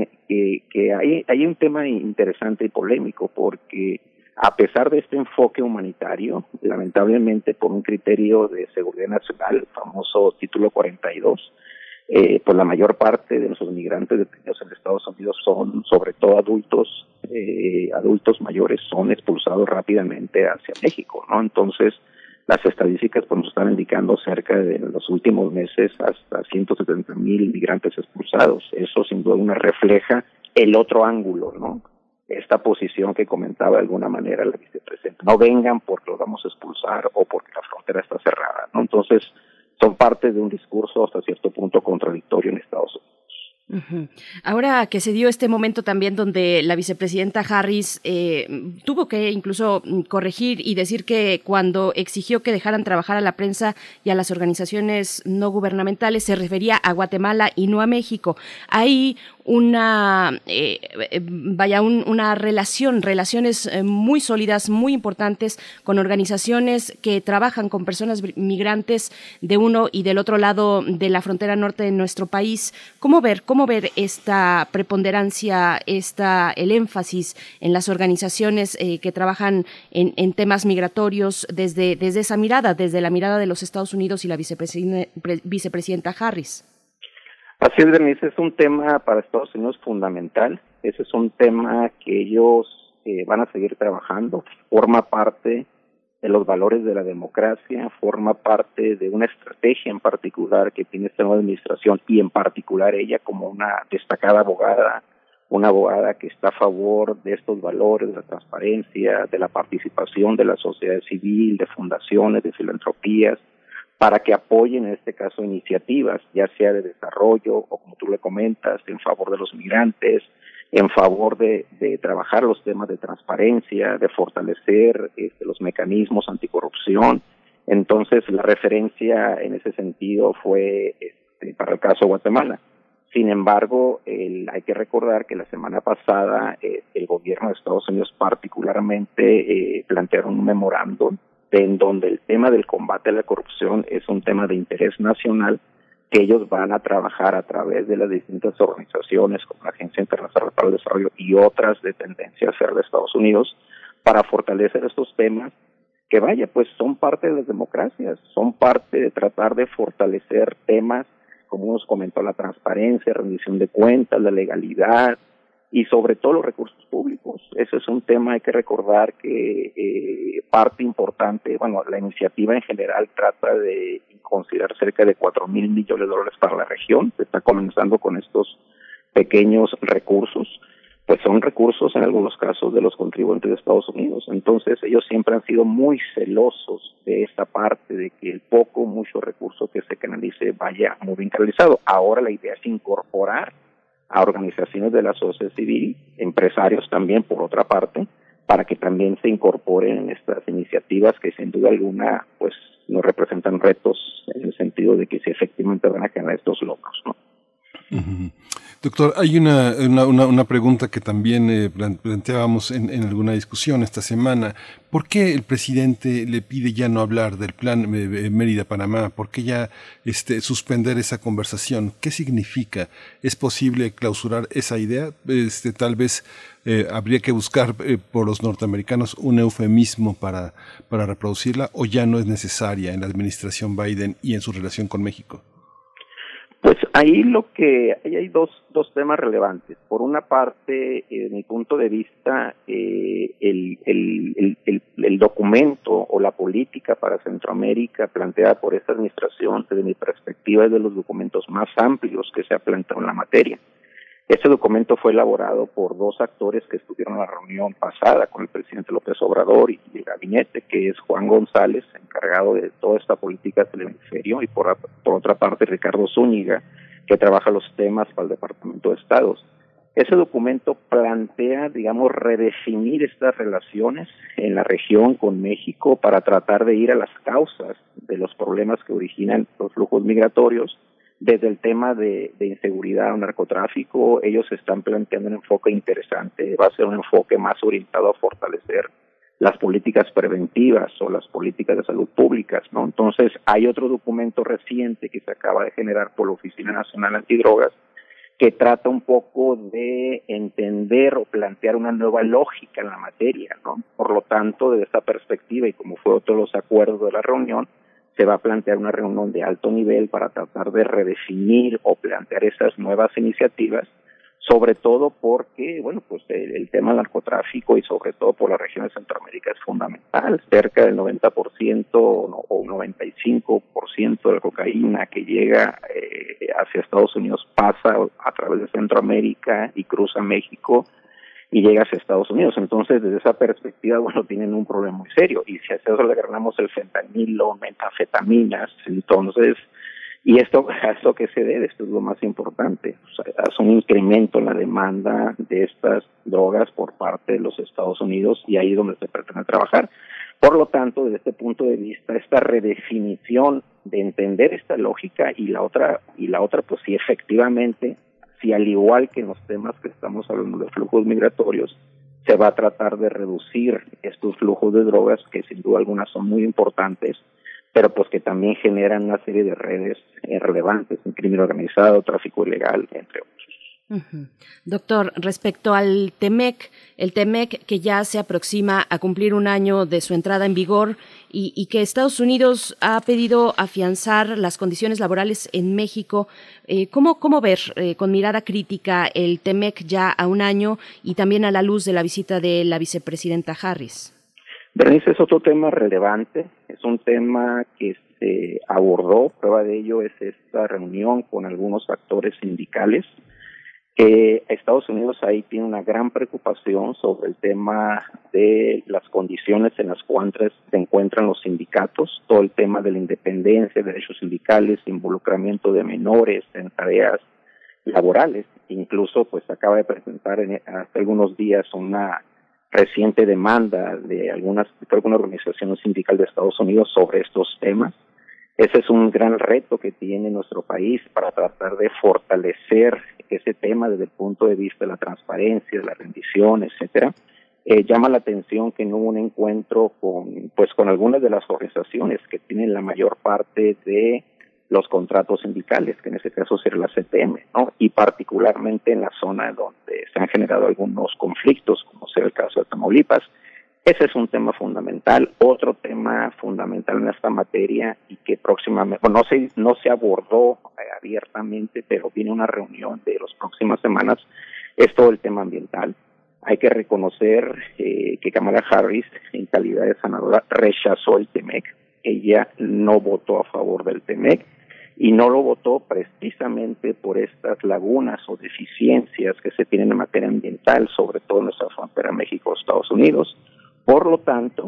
hay un tema interesante y polémico, porque a pesar de este enfoque humanitario, lamentablemente por un criterio de seguridad nacional, el famoso Título 42, pues la mayor parte de nuestros migrantes detenidos en Estados Unidos son, sobre todo adultos mayores, son expulsados rápidamente hacia México, ¿no? Entonces, Las estadísticas pues, nos están indicando cerca de los últimos meses hasta 170,000 migrantes expulsados. Eso sin duda refleja el otro ángulo, ¿no? Esta posición que comentaba de alguna manera la vicepresidenta. No vengan porque los vamos a expulsar o porque la frontera está cerrada, ¿no? Entonces, son parte de un discurso hasta cierto punto contradictorio en Estados Unidos. Uh-huh. Ahora que se dio este momento también donde la vicepresidenta Harris tuvo que incluso corregir y decir que cuando exigió que dejaran trabajar a la prensa y a las organizaciones no gubernamentales se refería a Guatemala y no a México. Hay relaciones muy sólidas, muy importantes con organizaciones que trabajan con personas migrantes de uno y del otro lado de la frontera norte de nuestro país. ¿Cómo ver esta preponderancia, el énfasis en las organizaciones que trabajan en temas migratorios desde esa mirada, desde la mirada de los Estados Unidos y la vicepresidenta Harris? Así es, Denise, es un tema para Estados Unidos fundamental. Ese es un tema que ellos van a seguir trabajando. Forma parte de los valores de la democracia, forma parte de una estrategia en particular que tiene esta nueva administración y en particular ella como una destacada abogada, una abogada que está a favor de estos valores, de la transparencia, de la participación de la sociedad civil, de fundaciones, de filantropías, para que apoyen en este caso iniciativas, ya sea de desarrollo o como tú le comentas, en favor de los migrantes, en favor de trabajar los temas de transparencia, de fortalecer los mecanismos anticorrupción. Entonces la referencia en ese sentido fue para el caso de Guatemala. Sin embargo, hay que recordar que la semana pasada el gobierno de Estados Unidos particularmente plantearon un memorándum en donde el tema del combate a la corrupción es un tema de interés nacional que ellos van a trabajar a través de las distintas organizaciones como la Agencia Internacional para el Desarrollo y otras de tendencia hacia de Estados Unidos para fortalecer estos temas que pues son parte de las democracias, son parte de tratar de fortalecer temas como nos comentó la transparencia, rendición de cuentas, la legalidad y sobre todo los recursos públicos. Ese es un tema, hay que recordar que parte importante, la iniciativa en general trata de considerar cerca de $4,000 millones para la región. Se está comenzando con estos pequeños recursos, pues son recursos en algunos casos de los contribuyentes de Estados Unidos. Entonces ellos siempre han sido muy celosos de esta parte, de que el mucho recurso que se canalice vaya muy bien canalizado. Ahora la idea es incorporar a organizaciones de la sociedad civil, empresarios también por otra parte, para que también se incorporen en estas iniciativas que sin duda alguna pues nos representan retos en el sentido de que si efectivamente van a generar estos logros, ¿no? Uh-huh. Doctor, hay una pregunta que también planteábamos en alguna discusión esta semana. ¿Por qué el presidente le pide ya no hablar del plan Mérida-Panamá? ¿Por qué ya suspender esa conversación? ¿Qué significa? ¿Es posible clausurar esa idea? Tal vez habría que buscar por los norteamericanos un eufemismo para reproducirla, o ya no es necesaria en la administración Biden y en su relación con México. Pues ahí hay dos temas relevantes. Por una parte, desde mi punto de vista, el documento o la política para Centroamérica planteada por esta administración, desde mi perspectiva, es de los documentos más amplios que se ha planteado en la materia. Este documento fue elaborado por dos actores que estuvieron en la reunión pasada con el presidente López Obrador y el gabinete, que es Juan González, encargado de toda esta política del hemisferio, y por otra parte Ricardo Zúñiga, que trabaja los temas para el Departamento de Estados. Ese documento plantea, redefinir estas relaciones en la región con México para tratar de ir a las causas de los problemas que originan los flujos migratorios. Desde el tema de inseguridad o narcotráfico, ellos están planteando un enfoque interesante. Va a ser un enfoque más orientado a fortalecer las políticas preventivas o las políticas de salud públicas, ¿no? Entonces, hay otro documento reciente que se acaba de generar por la Oficina Nacional Antidrogas que trata un poco de entender o plantear una nueva lógica en la materia, ¿no? Por lo tanto, desde esta perspectiva y como fue otro de los acuerdos de la reunión, se va a plantear una reunión de alto nivel para tratar de redefinir o plantear esas nuevas iniciativas, sobre todo porque, bueno, pues el tema del narcotráfico y sobre todo por la región de Centroamérica es fundamental. Cerca del 90% o 95% de la cocaína que llega hacia Estados Unidos pasa a través de Centroamérica y cruza México y llega hacia Estados Unidos. Entonces, desde esa perspectiva, bueno, tienen un problema muy serio. Y si a eso le agregamos el fentanilo, metanfetaminas, entonces... ¿Y esto qué se debe? Esto es lo más importante. O sea, es un incremento en la demanda de estas drogas por parte de los Estados Unidos y ahí es donde se pretende trabajar. Por lo tanto, desde este punto de vista, esta redefinición de entender esta lógica y la otra, pues sí, efectivamente, si al igual que en los temas que estamos hablando de flujos migratorios, se va a tratar de reducir estos flujos de drogas que sin duda alguna son muy importantes, pero pues que también generan una serie de redes relevantes, en crimen organizado, tráfico ilegal, entre otros. Uh-huh. Doctor, respecto al TEMEC, el TEMEC que ya se aproxima a cumplir un año de su entrada en vigor y que Estados Unidos ha pedido afianzar las condiciones laborales en México, ¿cómo ver con mirada crítica el TEMEC ya a un año y también a la luz de la visita de la vicepresidenta Harris? Berenice, es otro tema relevante, es un tema que se abordó, prueba de ello es esta reunión con algunos actores sindicales. Estados Unidos ahí tiene una gran preocupación sobre el tema de las condiciones en las cuales se encuentran los sindicatos, todo el tema de la independencia, derechos sindicales, involucramiento de menores en tareas laborales. Incluso pues acaba de presentar hace algunos días una reciente demanda de alguna organización sindical de Estados Unidos sobre estos temas. Ese es un gran reto que tiene nuestro país para tratar de fortalecer ese tema desde el punto de vista de la transparencia, de la rendición, etcétera. Llama la atención que no hubo un encuentro con algunas de las organizaciones que tienen la mayor parte de los contratos sindicales, que en ese caso sería la CTM, ¿no? Y particularmente en la zona donde se han generado algunos conflictos, como sea el caso de Tamaulipas. Ese es un tema fundamental. Otro tema fundamental en esta materia y que próximamente, no se abordó abiertamente, pero viene una reunión de las próximas semanas, es todo el tema ambiental. Hay que reconocer que Kamala Harris, en calidad de senadora, rechazó el TEMEC. Ella no votó a favor del TEMEC y no lo votó precisamente por estas lagunas o deficiencias que se tienen en materia ambiental, sobre todo en nuestra frontera México-Estados Unidos. Por lo tanto,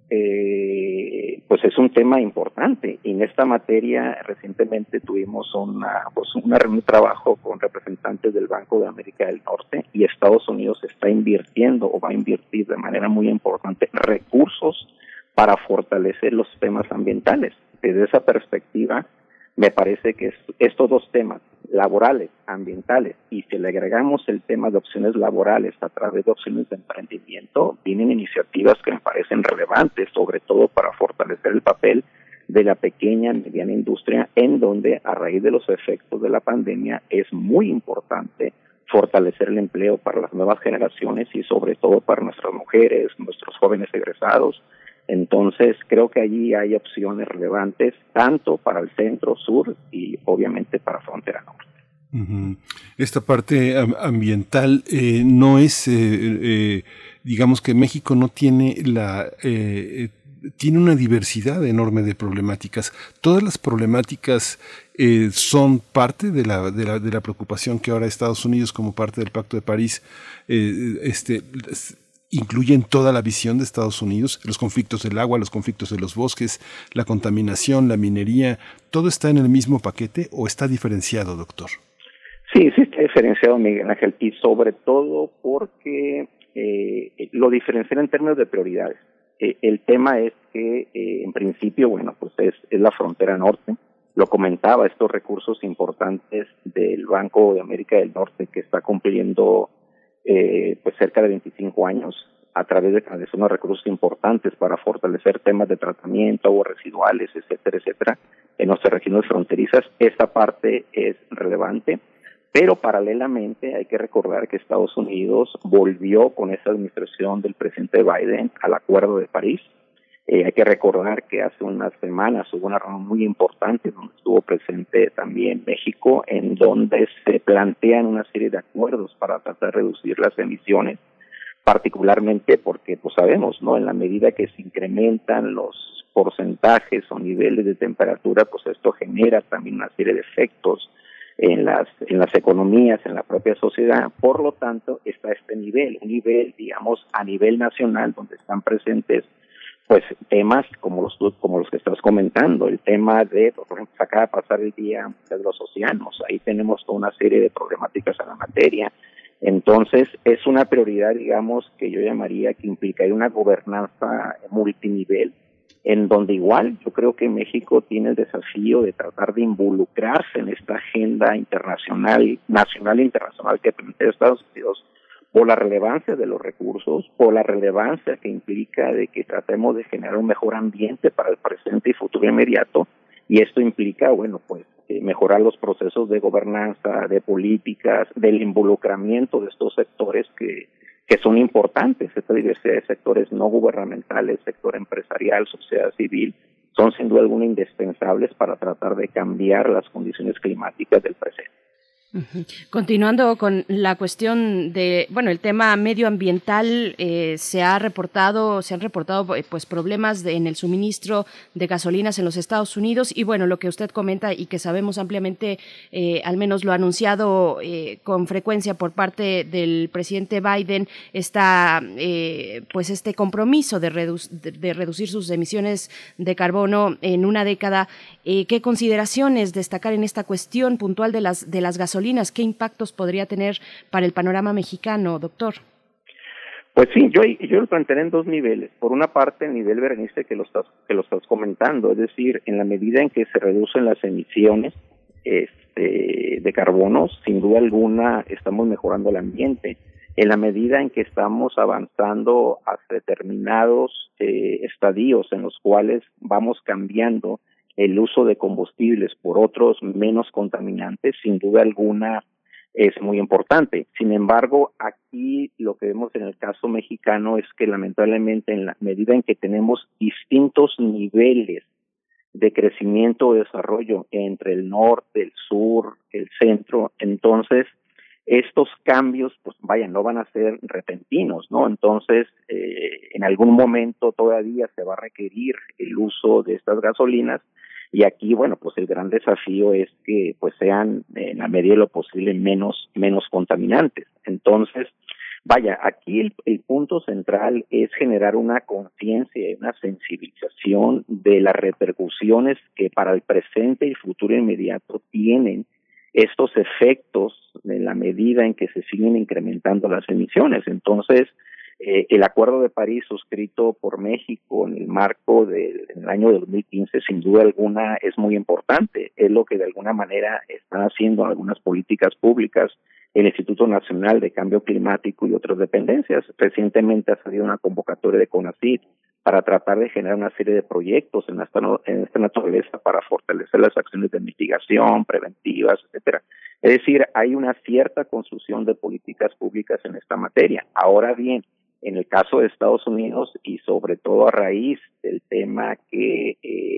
pues es un tema importante. Y en esta materia recientemente tuvimos un trabajo con representantes del Banco de América del Norte y Estados Unidos está invirtiendo o va a invertir de manera muy importante recursos para fortalecer los temas ambientales. Desde esa perspectiva, me parece que estos dos temas, laborales, ambientales, y si le agregamos el tema de opciones laborales a través de opciones de emprendimiento, vienen iniciativas que me parecen relevantes, sobre todo para fortalecer el papel de la pequeña y mediana industria, en donde a raíz de los efectos de la pandemia es muy importante fortalecer el empleo para las nuevas generaciones y sobre todo para nuestras mujeres, nuestros jóvenes egresados. Entonces, creo que allí hay opciones relevantes, tanto para el centro, sur y obviamente para frontera norte. Uh-huh. Esta parte ambiental no es, digamos que México no tiene tiene una diversidad enorme de problemáticas. Todas las problemáticas son parte de la preocupación que ahora Estados Unidos, como parte del Pacto de París, incluyen toda la visión de Estados Unidos, los conflictos del agua, los conflictos de los bosques, la contaminación, la minería, ¿todo está en el mismo paquete o está diferenciado, doctor? Sí está diferenciado, Miguel Ángel, y sobre todo porque lo diferencian en términos de prioridades. El tema es que, en principio, pues es la frontera norte. Lo comentaba, estos recursos importantes del Banco de América del Norte que está cumpliendo pues cerca de 25 años a través de unos recursos importantes para fortalecer temas de tratamiento, aguas residuales, etcétera, en nuestras regiones fronterizas. Esta parte es relevante, pero paralelamente hay que recordar que Estados Unidos volvió con esa administración del presidente Biden al Acuerdo de París, Hay que recordar que hace unas semanas hubo una reunión muy importante donde estuvo presente también México, en donde se plantean una serie de acuerdos para tratar de reducir las emisiones, particularmente porque, pues sabemos, ¿no? En la medida que se incrementan los porcentajes o niveles de temperatura, pues esto genera también una serie de efectos en las economías, en la propia sociedad. Por lo tanto, está este nivel, un nivel, digamos, a nivel nacional, donde están presentes pues temas como los que estás comentando, el tema de, por ejemplo, acaba de pasar el día de los océanos, ahí tenemos toda una serie de problemáticas en la materia. Entonces, es una prioridad, digamos, que yo llamaría que implicaría una gobernanza multinivel, en donde igual yo creo que México tiene el desafío de tratar de involucrarse en esta agenda internacional, nacional e internacional que plantea Estados Unidos, por la relevancia de los recursos, por la relevancia que implica de que tratemos de generar un mejor ambiente para el presente y futuro inmediato, y esto implica, bueno, pues mejorar los procesos de gobernanza, de políticas, del involucramiento de estos sectores que son importantes, esta diversidad de sectores no gubernamentales, sector empresarial, sociedad civil, son sin duda alguna indispensables para tratar de cambiar las condiciones climáticas del presente. Continuando con la cuestión de, bueno, el tema medioambiental, se han reportado pues problemas en el suministro de gasolinas en los Estados Unidos, y bueno, lo que usted comenta y que sabemos ampliamente, al menos lo ha anunciado con frecuencia por parte del presidente Biden, está pues este compromiso de reducir sus emisiones de carbono en una década. ¿Qué consideraciones destacar en esta cuestión puntual de las gasolinas? ¿Qué impactos podría tener para el panorama mexicano, doctor? Pues sí, yo lo plantearé en dos niveles. Por una parte, el nivel, Berenice, que lo estás comentando, es decir, en la medida en que se reducen las emisiones de carbono, sin duda alguna estamos mejorando el ambiente. En la medida en que estamos avanzando hacia determinados estadios en los cuales vamos cambiando el uso de combustibles por otros menos contaminantes, sin duda alguna es muy importante. Sin embargo, aquí lo que vemos en el caso mexicano es que lamentablemente en la medida en que tenemos distintos niveles de crecimiento o desarrollo entre el norte, el sur, el centro, entonces estos cambios, pues vaya, no van a ser repentinos, ¿no? Entonces, en algún momento todavía se va a requerir el uso de estas gasolinas. Y aquí, bueno, pues el gran desafío es que pues sean en la medida de lo posible menos contaminantes. Entonces, vaya, aquí el punto central es generar una conciencia y una sensibilización de las repercusiones que para el presente y futuro inmediato tienen estos efectos en la medida en que se siguen incrementando las emisiones. Entonces, el Acuerdo de París suscrito por México en el marco del año 2015, sin duda alguna, es muy importante. Es lo que de alguna manera están haciendo algunas políticas públicas el Instituto Nacional de Cambio Climático y otras dependencias. Recientemente ha salido una convocatoria de CONACYT para tratar de generar una serie de proyectos en esta naturaleza para fortalecer las acciones de mitigación, preventivas, etcétera. Es decir, hay una cierta construcción de políticas públicas en esta materia. Ahora bien, en el caso de Estados Unidos y sobre todo a raíz del tema que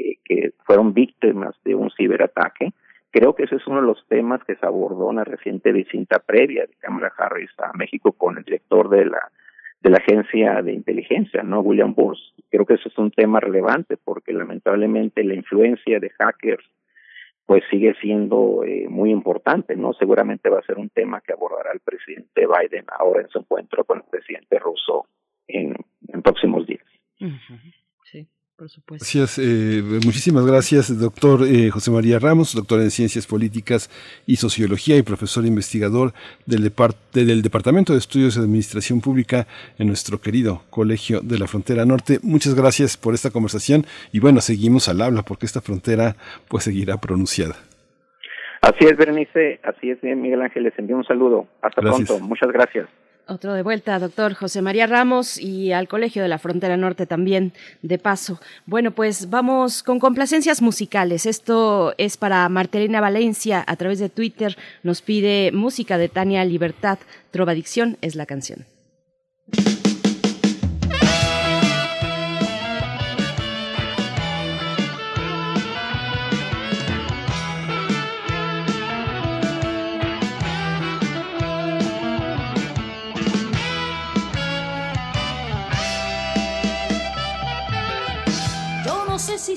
fueron víctimas de un ciberataque, creo que ese es uno de los temas que se abordó en la reciente visita previa de Kamala Harris a México con el director de la agencia de inteligencia, ¿no? William Burns. Creo que ese es un tema relevante porque lamentablemente la influencia de hackers pues sigue siendo muy importante, ¿no? Seguramente va a ser un tema que abordará el presidente Biden ahora en su encuentro con el presidente ruso en próximos días. Sí, por supuesto. Gracias, muchísimas gracias, doctor José María Ramos, doctor en Ciencias Políticas y Sociología y profesor investigador del Departamento de Estudios de Administración Pública en nuestro querido Colegio de la Frontera Norte. Muchas gracias por esta conversación y bueno, seguimos al habla porque esta frontera pues seguirá pronunciada. Así es, Berenice, así es, Miguel Ángel, les envío un saludo. Hasta pronto, muchas gracias. Otro de vuelta, doctor José María Ramos, y al Colegio de la Frontera Norte también, de paso. Bueno, pues vamos con complacencias musicales. Esto es para Martelina Valencia, a través de Twitter nos pide música de Tania Libertad, Trovadicción es la canción.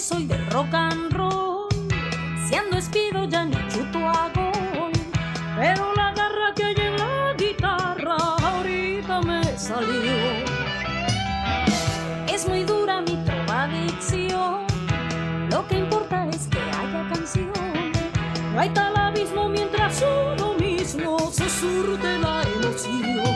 soy del rock and roll. Si ando espido ya no chuto a gol, pero la garra que hay en la guitarra ahorita me salió. Es muy dura mi drogadicción, lo que importa es que haya canción. No hay tal abismo mientras uno mismo se surte la emoción.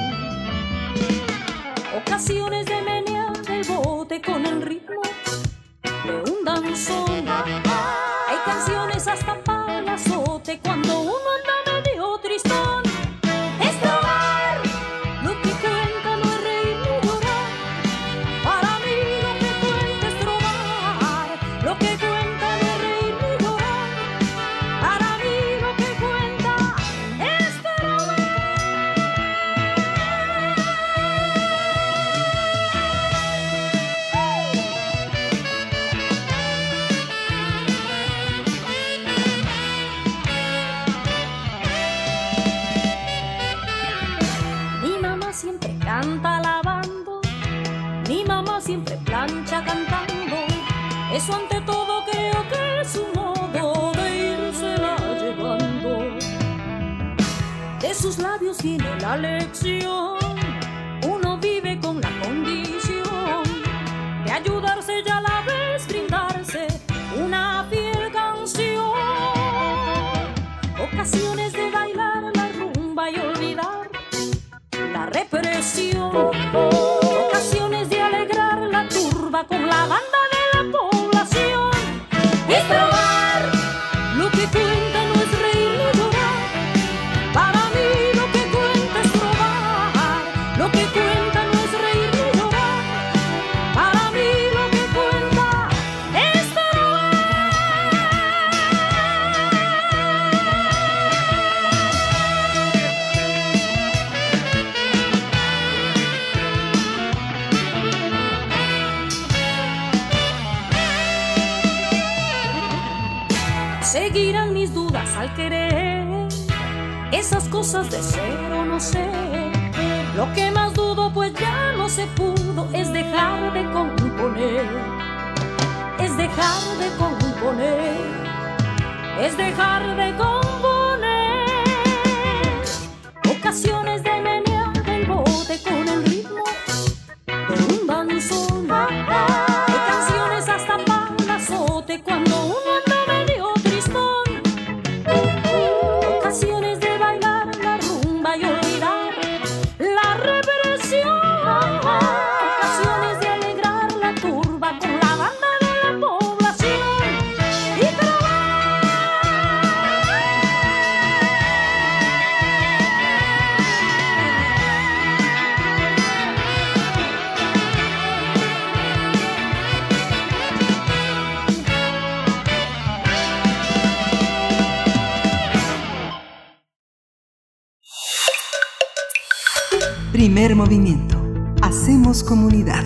Ocasiones de menear el bote con el ritmo de un danzón. Hay canciones hasta para el azote cuando uno anda medio tristón. Es drogar, lo que cuenta no es reír ni llorar. Para mí lo que cuenta es drogar, lo que cuenta no es reír ni llorar. Para mí lo que cuenta es drogar. Mi mamá siempre canta lavando, mi mamá siempre plancha cantando. Eso ante todo creo que es un modo de írsela llevando. De sus labios viene la lección, uno vive con la condición de ayudarse y a la vez brindarse una fiel canción. Ocasiones de bailar la rumba y olvidar la represión. Ocasiones de alegrar la turba con la banda de la población. Es drogar, lo que cuenta no es reír ni llorar. Para mí lo que cuenta es drogar, lo que cuenta no es reír ni llorar. Para mí lo que cuenta es drogar. Seguirán mis dudas al querer esas cosas de ser o no ser. Lo que más dudo pues ya no se pudo es dejar de componer, es dejar de componer, es dejar de componer. Ocasiones de menear el bote con el ritmo de un danzón. Hay canciones hasta para el azote cuando uno anda medio tristón. Ocasiones de bailar la rumba y olvidar la represión. Ocasiones de alegrar la turba con la banda de la población. Y Primer movimiento. Hacemos comunidad.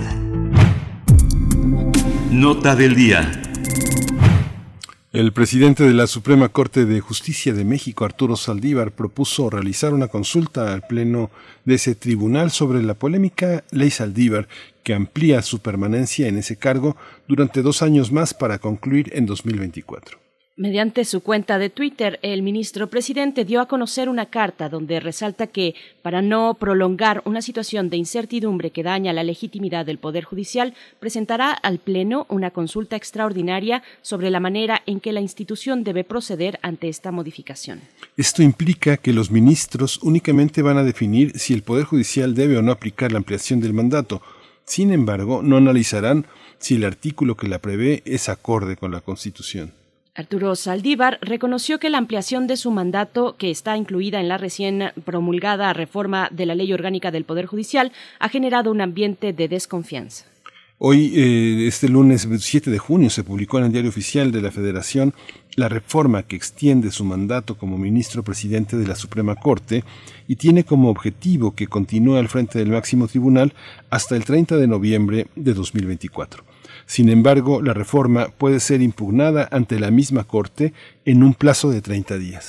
Nota del día. El presidente de la Suprema Corte de Justicia de México, Arturo Saldívar, propuso realizar una consulta al Pleno de ese tribunal sobre la polémica Ley Saldívar, que amplía su permanencia en ese cargo durante 2 años más para concluir en 2024. Mediante su cuenta de Twitter, el ministro presidente dio a conocer una carta donde resalta que, para no prolongar una situación de incertidumbre que daña la legitimidad del Poder Judicial, presentará al Pleno una consulta extraordinaria sobre la manera en que la institución debe proceder ante esta modificación. Esto implica que los ministros únicamente van a definir si el Poder Judicial debe o no aplicar la ampliación del mandato. Sin embargo, no analizarán si el artículo que la prevé es acorde con la Constitución. Arturo Saldívar reconoció que la ampliación de su mandato, que está incluida en la recién promulgada reforma de la Ley Orgánica del Poder Judicial, ha generado un ambiente de desconfianza. Hoy, este lunes 7 de junio, se publicó en el Diario Oficial de la Federación la reforma que extiende su mandato como ministro presidente de la Suprema Corte y tiene como objetivo que continúe al frente del máximo tribunal hasta el 30 de noviembre de 2024. Sin embargo, la reforma puede ser impugnada ante la misma Corte en un plazo de 30 días.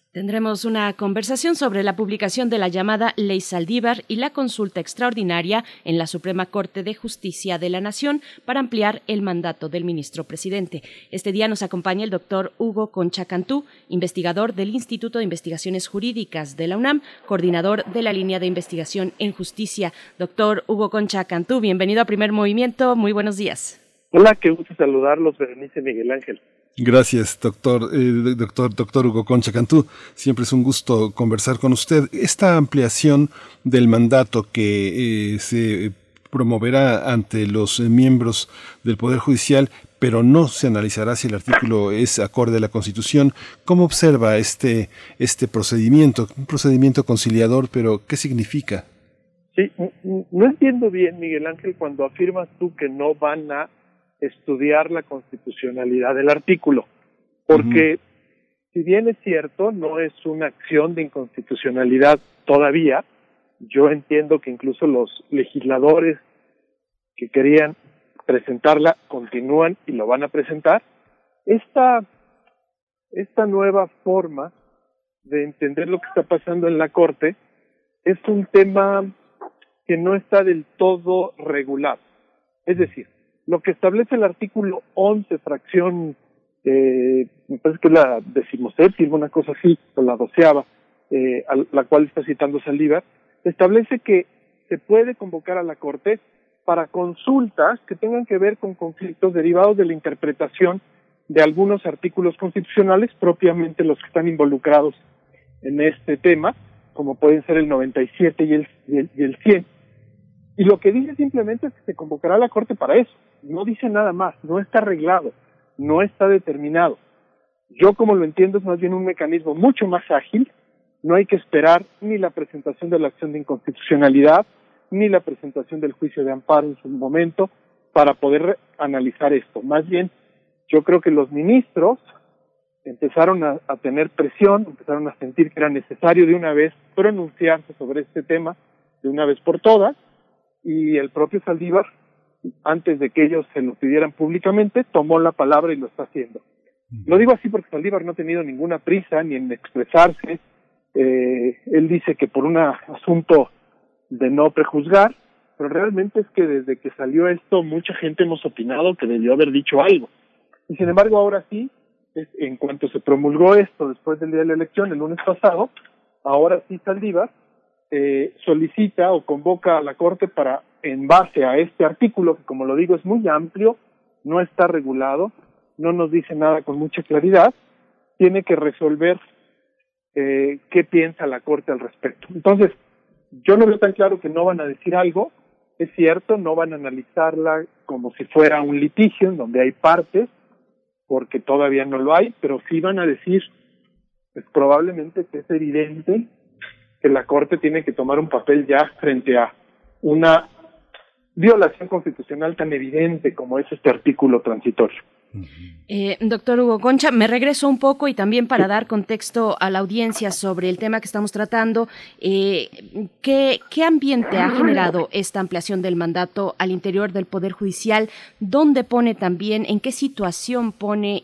Tendremos una conversación sobre la publicación de la llamada Ley Saldívar y la consulta extraordinaria en la Suprema Corte de Justicia de la Nación para ampliar el mandato del ministro presidente. Este día nos acompaña el doctor Hugo Concha Cantú, investigador del Instituto de Investigaciones Jurídicas de la UNAM, coordinador de la línea de investigación en justicia. Doctor Hugo Concha Cantú, bienvenido a Primer Movimiento. Muy buenos días. Hola, qué gusto saludarlos, Berenice, Miguel Ángel. Gracias, doctor Hugo Concha Cantú. Siempre es un gusto conversar con usted. Esta ampliación del mandato que se promoverá ante los miembros del Poder Judicial, pero no se analizará si el artículo es acorde a la Constitución. ¿Cómo observa este procedimiento? Un procedimiento conciliador, pero ¿qué significa? Sí, no entiendo bien, Miguel Ángel, cuando afirmas tú que no van a estudiar la constitucionalidad del artículo, porque si bien es cierto, no es una acción de inconstitucionalidad todavía. Yo entiendo que incluso los legisladores que querían presentarla continúan y lo van a presentar. Esta nueva forma de entender lo que está pasando en la Corte es un tema que no está del todo regulado. Es decir, lo que establece el artículo 11, fracción, me parece que es la 17ª, una cosa así, o la 12ª, a la cual está citando Saldívar, establece que se puede convocar a la Corte para consultas que tengan que ver con conflictos derivados de la interpretación de algunos artículos constitucionales, propiamente los que están involucrados en este tema, como pueden ser el 97 y el 100. Y lo que dice simplemente es que se convocará a la Corte para eso. No dice nada más, no está arreglado, no está determinado. Yo, como lo entiendo, es más bien un mecanismo mucho más ágil. No hay que esperar ni la presentación de la acción de inconstitucionalidad, ni la presentación del juicio de amparo en su momento, para poder analizar esto. Más bien, yo creo que los ministros empezaron a tener presión, empezaron a sentir que era necesario de una vez pronunciarse sobre este tema, de una vez por todas, y el propio Saldívar, antes de que ellos se lo pidieran públicamente, tomó la palabra y lo está haciendo. Lo digo así porque Saldívar no ha tenido ninguna prisa ni en expresarse. Él dice que por un asunto de no prejuzgar, pero realmente es que desde que salió esto mucha gente hemos opinado que debió haber dicho algo. Y sin embargo ahora sí, en cuanto se promulgó esto después del día de la elección, el lunes pasado, ahora sí Saldívar solicita o convoca a la Corte para, en base a este artículo, que como lo digo es muy amplio, no está regulado, no nos dice nada con mucha claridad, tiene que resolver qué piensa la Corte al respecto. Entonces, yo no veo tan claro que no van a decir algo. Es cierto, no van a analizarla como si fuera un litigio en donde hay partes, porque todavía no lo hay, pero sí van a decir, pues probablemente que es evidente que la Corte tiene que tomar un papel ya frente a una violación constitucional tan evidente como es este artículo transitorio. Doctor Hugo Concha, me regreso un poco y también para dar contexto a la audiencia sobre el tema que estamos tratando. ¿Qué ambiente ha generado esta ampliación del mandato al interior del Poder Judicial? ¿Dónde pone también, en qué situación pone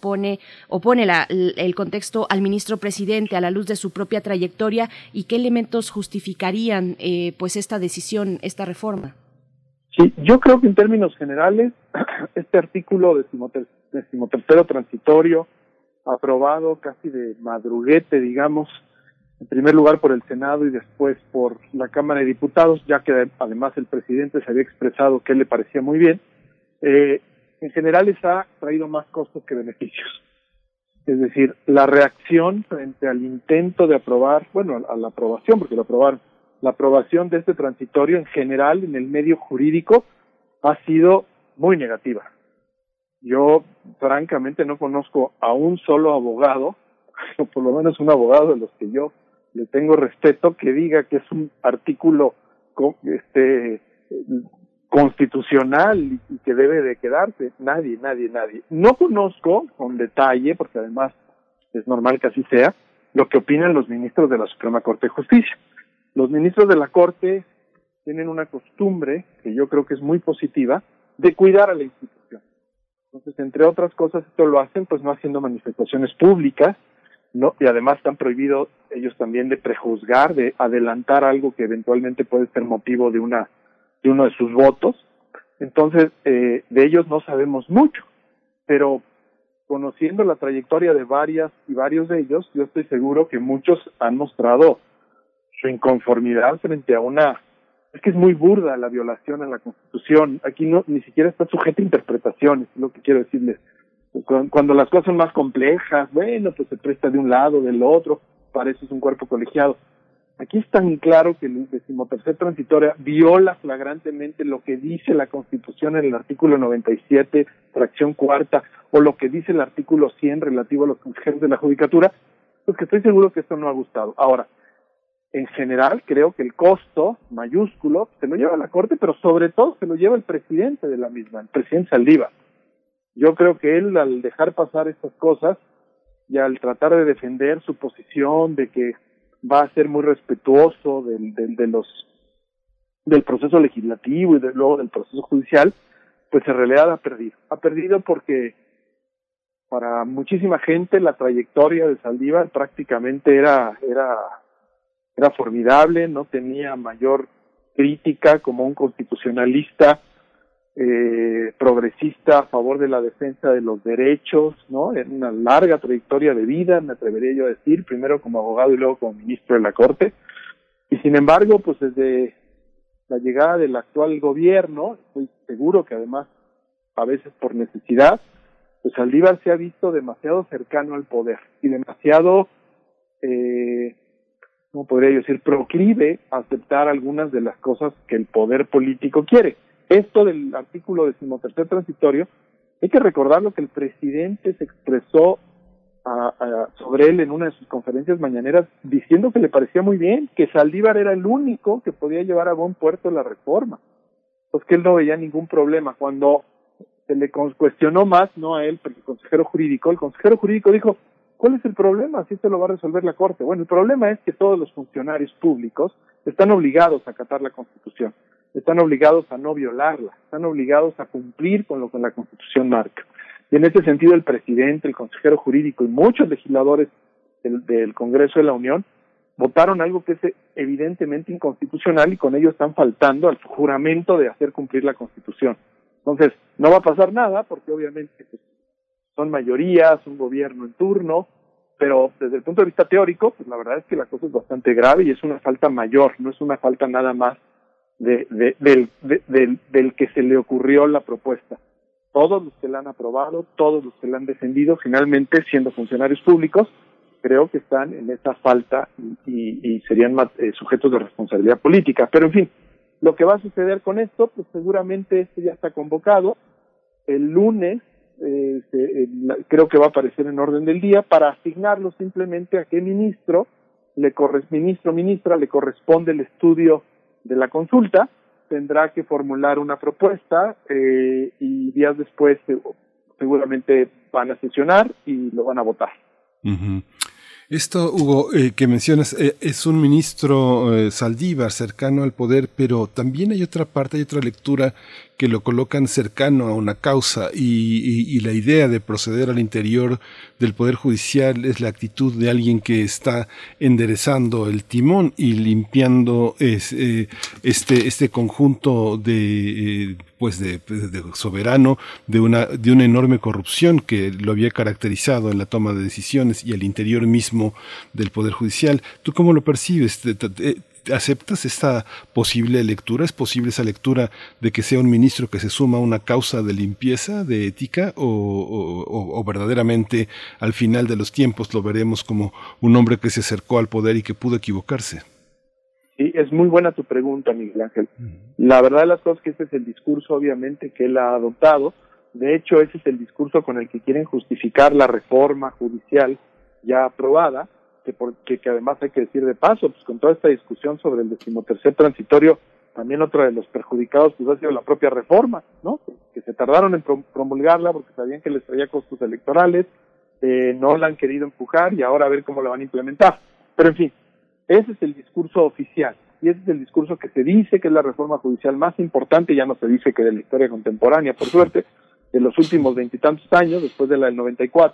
el contexto al ministro presidente a la luz de su propia trayectoria y qué elementos justificarían pues esta decisión, esta reforma? Sí, yo creo que en términos generales, este artículo decimotercero transitorio, aprobado casi de madruguete, digamos, en primer lugar por el Senado y después por la Cámara de Diputados, ya que además el presidente se había expresado que le parecía muy bien, en general les ha traído más costos que beneficios. Es decir, la reacción frente al intento de aprobar, bueno, a la aprobación, porque lo aprobaron, la aprobación de este transitorio en general en el medio jurídico ha sido muy negativa. Yo francamente no conozco a un solo abogado, o por lo menos un abogado de los que yo le tengo respeto, que diga que es un artículo constitucional y que debe de quedarse. Nadie. No conozco con detalle, porque además es normal que así sea, lo que opinan los ministros de la Suprema Corte de Justicia. Los ministros de la Corte tienen una costumbre, que yo creo que es muy positiva, de cuidar a la institución. Entonces, entre otras cosas, esto lo hacen pues no haciendo manifestaciones públicas, no, y además están prohibidos ellos también de prejuzgar, de adelantar algo que eventualmente puede ser motivo de uno de sus votos. Entonces, de ellos no sabemos mucho, pero conociendo la trayectoria de varias y varios de ellos, yo estoy seguro que muchos han mostrado su inconformidad frente a es que es muy burda la violación a la Constitución. Aquí ni siquiera está sujeta a interpretaciones, es lo que quiero decirles. Cuando las cosas son más complejas, bueno, pues se presta de un lado, del otro, para eso es un cuerpo colegiado. Aquí es tan claro que el 13ª transitoria viola flagrantemente lo que dice la Constitución en el artículo 97, fracción cuarta, o lo que dice el artículo 100 relativo a los consejeros de la Judicatura, pues que estoy seguro que esto no ha gustado. Ahora, en general, creo que el costo mayúsculo se lo lleva la Corte, pero sobre todo se lo lleva el presidente de la misma, el presidente Saldívar. Yo creo que él, al dejar pasar estas cosas y al tratar de defender su posición de que va a ser muy respetuoso del proceso legislativo y luego del proceso judicial, pues en realidad ha perdido. Ha perdido porque para muchísima gente la trayectoria de Saldívar prácticamente era formidable, no tenía mayor crítica como un constitucionalista progresista a favor de la defensa de los derechos, ¿no? En una larga trayectoria de vida, me atrevería yo a decir, primero como abogado y luego como ministro de la Corte. Y sin embargo, pues desde la llegada del actual gobierno, estoy seguro que además a veces por necesidad, pues Saldívar se ha visto demasiado cercano al poder y demasiado, ¿cómo podría yo decir?, proclive a aceptar algunas de las cosas que el poder político quiere. Esto del artículo 13º transitorio, hay que recordar lo que el presidente se expresó sobre él en una de sus conferencias mañaneras, diciendo que le parecía muy bien, que Saldívar era el único que podía llevar a buen puerto la reforma, pues que él no veía ningún problema. Cuando se le cuestionó más, no a él, pero el consejero jurídico dijo, ¿cuál es el problema? Así se lo va a resolver la Corte. Bueno, el problema es que todos los funcionarios públicos están obligados a acatar la Constitución, están obligados a no violarla, están obligados a cumplir con lo que la Constitución marca. Y en ese sentido el presidente, el consejero jurídico y muchos legisladores del Congreso de la Unión votaron algo que es evidentemente inconstitucional y con ello están faltando al juramento de hacer cumplir la Constitución. Entonces, no va a pasar nada porque obviamente pues, son mayorías, un gobierno en turno, pero desde el punto de vista teórico, pues la verdad es que la cosa es bastante grave y es una falta mayor, no es una falta nada más del que se le ocurrió la propuesta. Todos los que la han aprobado, todos los que la han defendido, finalmente siendo funcionarios públicos, creo que están en esa falta y serían sujetos de responsabilidad política. Pero en fin, lo que va a suceder con esto, pues seguramente esto ya está convocado. El lunes creo que va a aparecer en orden del día para asignarlo simplemente a qué ministra le corresponde el estudio de la consulta, tendrá que formular una propuesta y días después seguramente van a sesionar y lo van a votar. Uh-huh. Esto, Hugo, que mencionas, es un ministro Saldívar cercano al poder, pero también hay otra parte, hay otra lectura que lo colocan cercano a una causa y la idea de proceder al interior del Poder Judicial es la actitud de alguien que está enderezando el timón y limpiando este conjunto de soberano de una enorme corrupción que lo había caracterizado en la toma de decisiones y al interior mismo del Poder Judicial. ¿Tú cómo lo percibes? ¿Aceptas esta posible lectura? ¿Es posible esa lectura de que sea un ministro que se suma a una causa de limpieza, de ética, o verdaderamente al final de los tiempos lo veremos como un hombre que se acercó al poder y que pudo equivocarse? Sí, es muy buena tu pregunta, Miguel Ángel. La verdad de las cosas es que ese es el discurso, obviamente, que él ha adoptado. De hecho, ese es el discurso con el que quieren justificar la reforma judicial ya aprobada, que además hay que decir de paso, pues con toda esta discusión sobre el 13º transitorio, también otro de los perjudicados pues ha sido la propia reforma, ¿no? Que se tardaron en promulgarla porque sabían que les traía costos electorales, no la han querido empujar y ahora a ver cómo la van a implementar. Pero en fin, ese es el discurso oficial y ese es el discurso que se dice que es la reforma judicial más importante, ya no se dice que de la historia contemporánea, por suerte, de los últimos 20 y tantos años, después de la del 94,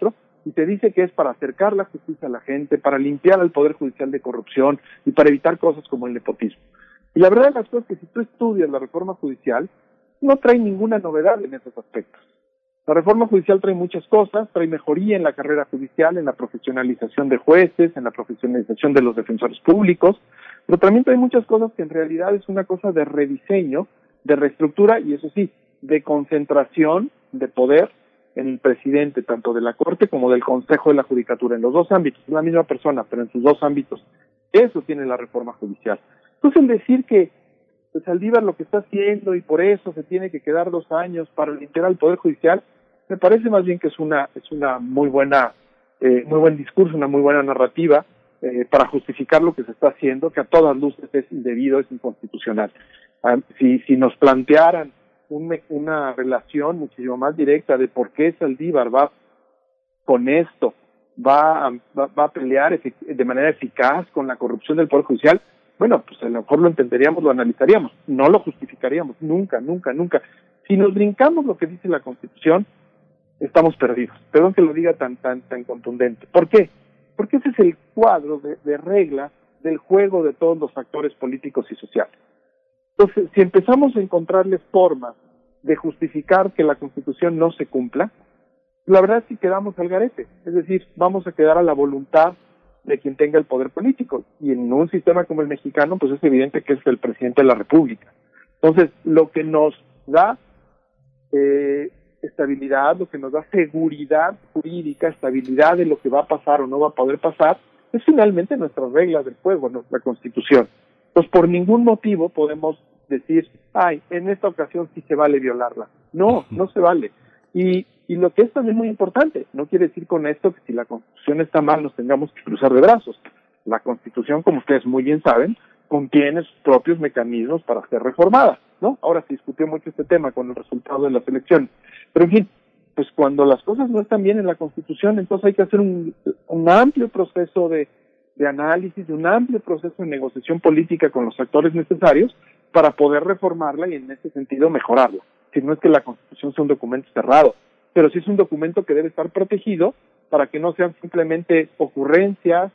y te dice que es para acercar la justicia a la gente, para limpiar al Poder Judicial de corrupción y para evitar cosas como el nepotismo. Y la verdad de las cosas es que si tú estudias la reforma judicial, no trae ninguna novedad en esos aspectos. La reforma judicial trae muchas cosas, trae mejoría en la carrera judicial, en la profesionalización de jueces, en la profesionalización de los defensores públicos, pero también trae muchas cosas que en realidad es una cosa de rediseño, de reestructura y eso sí, de concentración de poder en el presidente, tanto de la Corte como del Consejo de la Judicatura, en los dos ámbitos, es la misma persona, pero en sus dos ámbitos. Eso tiene la reforma judicial. Entonces, el decir que Saldívar lo que está haciendo y por eso se tiene que quedar 2 años para limpiar al Poder Judicial, me parece más bien que es una muy buena, muy buen discurso, una muy buena narrativa para justificar lo que se está haciendo, que a todas luces es indebido, es inconstitucional. Si nos plantearan una relación muchísimo más directa de por qué Saldívar va con esto, va a pelear de manera eficaz con la corrupción del Poder Judicial, bueno, pues a lo mejor lo entenderíamos, lo analizaríamos, no lo justificaríamos, nunca. Si nos brincamos lo que dice la Constitución, estamos perdidos. Perdón que lo diga tan contundente. ¿Por qué? Porque ese es el cuadro de reglas del juego de todos los actores políticos y sociales. Entonces, si empezamos a encontrarles formas de justificar que la Constitución no se cumpla, la verdad es que quedamos al garete. Es decir, vamos a quedar a la voluntad de quien tenga el poder político. Y en un sistema como el mexicano, pues es evidente que es el presidente de la República. Entonces, lo que nos da estabilidad, lo que nos da seguridad jurídica, estabilidad de lo que va a pasar o no va a poder pasar, es finalmente nuestras reglas del juego, nuestra Constitución. Entonces, por ningún motivo podemos decir, en esta ocasión sí se vale violarla. No se vale. Y lo que es también muy importante, no quiere decir con esto que si la Constitución está mal nos tengamos que cruzar de brazos. La Constitución, como ustedes muy bien saben, contiene sus propios mecanismos para ser reformada, ¿no? Ahora se discutió mucho este tema con el resultado de las elecciones. Pero en fin, pues cuando las cosas no están bien en la Constitución, entonces hay que hacer un amplio proceso de análisis, un amplio proceso de negociación política con los actores necesarios para poder reformarla y en ese sentido mejorarla. Si no es que la Constitución sea un documento cerrado, pero sí es un documento que debe estar protegido para que no sean simplemente ocurrencias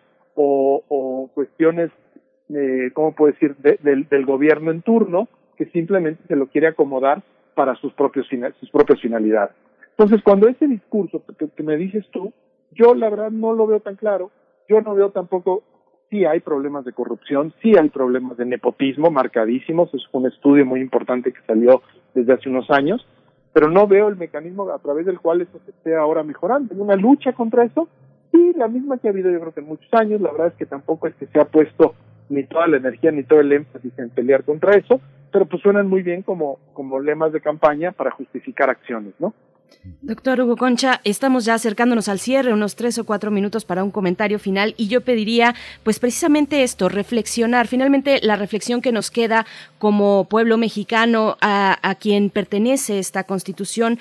o cuestiones, ¿cómo puedo decir?, del gobierno en turno, que simplemente se lo quiere acomodar para sus propias finalidades. Entonces, cuando ese discurso que me dices tú, yo la verdad no lo veo tan claro. Yo no veo tampoco, sí hay problemas de corrupción, sí hay problemas de nepotismo marcadísimos, es un estudio muy importante que salió desde hace unos años, pero no veo el mecanismo a través del cual eso se esté ahora mejorando. Hay una lucha contra eso, y la misma que ha habido yo creo que en muchos años. La verdad es que tampoco es que se ha puesto ni toda la energía ni todo el énfasis en pelear contra eso, pero pues suenan muy bien como lemas de campaña para justificar acciones, ¿no? Doctor Hugo Concha, estamos ya acercándonos al cierre, unos 3 o 4 minutos para un comentario final, y yo pediría pues precisamente esto, reflexionar, finalmente la reflexión que nos queda como pueblo mexicano a quien pertenece esta Constitución,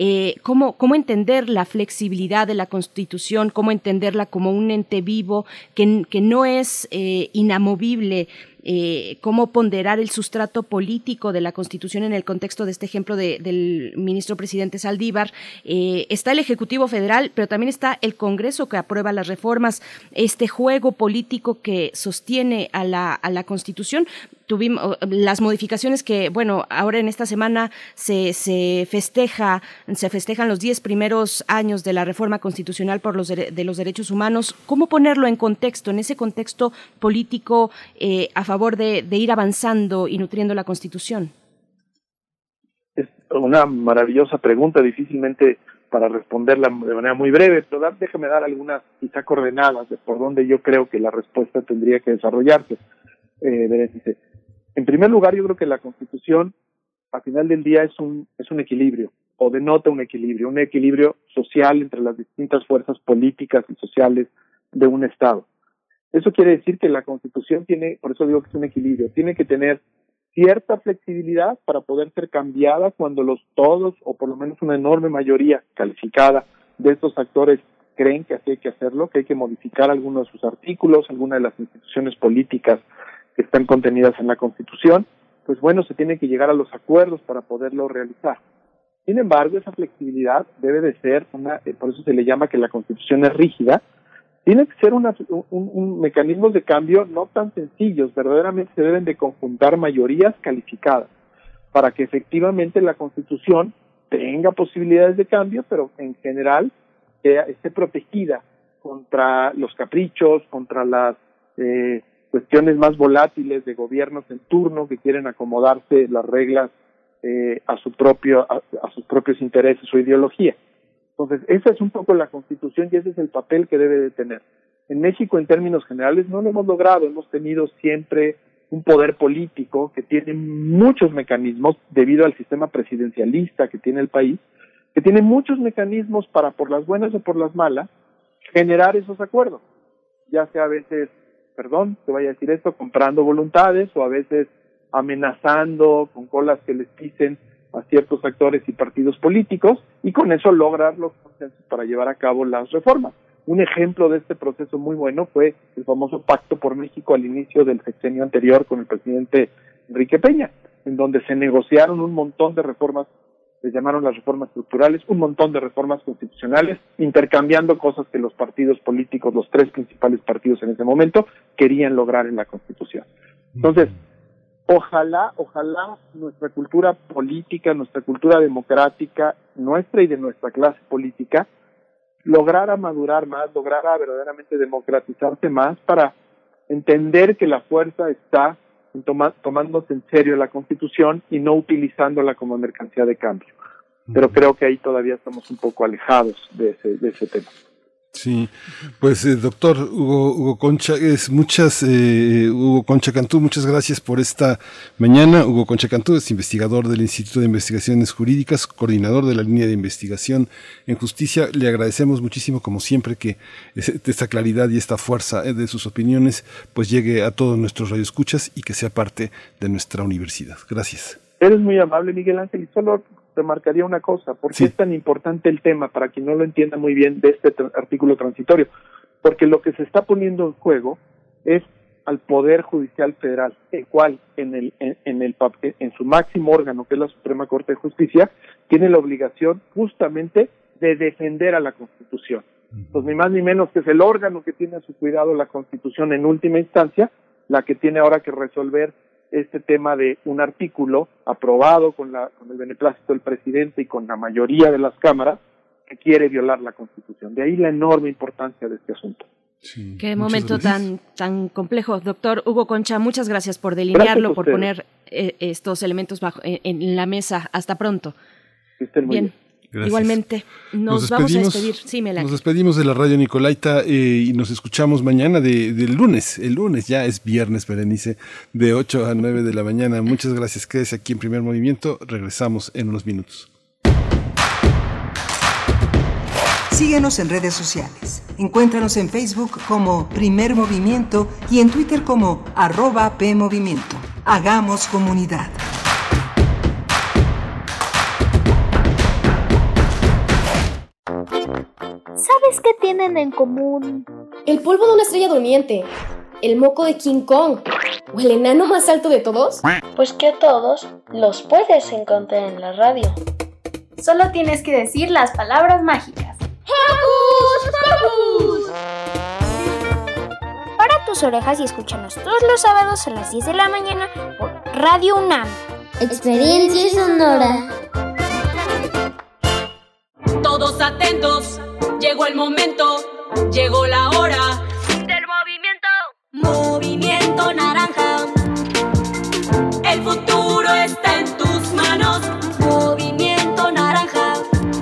cómo entender la flexibilidad de la Constitución, cómo entenderla como un ente vivo que no es inamovible. Cómo ponderar el sustrato político de la Constitución en el contexto de este ejemplo del ministro presidente Saldívar. Está el Ejecutivo Federal, pero también está el Congreso que aprueba las reformas, este juego político que sostiene a la Constitución. Tuvimos las modificaciones que, bueno, ahora en esta semana se festejan los 10 primeros años de la reforma constitucional de los derechos humanos. ¿Cómo ponerlo en contexto, en ese contexto político a favor de ir avanzando y nutriendo la Constitución? Es una maravillosa pregunta, difícilmente para responderla de manera muy breve, pero déjame dar algunas quizá coordenadas de por dónde yo creo que la respuesta tendría que desarrollarse. Berenice. En primer lugar, yo creo que la Constitución, al final del día, es un equilibrio, o denota un equilibrio social entre las distintas fuerzas políticas y sociales de un Estado. Eso quiere decir que la Constitución tiene, por eso digo que es un equilibrio, tiene que tener cierta flexibilidad para poder ser cambiada cuando todos, o por lo menos una enorme mayoría calificada de estos actores creen que así hay que hacerlo, que hay que modificar algunos de sus artículos, alguna de las instituciones políticas que están contenidas en la Constitución, pues bueno, se tiene que llegar a los acuerdos para poderlo realizar. Sin embargo, esa flexibilidad debe de ser por eso se le llama que la Constitución es rígida, tiene que ser un mecanismo de cambio no tan sencillos, verdaderamente se deben de conjuntar mayorías calificadas para que efectivamente la Constitución tenga posibilidades de cambio, pero en general esté protegida contra los caprichos, contra las cuestiones más volátiles de gobiernos en turno que quieren acomodarse las reglas a sus propios intereses o ideología. Entonces, esa es un poco la Constitución y ese es el papel que debe de tener. En México, en términos generales, no lo hemos logrado. Hemos tenido siempre un poder político que tiene muchos mecanismos, debido al sistema presidencialista que tiene el país, que tiene muchos mecanismos para, por las buenas o por las malas, generar esos acuerdos. Ya sea a veces, te voy a decir esto, comprando voluntades o a veces amenazando con colas que les pisen a ciertos actores y partidos políticos y con eso lograr los consensos para llevar a cabo las reformas. Un ejemplo de este proceso muy bueno fue el famoso Pacto por México al inicio del sexenio anterior con el presidente Enrique Peña, en donde se negociaron un montón de reformas, les llamaron las reformas estructurales, un montón de reformas constitucionales, intercambiando cosas que los partidos políticos, los tres principales partidos en ese momento, querían lograr en la Constitución. Entonces, ojalá nuestra cultura política, nuestra cultura democrática, nuestra y de nuestra clase política, lograra madurar más, lograra verdaderamente democratizarse más para entender que la fuerza está en tomándose en serio la Constitución y no utilizándola como mercancía de cambio. Pero creo que ahí todavía estamos un poco alejados de ese tema. Sí, pues doctor Hugo Concha, Hugo Concha Cantú, muchas gracias por esta mañana. Hugo Concha Cantú es investigador del Instituto de Investigaciones Jurídicas, coordinador de la línea de investigación en justicia. Le agradecemos muchísimo, como siempre, que esta claridad y esta fuerza de sus opiniones pues llegue a todos nuestros radioescuchas y que sea parte de nuestra universidad. Gracias. Eres muy amable, Miguel Ángel, y solo remarcaría una cosa, ¿por qué es tan importante el tema? Para quien no lo entienda muy bien de este artículo transitorio, porque lo que se está poniendo en juego es al Poder Judicial Federal, el cual en su máximo órgano, que es la Suprema Corte de Justicia, tiene la obligación justamente de defender a la Constitución. Pues ni más ni menos que es el órgano que tiene a su cuidado la Constitución en última instancia, la que tiene ahora que resolver este tema de un artículo aprobado con el beneplácito del presidente y con la mayoría de las cámaras que quiere violar la Constitución. De ahí la enorme importancia de este asunto. Sí, qué momento tan complejo. Doctor Hugo Concha, muchas gracias por delinearlo, por poner estos elementos en la mesa. Hasta pronto. Que estén muy bien. Gracias. Igualmente, nos vamos a despedir. Sí, Melanie. Nos despedimos de la Radio Nicolaita y nos escuchamos mañana del lunes. El lunes ya es viernes, Berenice, de 8 a 9 de la mañana. Muchas gracias. Quédese aquí en Primer Movimiento. Regresamos en unos minutos. Síguenos en redes sociales. Encuéntranos en Facebook como Primer Movimiento y en Twitter como @PMovimiento. Hagamos comunidad. ¿Sabes qué tienen en común? El polvo de una estrella durmiente, el moco de King Kong o el enano más alto de todos. Pues que a todos los puedes encontrar en la radio. Solo tienes que decir las palabras mágicas. ¡Hocus Pocus! Para tus orejas y escúchanos todos los sábados a las 10 de la mañana por Radio UNAM. Experiencia sonora. Todos atentos, llegó el momento, llegó la hora del movimiento. Movimiento naranja, el futuro está en tus manos. Movimiento naranja,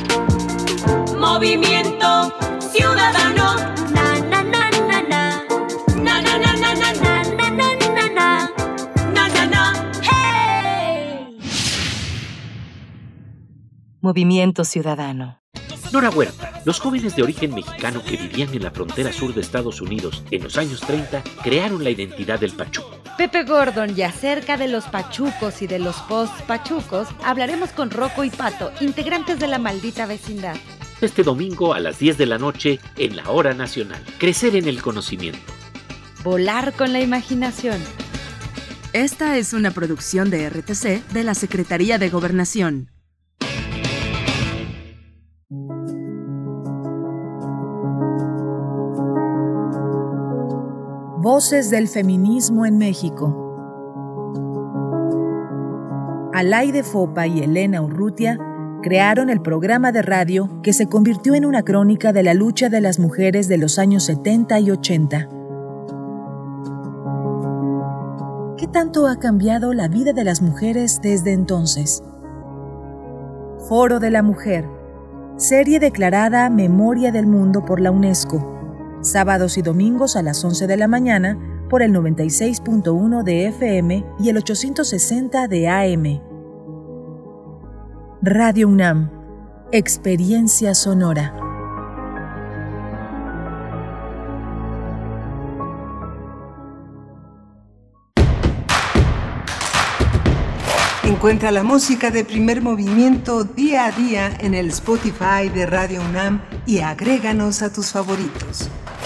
movimiento ciudadano. Na na na na na, na na na na na na na na na, na na na, hey. Movimiento Ciudadano. Nora Huerta, los jóvenes de origen mexicano que vivían en la frontera sur de Estados Unidos en los años 30 crearon la identidad del pachuco. Pepe Gordon, y acerca de los pachucos y de los post-pachucos, hablaremos con Rocco y Pato, integrantes de la maldita vecindad. Este domingo a las 10 de la noche en la Hora Nacional. Crecer en el conocimiento. Volar con la imaginación. Esta es una producción de RTC de la Secretaría de Gobernación. Voces del feminismo en México. Alaide Fopa y Elena Urrutia crearon el programa de radio que se convirtió en una crónica de la lucha de las mujeres de los años 70 y 80. ¿Qué tanto ha cambiado la vida de las mujeres desde entonces? Foro de la Mujer, serie declarada Memoria del Mundo por la UNESCO, sábados y domingos a las 11 de la mañana por el 96.1 de FM y el 860 de AM. Radio UNAM, Experiencia Sonora. Encuentra la música de Primer Movimiento día a día en el Spotify de Radio UNAM y agréganos a tus favoritos.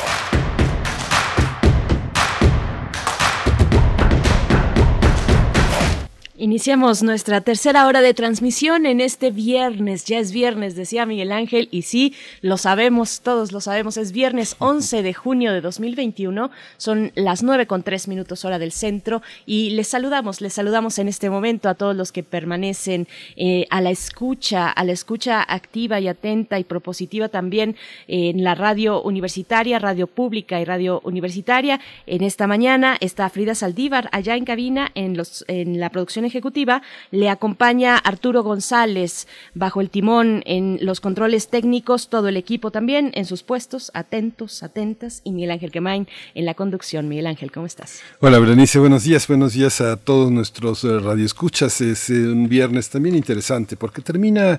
Iniciamos nuestra tercera hora de transmisión en este viernes. Ya es viernes, decía Miguel Ángel, y sí, lo sabemos, todos lo sabemos, es viernes 11 de junio de 2021, son las 9:03 hora del centro, y les saludamos en este momento a todos los que permanecen a la escucha activa y atenta y propositiva también en la radio universitaria, radio pública y radio universitaria. En esta mañana está Frida Saldívar allá en cabina en la producción ejecutiva, le acompaña Arturo González bajo el timón en los controles técnicos, todo el equipo también en sus puestos, atentos, atentas, y Miguel Ángel Quemain en la conducción. Miguel Ángel, ¿cómo estás? Hola Berenice, buenos días a todos nuestros radioescuchas. Es un viernes también interesante porque termina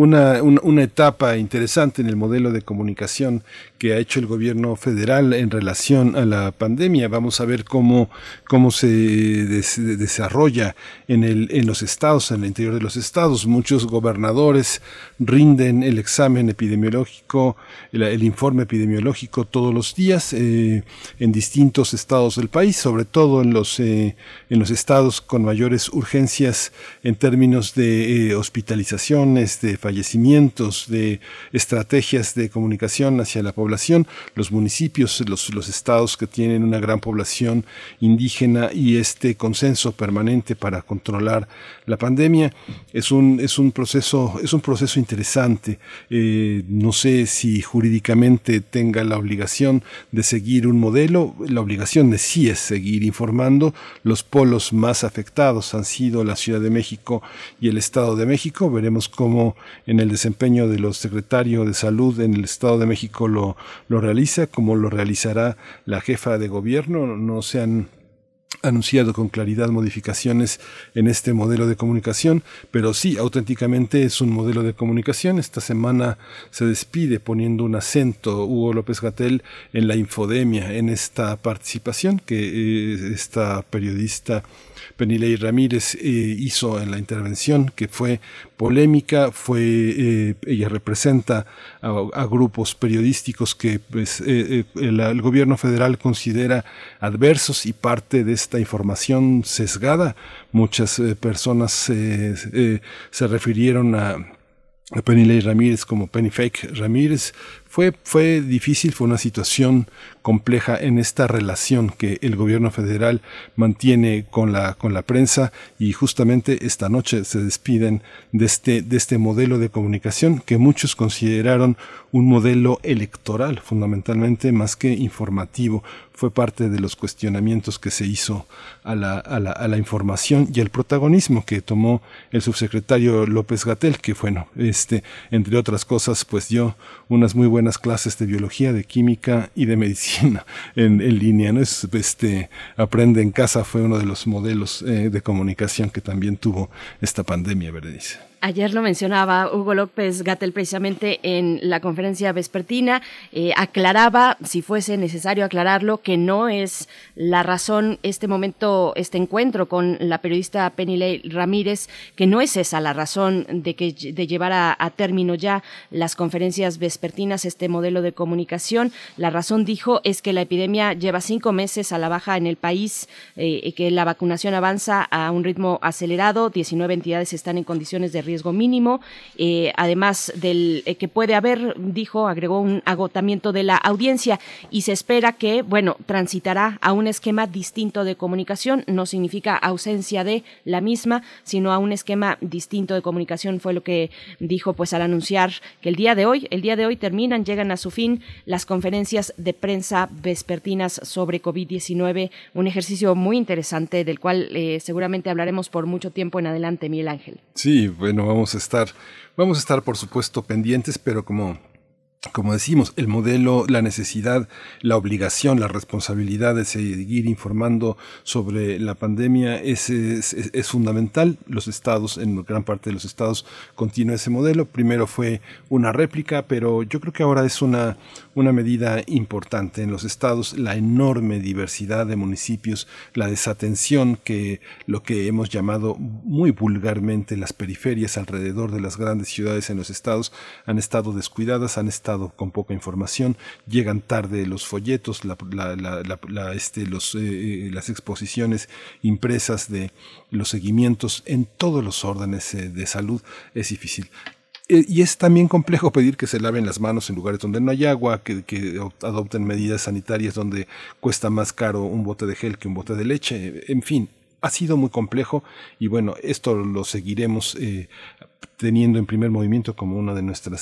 una etapa interesante en el modelo de comunicación que ha hecho el gobierno federal en relación a la pandemia. Vamos a ver cómo se desarrolla en los estados, en el interior de los estados. Muchos gobernadores rinden el examen epidemiológico, el informe epidemiológico todos los días en distintos estados del país, sobre todo en los estados con mayores urgencias en términos de hospitalizaciones, de fallecimientos, de estrategias de comunicación hacia la población. Los municipios, los estados que tienen una gran población indígena y este consenso permanente para controlar la pandemia es un proceso interesante. No sé si jurídicamente tenga la obligación de seguir un modelo. La obligación de sí es seguir informando. Los polos más afectados han sido la Ciudad de México y el Estado de México. Veremos cómo en el desempeño de los secretarios de salud en el Estado de México lo realiza, cómo lo realizará la jefa de gobierno. No se han anunciado con claridad modificaciones en este modelo de comunicación, pero sí, auténticamente es un modelo de comunicación. Esta semana se despide poniendo un acento Hugo López-Gatell en la infodemia, en esta participación que esta periodista Penilei Ramírez hizo en la intervención, que fue polémica. Ella representa a grupos periodísticos que el gobierno federal considera adversos y parte de esta información sesgada. Muchas personas se refirieron a Penilei Ramírez como Penny Fake Ramírez. Fue difícil, fue una situación compleja en esta relación que el gobierno federal mantiene con la prensa, y justamente esta noche se despiden de este modelo de comunicación que muchos consideraron un modelo electoral, fundamentalmente más que informativo. Fue parte de los cuestionamientos que se hizo a la información y el protagonismo que tomó el subsecretario López-Gatell, que entre otras cosas, pues dio unas muy buenas clases de biología, de química y de medicina en línea, ¿no? Aprende en casa fue uno de los modelos de comunicación que también tuvo esta pandemia, Berenice. Ayer lo mencionaba Hugo López-Gatell precisamente en la conferencia vespertina, aclaraba, si fuese necesario aclararlo, que no es la razón este encuentro con la periodista Penilei Ramírez, que no es esa la razón de llevar a término ya las conferencias vespertinas, este modelo de comunicación. La razón, dijo, es que la epidemia lleva 5 meses a la baja en el país, que la vacunación avanza a un ritmo acelerado, 19 entidades están en condiciones de riesgo mínimo, además del que puede haber, agregó un agotamiento de la audiencia, y se espera que, transitará a un esquema distinto de comunicación. No significa ausencia de la misma, sino a un esquema distinto de comunicación, fue lo que dijo pues al anunciar que el día de hoy llegan a su fin las conferencias de prensa vespertinas sobre COVID-19, un ejercicio muy interesante del cual seguramente hablaremos por mucho tiempo en adelante, Miguel Ángel. Sí, vamos a estar por supuesto pendientes, pero como decimos, el modelo, la necesidad, la obligación, la responsabilidad de seguir informando sobre la pandemia es fundamental. Los estados, en gran parte de los estados, continúa ese modelo. Primero fue una réplica, pero yo creo que ahora es una medida importante. En los estados, la enorme diversidad de municipios, la desatención que lo que hemos llamado muy vulgarmente las periferias alrededor de las grandes ciudades en los estados han estado descuidadas, han estado con poca información, llegan tarde los folletos, las exposiciones impresas de los seguimientos en todos los órdenes de salud. Es difícil. Y es también complejo pedir que se laven las manos en lugares donde no hay agua, que adopten medidas sanitarias donde cuesta más caro un bote de gel que un bote de leche. En fin, ha sido muy complejo y esto lo seguiremos teniendo en Primer Movimiento como una de nuestras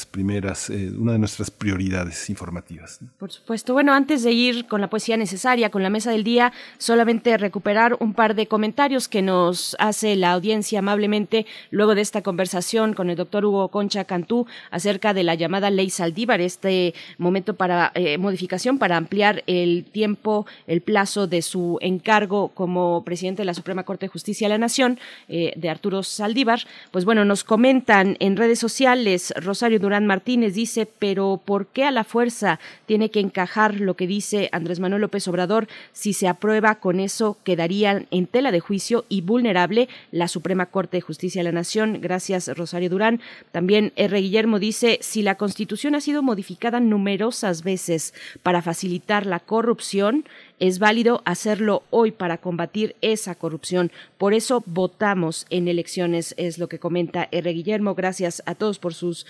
prioridades informativas. Por supuesto. Antes de ir con la poesía necesaria, con la mesa del día, solamente recuperar un par de comentarios que nos hace la audiencia amablemente luego de esta conversación con el doctor Hugo Concha Cantú acerca de la llamada Ley Saldívar, este momento para modificación para ampliar el tiempo, el plazo de su encargo como presidente de la Suprema Corte de Justicia de la Nación, de Arturo Saldívar. Nos comentan en redes sociales. Rosario Durán Martínez dice: pero ¿por qué a la fuerza tiene que encajar lo que dice Andrés Manuel López Obrador? Si se aprueba, con eso quedaría en tela de juicio y vulnerable la Suprema Corte de Justicia de la Nación. Gracias, Rosario Durán. También R. Guillermo dice: si la Constitución ha sido modificada numerosas veces para facilitar la corrupción, es válido hacerlo hoy para combatir esa corrupción. Por eso votamos en elecciones, es lo que comenta R. Guillermo. Gracias a todos por sus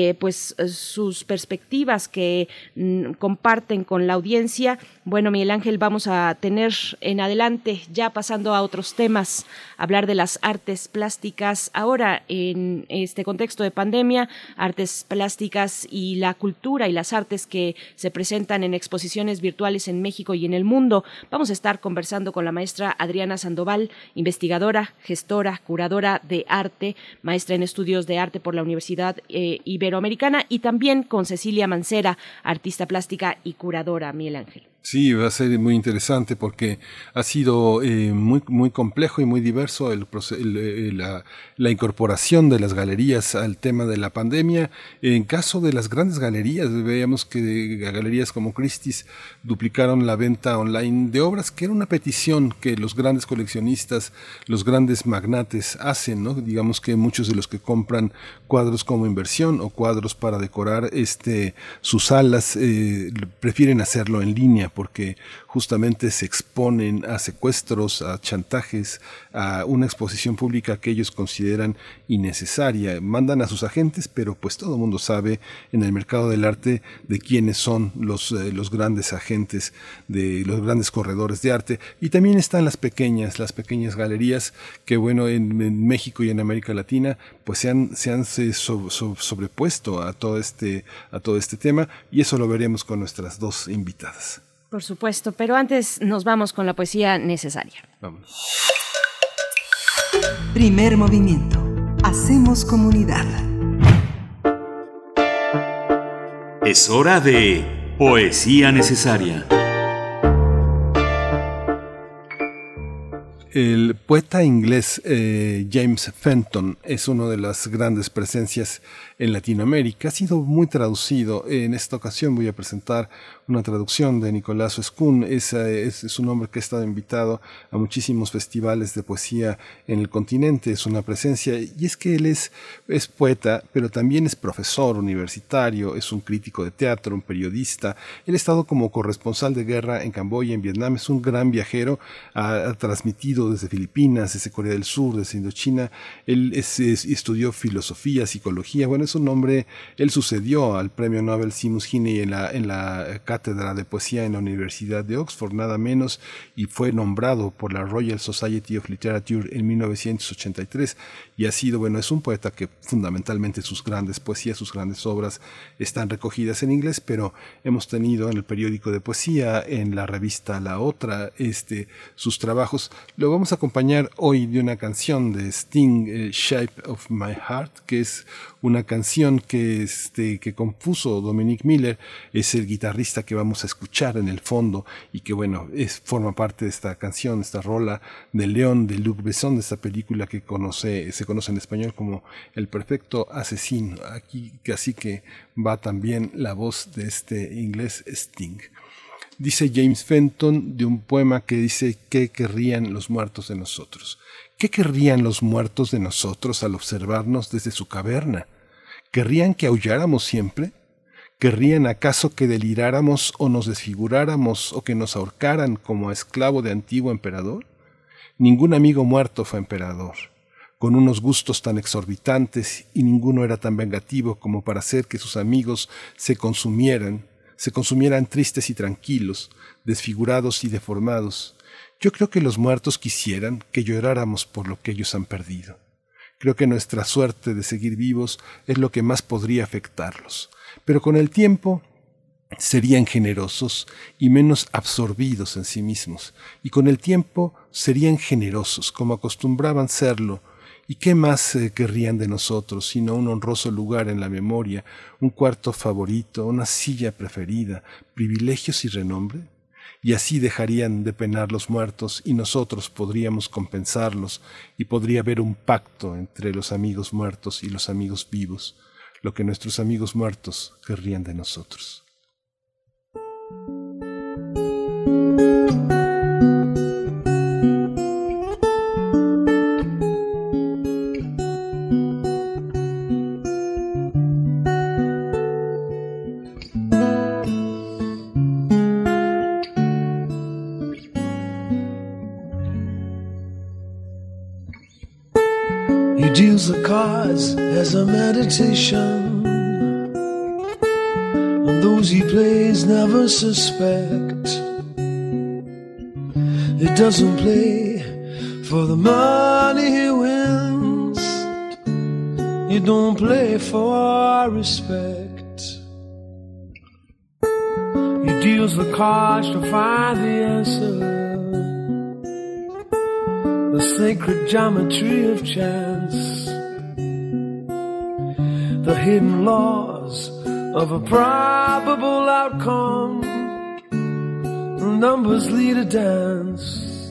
perspectivas que comparten con la audiencia. Miguel Ángel, vamos a tener en adelante, ya pasando a otros temas, hablar de las artes plásticas. Ahora, en este contexto de pandemia, artes plásticas y la cultura y las artes que se presentan en exposiciones virtuales en México y en el mundo. Vamos a estar conversando con la maestra Adriana Sandoval, investigadora, gestora, curadora de arte, maestra en estudios de arte por la Universidad Iberoamericana, y también con Cecilia Mancera, artista plástica y curadora. Miguel Ángel. Sí, va a ser muy interesante porque ha sido muy complejo y muy diverso la incorporación de las galerías al tema de la pandemia. En caso de las grandes galerías, veíamos que galerías como Christie's duplicaron la venta online de obras, que era una petición que los grandes coleccionistas, los grandes magnates hacen, ¿no? Digamos que muchos de los que compran cuadros como inversión o cuadros para decorar sus salas prefieren hacerlo en línea, porque justamente se exponen a secuestros, a chantajes, a una exposición pública que ellos consideran innecesaria. Mandan a sus agentes, pero pues todo el mundo sabe en el mercado del arte de quiénes son los grandes agentes, de los grandes corredores de arte. Y también están las pequeñas galerías que, en México y en América Latina pues se han sobrepuesto a todo este tema, y eso lo veremos con nuestras dos invitadas. Por supuesto, pero antes nos vamos con la poesía necesaria. Vámonos. Primer movimiento. Hacemos comunidad. Es hora de poesía necesaria. El poeta inglés James Fenton es una de las grandes presencias en Latinoamérica. Ha sido muy traducido. En esta ocasión voy a presentar una traducción de Nicolás Oskun. Es un hombre que ha estado invitado a muchísimos festivales de poesía en el continente. Es una presencia, y es que él es poeta, pero también es profesor universitario, es un crítico de teatro, un periodista. Él ha estado como corresponsal de guerra en Camboya, en Vietnam. Es un gran viajero, ha transmitido nacido desde Filipinas, desde Corea del Sur, desde Indochina. Él estudió filosofía, psicología. Bueno, es un hombre, él sucedió al premio Nobel Seamus Heaney en la cátedra de poesía en la Universidad de Oxford, nada menos, y fue nombrado por la Royal Society of Literature en 1983. Y ha sido, bueno, es un poeta que fundamentalmente sus grandes poesías, sus grandes obras están recogidas en inglés, pero hemos tenido en el periódico de poesía, en la revista La Otra, sus trabajos. Lo vamos a acompañar hoy de una canción de Sting, Shape of My Heart, que es una canción que compuso Dominic Miller, es el guitarrista que vamos a escuchar en el fondo y que bueno, forma parte de esta canción, esta rola de León de Luc Besson, de esta película que se conoce en español como El Perfecto Asesino. Aquí así que va también la voz de este inglés Sting. Dice James Fenton de un poema que dice: ¿qué querrían los muertos de nosotros? ¿Qué querrían los muertos de nosotros al observarnos desde su caverna? ¿Querrían que aulláramos siempre? ¿Querrían acaso que deliráramos o nos desfiguráramos o que nos ahorcaran como a esclavo de antiguo emperador? Ningún amigo muerto fue emperador, con unos gustos tan exorbitantes, y ninguno era tan vengativo como para hacer que sus amigos se consumieran tristes y tranquilos, desfigurados y deformados. Yo creo que los muertos quisieran que lloráramos por lo que ellos han perdido. Creo que nuestra suerte de seguir vivos es lo que más podría afectarlos. Pero con el tiempo serían generosos y menos absorbidos en sí mismos. Y con el tiempo serían generosos, como acostumbraban serlo. ¿Y qué más querrían de nosotros sino un honroso lugar en la memoria, un cuarto favorito, una silla preferida, privilegios y renombre? Y así dejarían de penar los muertos y nosotros podríamos compensarlos, y podría haber un pacto entre los amigos muertos y los amigos vivos, lo que nuestros amigos muertos querrían de nosotros. Deals the cards as a meditation, and those he plays never suspect. He doesn't play for the money he wins, he don't play for respect. He deals the cards to find the answer, the sacred geometry of chance, the hidden laws of a probable outcome. Numbers lead a dance.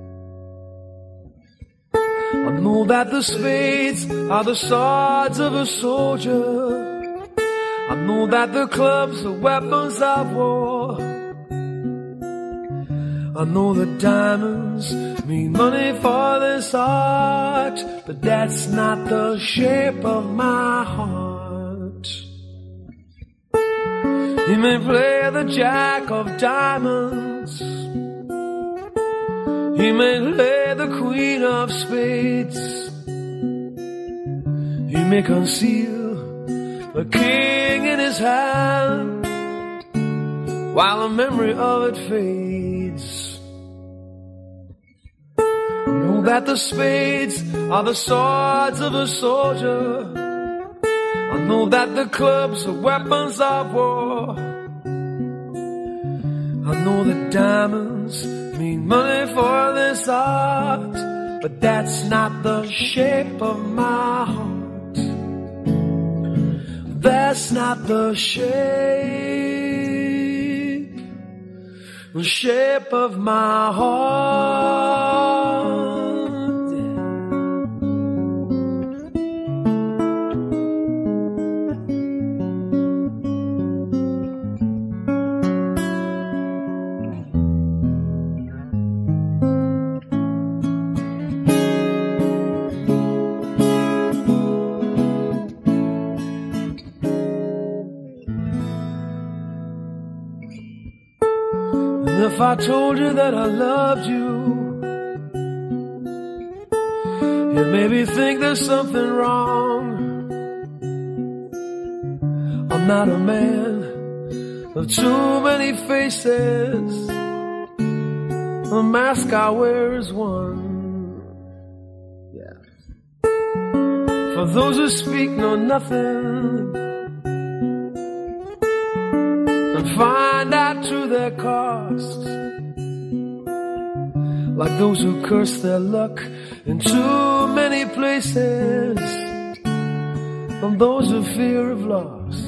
I know that the spades are the swords of a soldier, I know that the clubs are weapons of war, I know that diamonds mean money for this art, but that's not the shape of my heart. He may play the jack of diamonds, he may play the queen of spades, he may conceal the king in his hand while the memory of it fades. Know that the spades are the swords of a soldier, I know that the clubs are weapons of war, I know that diamonds mean money for this art, but that's not the shape of my heart. That's not the shape of my heart. If I told you that I loved you, You maybe think there's something wrong. I'm not a man of too many faces. The mask I wear is one. Yeah. For those who speak know nothing and find out to their cost, like those who curse their luck in too many places, and those who fear of loss.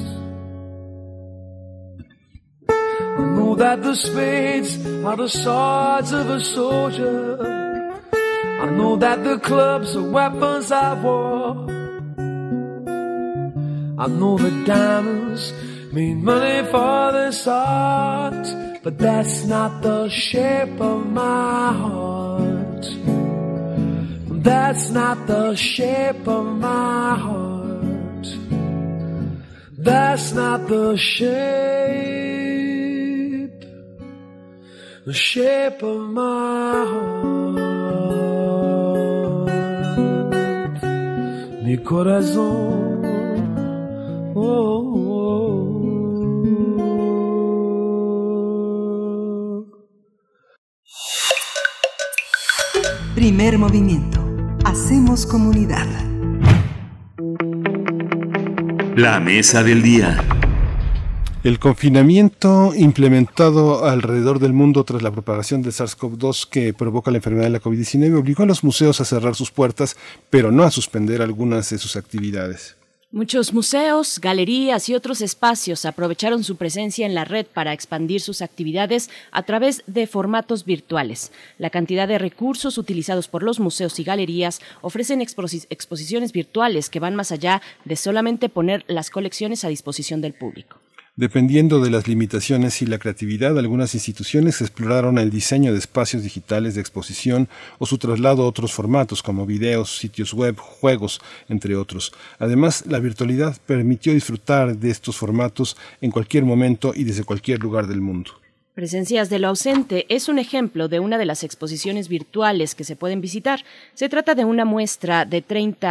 I know that the spades are the swords of a soldier. I know that the clubs are weapons of war. I know the diamonds mean money for this art, but that's not the shape of my heart. That's not the shape of my heart. That's not the shape of my heart. Mi corazón, oh, Primer movimiento. Hacemos comunidad. La mesa del día. El confinamiento implementado alrededor del mundo tras la propagación del SARS-CoV-2 que provoca la enfermedad de la COVID-19 obligó a los museos a cerrar sus puertas, pero no a suspender algunas de sus actividades. Muchos museos, galerías y otros espacios aprovecharon su presencia en la red para expandir sus actividades a través de formatos virtuales. La cantidad de recursos utilizados por los museos y galerías ofrecen exposiciones virtuales que van más allá de solamente poner las colecciones a disposición del público. Dependiendo de las limitaciones y la creatividad, algunas instituciones exploraron el diseño de espacios digitales de exposición o su traslado a otros formatos como videos, sitios web, juegos, entre otros. Además, la virtualidad permitió disfrutar de estos formatos en cualquier momento y desde cualquier lugar del mundo. Presencias de lo ausente es un ejemplo de una de las exposiciones virtuales que se pueden visitar. Se trata de una muestra de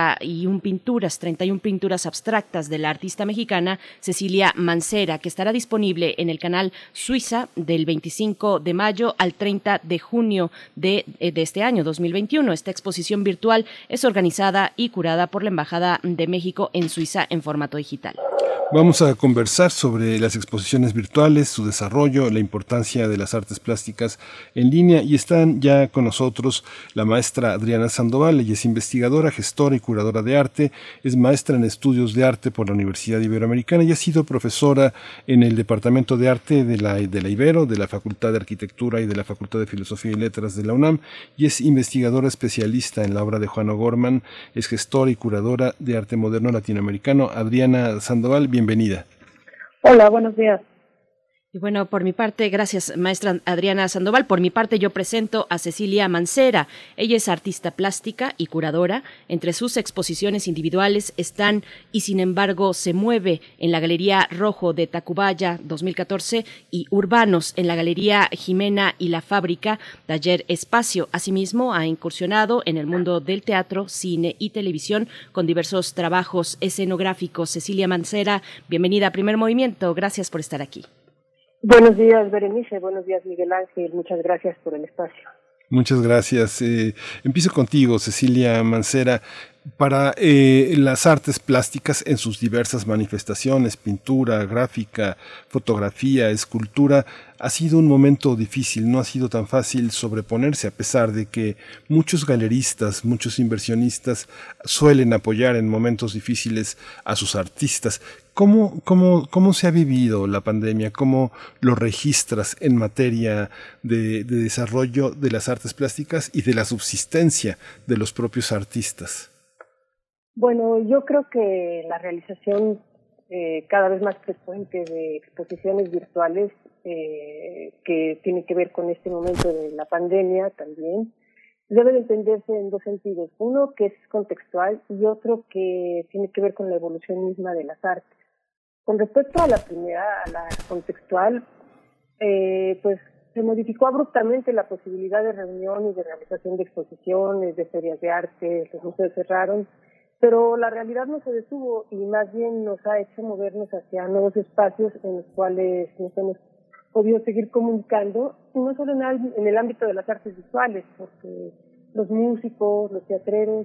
31 pinturas abstractas de la artista mexicana Cecilia Mancera, que estará disponible en el canal Suiza del 25 de mayo al 30 de junio de este año 2021. Esta exposición virtual es organizada y curada por la Embajada de México en Suiza en formato digital. Vamos a conversar sobre las exposiciones virtuales, su desarrollo, la importancia de las artes plásticas en línea, y están ya con nosotros la maestra Adriana Sandoval. Ella es investigadora, gestora y curadora de arte, es maestra en estudios de arte por la Universidad Iberoamericana y ha sido profesora en el Departamento de Arte de la Ibero, de la Facultad de Arquitectura y de la Facultad de Filosofía y Letras de la UNAM, y es investigadora especialista en la obra de Juan O'Gorman, es gestora y curadora de arte moderno latinoamericano. Adriana Sandoval, bienvenida. Hola, buenos días. Y bueno, por mi parte, gracias, maestra Adriana Sandoval. Por mi parte, yo presento a Cecilia Mancera. Ella es artista plástica y curadora. Entre sus exposiciones individuales están Y sin embargo se mueve en la Galería Rojo de Tacubaya 2014 y Urbanos en la Galería Jimena y la Fábrica, Taller Espacio. Asimismo, ha incursionado en el mundo del teatro, cine y televisión con diversos trabajos escenográficos. Cecilia Mancera, bienvenida a Primer Movimiento. Gracias por estar aquí. Buenos días, Berenice. Buenos días, Miguel Ángel. Muchas gracias por el espacio. Muchas gracias. Empiezo contigo, Cecilia Mancera. Para las artes plásticas en sus diversas manifestaciones, pintura, gráfica, fotografía, escultura, ha sido un momento difícil, no ha sido tan fácil sobreponerse, a pesar de que muchos galeristas, muchos inversionistas suelen apoyar en momentos difíciles a sus artistas. ¿Cómo se ha vivido la pandemia? ¿Cómo lo registras en materia de desarrollo de las artes plásticas y de la subsistencia de los propios artistas? Bueno, yo creo que la realización cada vez más frecuente de exposiciones virtuales que tiene que ver con este momento de la pandemia también, debe de entenderse en dos sentidos. Uno que es contextual y otro que tiene que ver con la evolución misma de las artes. Con respecto a la primera, a la contextual, pues se modificó abruptamente la posibilidad de reunión y de realización de exposiciones, de ferias de arte, los museos cerraron, pero la realidad no se detuvo y más bien nos ha hecho movernos hacia nuevos espacios en los cuales nos hemos podido seguir comunicando, y no solo en el ámbito de las artes visuales, porque los músicos, los teatreros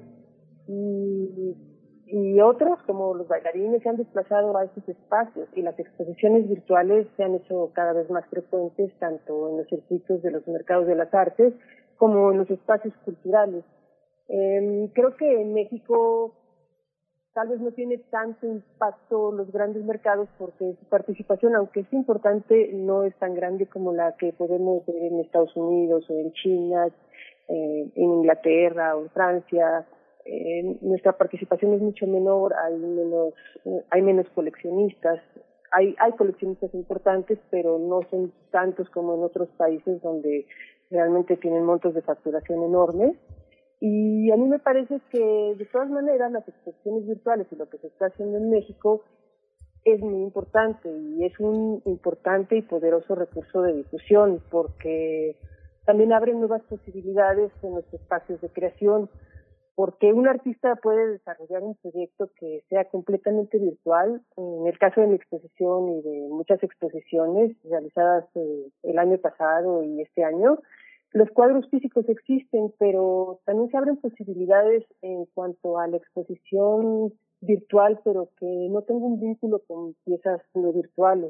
y otros, como los bailarines, se han desplazado a estos espacios y las exposiciones virtuales se han hecho cada vez más frecuentes, tanto en los circuitos de los mercados de las artes como en los espacios culturales. Creo que en México tal vez no tiene tanto impacto los grandes mercados porque su participación, aunque es importante, no es tan grande como la que podemos ver en Estados Unidos o en China, en Inglaterra o en Francia. Nuestra participación es mucho menor, hay menos coleccionistas. Hay coleccionistas importantes, pero no son tantos como en otros países donde realmente tienen montos de facturación enormes. Y a mí me parece que, de todas maneras, las exposiciones virtuales y lo que se está haciendo en México es muy importante y es un importante y poderoso recurso de difusión porque también abre nuevas posibilidades en los espacios de creación, porque un artista puede desarrollar un proyecto que sea completamente virtual. En el caso de mi exposición y de muchas exposiciones realizadas el año pasado y este año, los cuadros físicos existen, pero también se abren posibilidades en cuanto a la exposición virtual, pero que no tenga un vínculo con piezas no virtuales.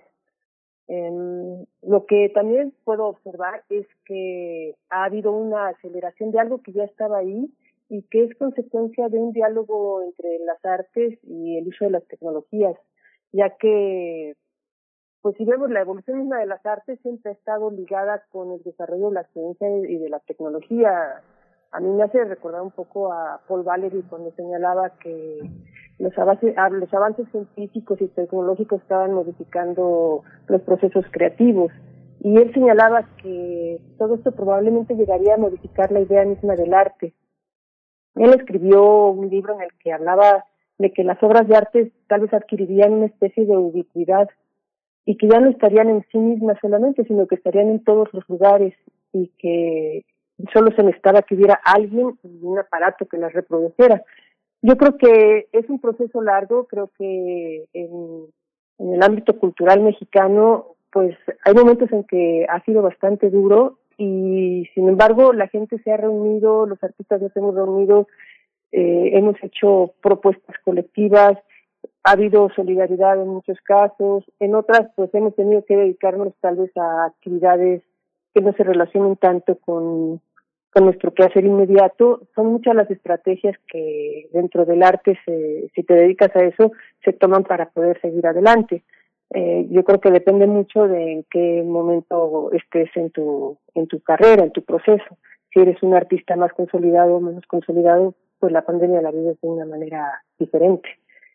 Lo que también puedo observar es que ha habido una aceleración de algo que ya estaba ahí y que es consecuencia de un diálogo entre las artes y el uso de las tecnologías, ya que pues si vemos la evolución misma de las artes siempre ha estado ligada con el desarrollo de la ciencia y de la tecnología. A mí me hace recordar un poco a Paul Valéry cuando señalaba que los avances científicos y tecnológicos estaban modificando los procesos creativos. Y él señalaba que todo esto probablemente llegaría a modificar la idea misma del arte. Él escribió un libro en el que hablaba de que las obras de arte tal vez adquirirían una especie de ubicuidad y que ya no estarían en sí mismas solamente, sino que estarían en todos los lugares y que solo se necesitaba que hubiera alguien y un aparato que las reprodujera. Yo creo que es un proceso largo, creo que en el ámbito cultural mexicano, pues hay momentos en que ha sido bastante duro y sin embargo la gente se ha reunido, los artistas nos hemos reunido, hemos hecho propuestas colectivas, ha habido solidaridad en muchos casos, en otras pues hemos tenido que dedicarnos tal vez a actividades que no se relacionen tanto con nuestro quehacer inmediato. Son muchas las estrategias que dentro del arte, si te dedicas a eso, se toman para poder seguir adelante. Yo creo que depende mucho de en qué momento estés en tu carrera, en tu proceso. Si eres un artista más consolidado o menos consolidado, pues la pandemia la vives de una manera diferente.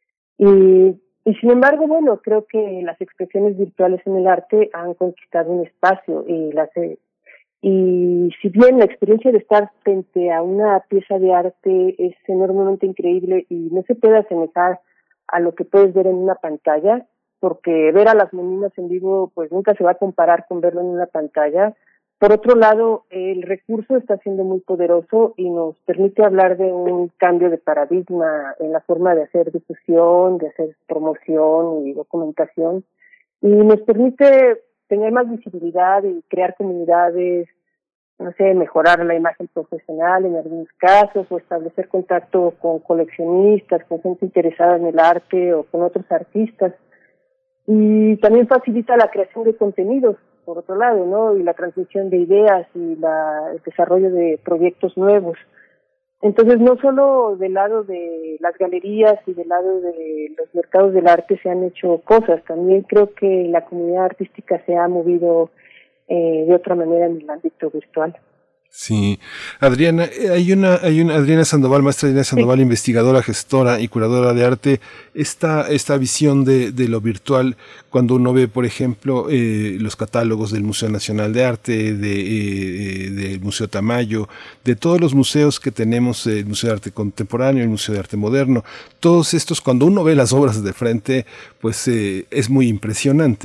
Y sin embargo, bueno, creo que las expresiones virtuales en el arte han conquistado un espacio y si bien la experiencia de estar frente a una pieza de arte es enormemente increíble y no se puede asemejar a lo que puedes ver en una pantalla, porque ver a las meninas en vivo pues nunca se va a comparar con verlo en una pantalla. Por otro lado, el recurso está siendo muy poderoso y nos permite hablar de un cambio de paradigma en la forma de hacer difusión, de hacer promoción y documentación, y nos permite tener más visibilidad y crear comunidades, no sé, mejorar la imagen profesional en algunos casos, o establecer contacto con coleccionistas, con gente interesada en el arte o con otros artistas. Y también facilita la creación de contenidos, por otro lado, ¿no? Y la transmisión de ideas y el desarrollo de proyectos nuevos. Entonces, no solo del lado de las galerías y del lado de los mercados del arte se han hecho cosas, también creo que la comunidad artística se ha movido de otra manera en el ámbito virtual. Sí, Adriana, hay una Adriana Sandoval, maestra Adriana Sandoval, sí, investigadora, gestora y curadora de arte. Esta visión de lo virtual, cuando uno ve, por ejemplo, los catálogos del Museo Nacional de Arte, del Museo Tamayo, de todos los museos que tenemos, el Museo de Arte Contemporáneo, el Museo de Arte Moderno, todos estos, cuando uno ve las obras de frente, pues es muy impresionante.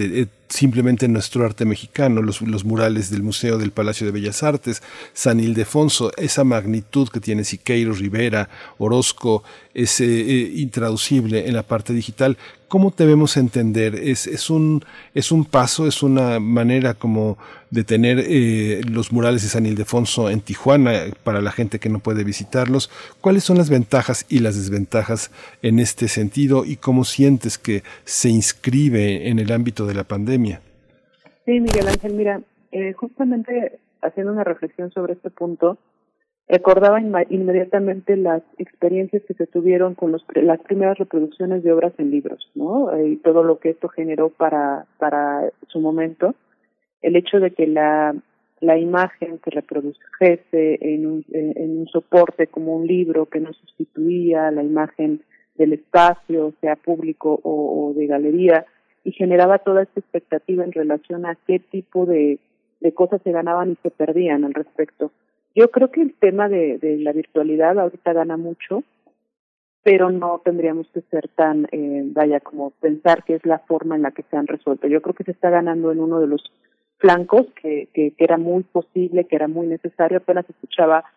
simplemente nuestro arte mexicano, los murales del Museo del Palacio de Bellas Artes, San Ildefonso, esa magnitud que tiene Siqueiros, Rivera, Orozco, es intraducible en la parte digital. ¿Cómo debemos entender? ¿Es un paso, es una manera como de tener los murales de San Ildefonso en Tijuana para la gente que no puede visitarlos? ¿Cuáles son las ventajas y las desventajas en este sentido y cómo sientes que se inscribe en el ámbito de la pandemia? Sí, Miguel Ángel, mira, justamente haciendo una reflexión sobre este punto, recordaba inmediatamente las experiencias que se tuvieron con las primeras reproducciones de obras en libros, ¿no? Y todo lo que esto generó para su momento. El hecho de que la imagen se reprodujese en un soporte como un libro que no sustituía la imagen del espacio, sea público o de galería, y generaba toda esta expectativa en relación a qué tipo de cosas se ganaban y se perdían al respecto. Yo creo que el tema de la virtualidad ahorita gana mucho, pero no tendríamos que ser tan, como pensar que es la forma en la que se han resuelto. Yo creo que se está ganando en uno de los flancos que era muy posible, que era muy necesario. Apenas escuchaba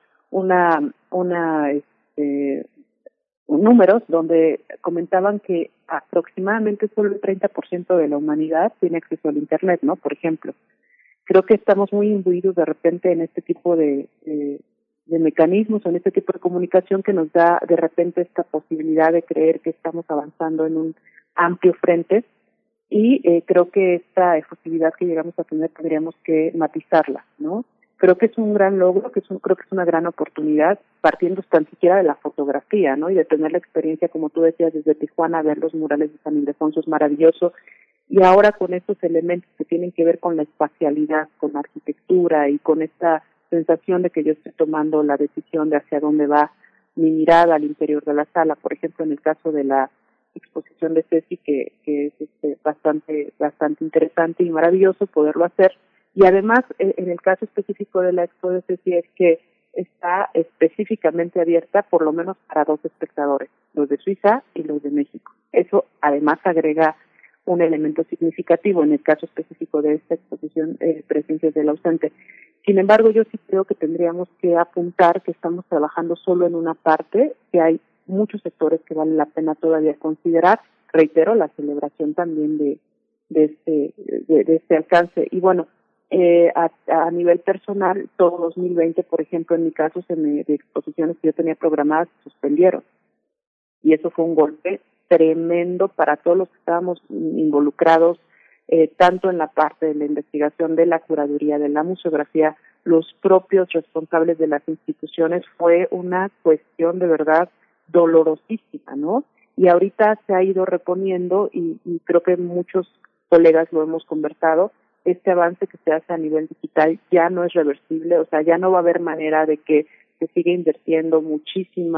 números donde comentaban que aproximadamente solo el 30% de la humanidad tiene acceso al Internet, ¿no? Por ejemplo. Creo que estamos muy imbuidos de repente en este tipo de mecanismos, en este tipo de comunicación que nos da de repente esta posibilidad de creer que estamos avanzando en un amplio frente y creo que esta efusividad que llegamos a tener tendríamos que matizarla, ¿no? Creo que es un gran logro, creo que es una gran oportunidad, partiendo tan siquiera de la fotografía, ¿no? Y de tener la experiencia, como tú decías, desde Tijuana, ver los murales de San Ildefonso es maravilloso. Y ahora con estos elementos que tienen que ver con la espacialidad, con la arquitectura y con esta sensación de que yo estoy tomando la decisión de hacia dónde va mi mirada al interior de la sala. Por ejemplo, en el caso de la exposición de Ceci, que es bastante interesante y maravilloso poderlo hacer. Y además, en el caso específico de la expo de Ceci, es que está específicamente abierta por lo menos para 2 espectadores, los de Suiza y los de México. Eso además agrega un elemento significativo en el caso específico de esta exposición, Presencias del Ausente. Sin embargo, yo sí creo que tendríamos que apuntar que estamos trabajando solo en una parte, que hay muchos sectores que vale la pena todavía considerar. Reitero, la celebración también de este alcance. Y bueno, a nivel personal, todo 2020, por ejemplo, en mi caso, de exposiciones que yo tenía programadas se suspendieron. Y eso fue un golpe tremendo para todos los que estábamos involucrados, tanto en la parte de la investigación, de la curaduría, de la museografía, los propios responsables de las instituciones. Fue una cuestión de verdad dolorosísima, ¿no? Y ahorita se ha ido reponiendo y creo que muchos colegas lo hemos conversado. Este avance que se hace a nivel digital ya no es reversible, o sea, ya no va a haber manera de que se siga invirtiendo muchísimo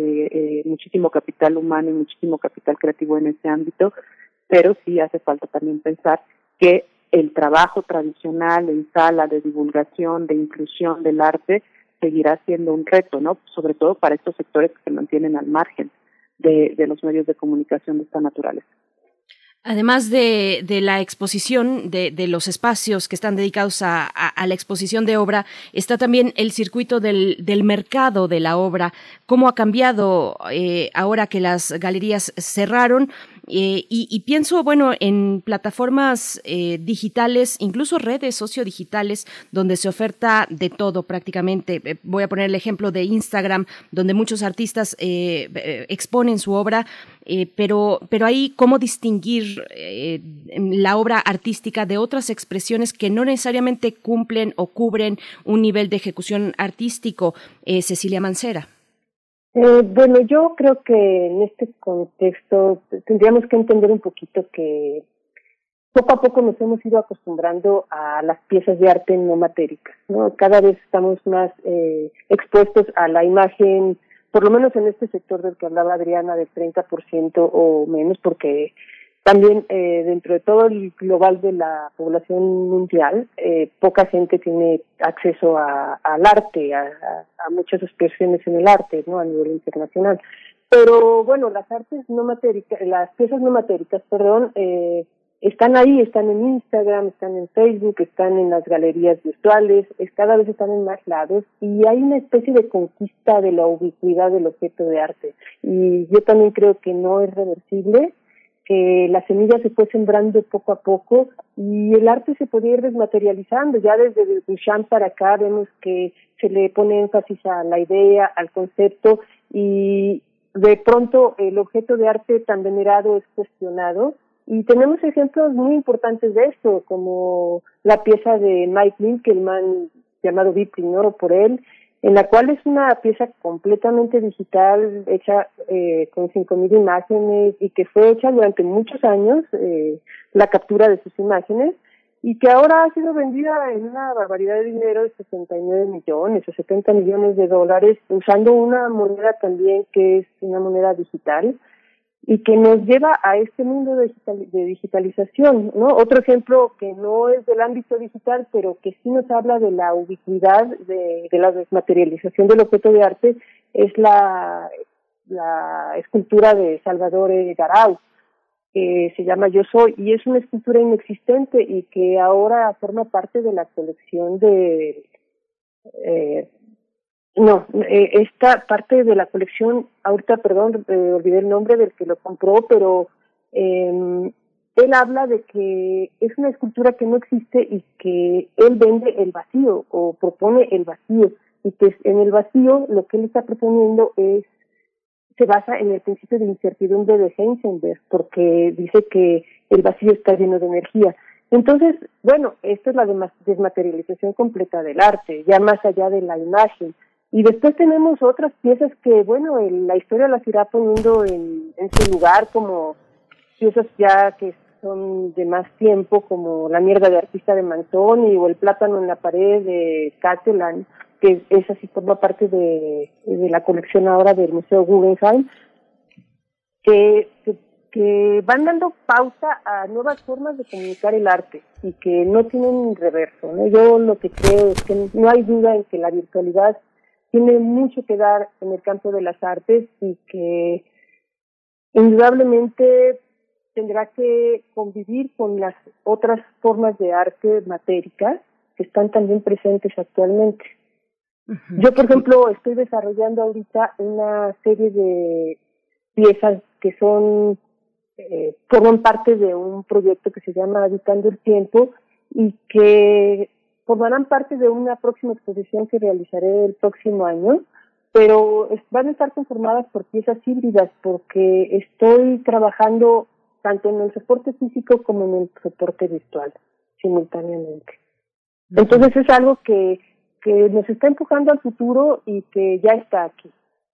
capital humano y muchísimo capital creativo en este ámbito, pero sí hace falta también pensar que el trabajo tradicional en sala de divulgación, de inclusión del arte, seguirá siendo un reto, ¿no? Sobre todo para estos sectores que se mantienen al margen de los medios de comunicación de esta naturaleza. Además de la exposición, de los espacios que están dedicados a la exposición de obra, está también el circuito del mercado de la obra. ¿Cómo ha cambiado ahora que las galerías cerraron? Y pienso, bueno, en plataformas digitales, incluso redes sociodigitales, donde se oferta de todo prácticamente. Voy a poner el ejemplo de Instagram, donde muchos artistas exponen su obra, pero ahí, ¿cómo distinguir la obra artística de otras expresiones que no necesariamente cumplen o cubren un nivel de ejecución artístico? Cecilia Mancera. Bueno, yo creo que en este contexto tendríamos que entender un poquito que poco a poco nos hemos ido acostumbrando a las piezas de arte no matéricas, ¿no? Cada vez estamos más expuestos a la imagen, por lo menos en este sector del que hablaba Adriana, del 30% o menos, porque también dentro de todo el global de la población mundial, poca gente tiene acceso al arte, a muchas expresiones en el arte, ¿no? A nivel internacional. Pero bueno, las piezas no matéricas, están ahí, están en Instagram, están en Facebook, están en las galerías virtuales, cada vez están en más lados y hay una especie de conquista de la ubicuidad del objeto de arte. Y yo también creo que no es reversible, que la semilla se fue sembrando poco a poco y el arte se podía ir desmaterializando. Ya desde Duchamp para acá vemos que se le pone énfasis a la idea, al concepto, y de pronto el objeto de arte tan venerado es cuestionado. Y tenemos ejemplos muy importantes de esto, como la pieza de Mike Winkelmann, llamado Vipling, ¿no? Por él, en la cual es una pieza completamente digital, hecha con 5,000 imágenes, y que fue hecha durante muchos años, la captura de sus imágenes, y que ahora ha sido vendida en una barbaridad de dinero, de 69 millones o 70 millones de dólares, usando una moneda también que es una moneda digital, y que nos lleva a este mundo de digitalización, ¿no? Otro ejemplo que no es del ámbito digital, pero que sí nos habla de la ubicuidad, de la desmaterialización del objeto de arte, es la escultura de Salvador Garau, que se llama Yo Soy, y es una escultura inexistente y que ahora forma parte de la colección de... esta parte de la colección, ahorita, perdón, olvidé el nombre del que lo compró, pero él habla de que es una escultura que no existe y que él vende el vacío o propone el vacío, y que en el vacío lo que él está proponiendo se basa en el principio de incertidumbre de Heisenberg, porque dice que el vacío está lleno de energía. Entonces, bueno, esto es la desmaterialización completa del arte, ya más allá de la imagen. Y después tenemos otras piezas que, bueno, la historia las irá poniendo en su lugar, como piezas ya que son de más tiempo, como La mierda de artista de Manzoni o El plátano en la pared de Catalan, que es así, forma parte de la colección ahora del Museo Guggenheim, que van dando pauta a nuevas formas de comunicar el arte y que no tienen reverso, ¿no? Yo lo que creo es que no hay duda en que la virtualidad tiene mucho que dar en el campo de las artes y que indudablemente tendrá que convivir con las otras formas de arte matéricas que están también presentes actualmente. Uh-huh. Yo, por ejemplo, estoy desarrollando ahorita una serie de piezas que forman parte de un proyecto que se llama Habitando el Tiempo y que formarán parte de una próxima exposición que realizaré el próximo año, pero van a estar conformadas por piezas híbridas porque estoy trabajando tanto en el soporte físico como en el soporte virtual simultáneamente. Entonces es algo que nos está empujando al futuro y que ya está aquí.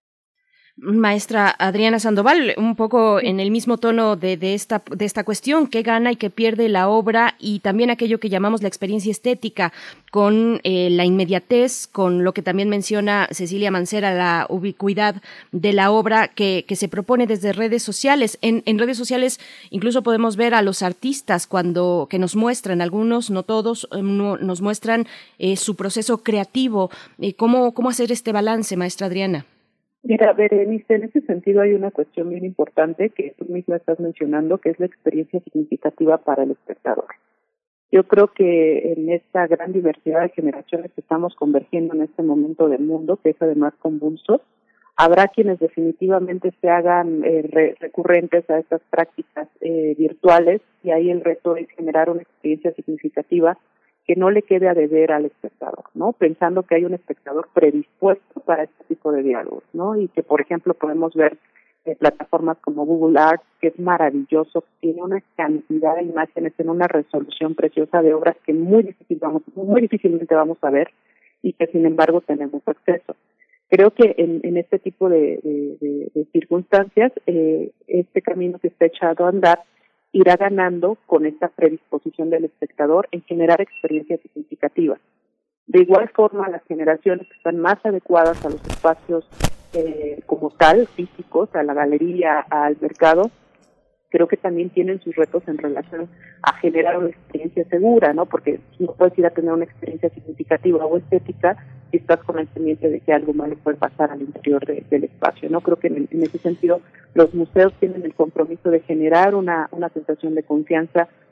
Maestra Adriana Sandoval, un poco en el mismo tono de esta cuestión, ¿qué gana y qué pierde la obra? Y también aquello que llamamos la experiencia estética, con la inmediatez, con lo que también menciona Cecilia Mancera, la ubicuidad de la obra que se propone desde redes sociales. En redes sociales incluso podemos ver a los artistas que nos muestran, algunos, no todos, nos muestran su proceso creativo. ¿Cómo hacer este balance, maestra Adriana? Mira, Berenice, en ese sentido hay una cuestión bien importante que tú misma estás mencionando, que es la experiencia significativa para el espectador. Yo creo que en esta gran diversidad de generaciones que estamos convergiendo en este momento del mundo, que es además convulso, habrá quienes definitivamente se hagan recurrentes a estas prácticas virtuales, y ahí el reto es generar una experiencia significativa que no le quede a deber al espectador, ¿no? Pensando que hay un espectador predispuesto para este tipo de diálogos, ¿no? Y que, por ejemplo, podemos ver plataformas como Google Arts, que es maravilloso, que tiene una cantidad de imágenes en una resolución preciosa de obras que muy difícilmente vamos a ver y que, sin embargo, tenemos acceso. Creo que en este tipo de circunstancias, este camino que está echado a andar irá ganando con esta predisposición del espectador en generar experiencias significativas. De igual forma, las generaciones que están más adecuadas a los espacios como tal, físicos, a la galería, al mercado, creo que también tienen sus retos en relación a generar una experiencia segura, ¿no? Porque no puedes ir a tener una experiencia significativa o estética si estás con el pendiente de que algo malo puede pasar al interior del espacio, ¿no? Creo que en ese sentido los museos tienen el compromiso de generar una sensación de confianza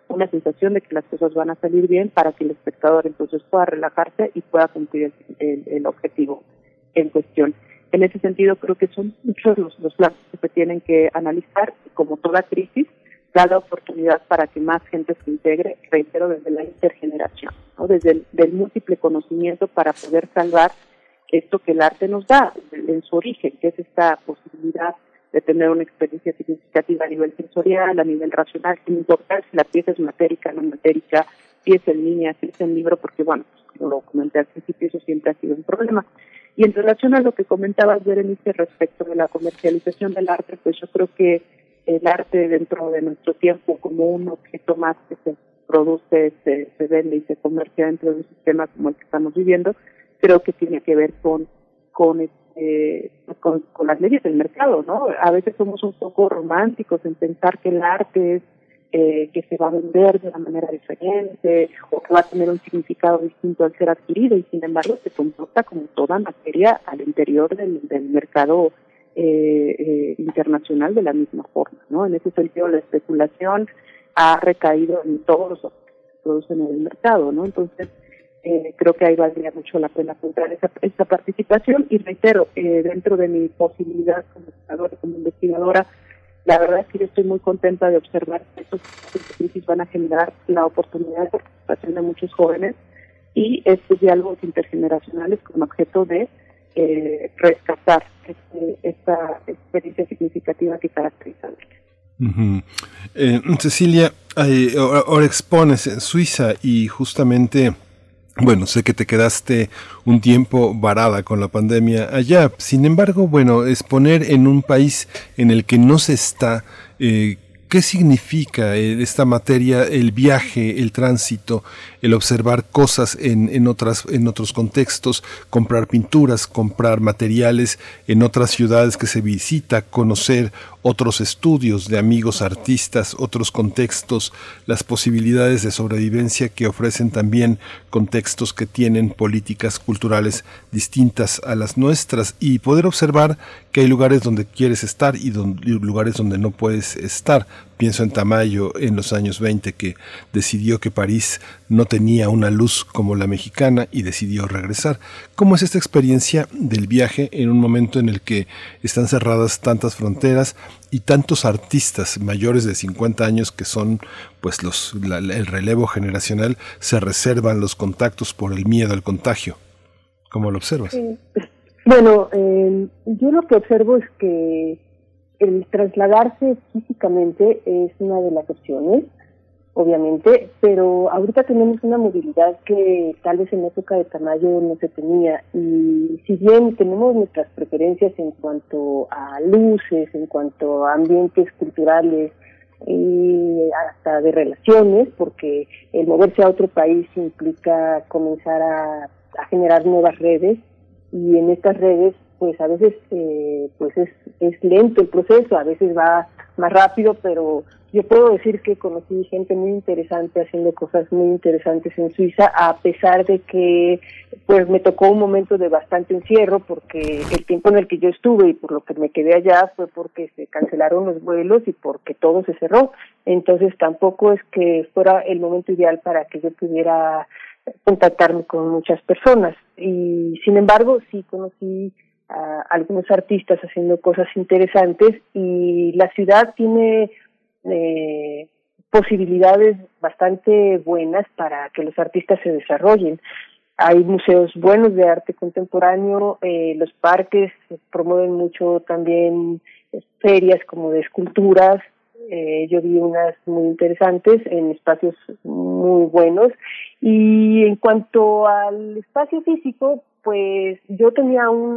una sensación de que las cosas van a salir bien para que el espectador entonces pueda relajarse y pueda cumplir el objetivo en cuestión. En ese sentido, creo que son muchos los planos que se tienen que analizar, y como toda crisis, da la oportunidad para que más gente se integre, reitero, desde la intergeneración, ¿no? Desde el múltiple conocimiento para poder salvar esto que el arte nos da en su origen, que es esta posibilidad de tener una experiencia significativa a nivel sensorial, a nivel racional, sin importar si la pieza es matérica, no matérica, si es en línea, si es en libro, porque bueno, como lo comenté al principio, eso siempre ha sido un problema. Y en relación a lo que comentabas, Berenice, respecto de la comercialización del arte, pues yo creo que el arte dentro de nuestro tiempo como un objeto más que se produce, se vende y se comercia dentro de un sistema como el que estamos viviendo, creo que tiene que ver con las leyes del mercado, ¿no? A veces somos un poco románticos en pensar que el arte es que se va a vender de una manera diferente o que va a tener un significado distinto al ser adquirido, y sin embargo se comporta como toda materia al interior del mercado internacional de la misma forma, ¿no? En ese sentido la especulación ha recaído en todos los objetos que se producen en el mercado, ¿no? Entonces creo que ahí valdría mucho la pena encontrar esa participación, y reitero, dentro de mi posibilidad como educadora, como investigadora, la verdad es que yo estoy muy contenta de observar que estos crisis van a generar la oportunidad de participación de muchos jóvenes y estos diálogos intergeneracionales con objeto de rescatar esta experiencia significativa que caracteriza al arte. Cecilia, ahora expones en Suiza y justamente, bueno, sé que te quedaste un tiempo varada con la pandemia allá. Sin embargo, bueno, exponer en un país en el que no se está, ¿qué significa esta materia, el viaje, el tránsito, el observar cosas en otros contextos, comprar pinturas, comprar materiales en otras ciudades que se visita, conocer otros estudios de amigos artistas, otros contextos, las posibilidades de sobrevivencia que ofrecen también contextos que tienen políticas culturales distintas a las nuestras, y poder observar que hay lugares donde quieres estar y lugares donde no puedes estar? Pienso en Tamayo en los años 20, que decidió que París no tenía una luz como la mexicana y decidió regresar. ¿Cómo es esta experiencia del viaje en un momento en el que están cerradas tantas fronteras y tantos artistas mayores de 50 años que son pues el relevo generacional, se reservan los contactos por el miedo al contagio? ¿Cómo lo observas? Bueno, yo lo que observo es que el trasladarse físicamente es una de las opciones, obviamente, pero ahorita tenemos una movilidad que tal vez en época de Tamayo no se tenía, y si bien tenemos nuestras preferencias en cuanto a luces, en cuanto a ambientes culturales y hasta de relaciones, porque el moverse a otro país implica comenzar a generar nuevas redes, y en estas redes pues a veces pues es lento el proceso, a veces va más rápido, pero yo puedo decir que conocí gente muy interesante haciendo cosas muy interesantes en Suiza, a pesar de que pues me tocó un momento de bastante encierro, porque el tiempo en el que yo estuve y por lo que me quedé allá fue porque se cancelaron los vuelos y porque todo se cerró. Entonces tampoco es que fuera el momento ideal para que yo pudiera contactarme con muchas personas, y sin embargo sí conocí a algunos artistas haciendo cosas interesantes, y la ciudad tiene posibilidades bastante buenas para que los artistas se desarrollen. Hay museos buenos de arte contemporáneo, los parques promueven mucho también ferias como de esculturas. Yo vi unas muy interesantes en espacios muy buenos, y en cuanto al espacio físico, pues yo tenía un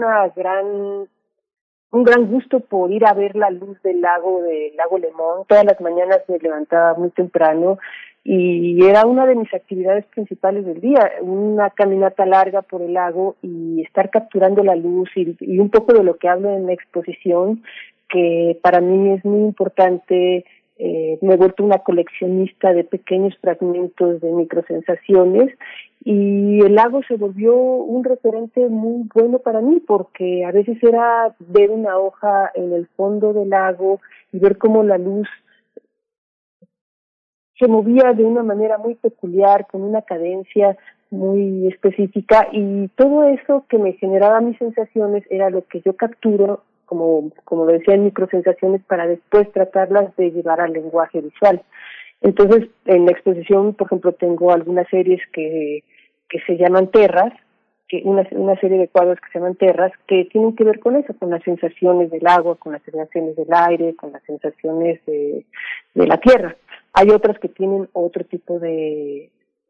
gran gusto por ir a ver la luz del lago Lemón. Todas las mañanas me levantaba muy temprano y era una de mis actividades principales del día, una caminata larga por el lago y estar capturando la luz y un poco de lo que hablo en la exposición, que para mí es muy importante. Me he vuelto una coleccionista de pequeños fragmentos de microsensaciones, y el lago se volvió un referente muy bueno para mí, porque a veces era ver una hoja en el fondo del lago y ver cómo la luz se movía de una manera muy peculiar, con una cadencia muy específica, y todo eso que me generaba mis sensaciones era lo que yo capturo, como lo decía, en microsensaciones, para después tratarlas de llevar al lenguaje visual. Entonces, en la exposición, por ejemplo, tengo algunas series que se llaman terras, una serie de cuadros que se llaman terras, que tienen que ver con eso, con las sensaciones del agua, con las sensaciones del aire, con las sensaciones de la tierra. Hay otras que tienen otro tipo de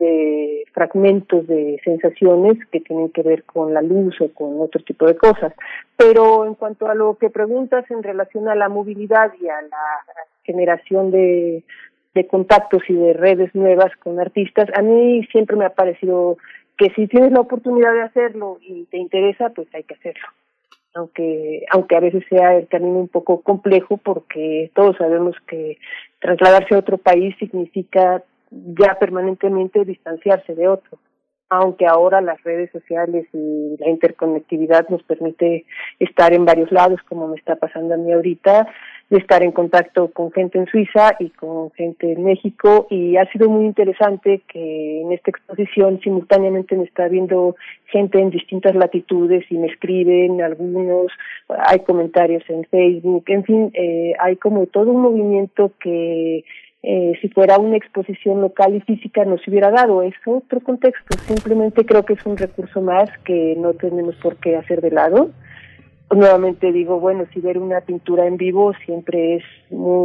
fragmentos de sensaciones que tienen que ver con la luz o con otro tipo de cosas. Pero en cuanto a lo que preguntas en relación a la movilidad y a la generación de contactos y de redes nuevas con artistas, a mí siempre me ha parecido que si tienes la oportunidad de hacerlo y te interesa, pues hay que hacerlo. Aunque a veces sea el camino un poco complejo, porque todos sabemos que trasladarse a otro país significa ya permanentemente distanciarse de otro. Aunque ahora las redes sociales y la interconectividad nos permite estar en varios lados, como me está pasando a mí ahorita, de estar en contacto con gente en Suiza y con gente en México, y ha sido muy interesante que en esta exposición simultáneamente me está viendo gente en distintas latitudes y me escriben algunos, hay comentarios en Facebook, en fin, hay como todo un movimiento que si fuera una exposición local y física nos hubiera dado. Es otro contexto, simplemente creo que es un recurso más que no tenemos por qué hacer de lado. Nuevamente digo, bueno, si ver una pintura en vivo siempre es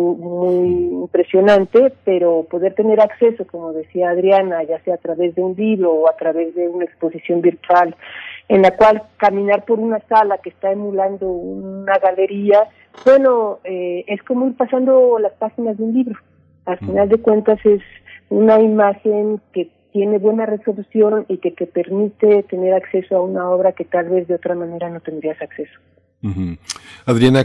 muy impresionante, pero poder tener acceso, como decía Adriana, ya sea a través de un libro o a través de una exposición virtual, en la cual caminar por una sala que está emulando una galería, bueno, es como ir pasando las páginas de un libro. Al final de cuentas es una imagen que tiene buena resolución y que te permite tener acceso a una obra que tal vez de otra manera no tendrías acceso. Uh-huh. Adriana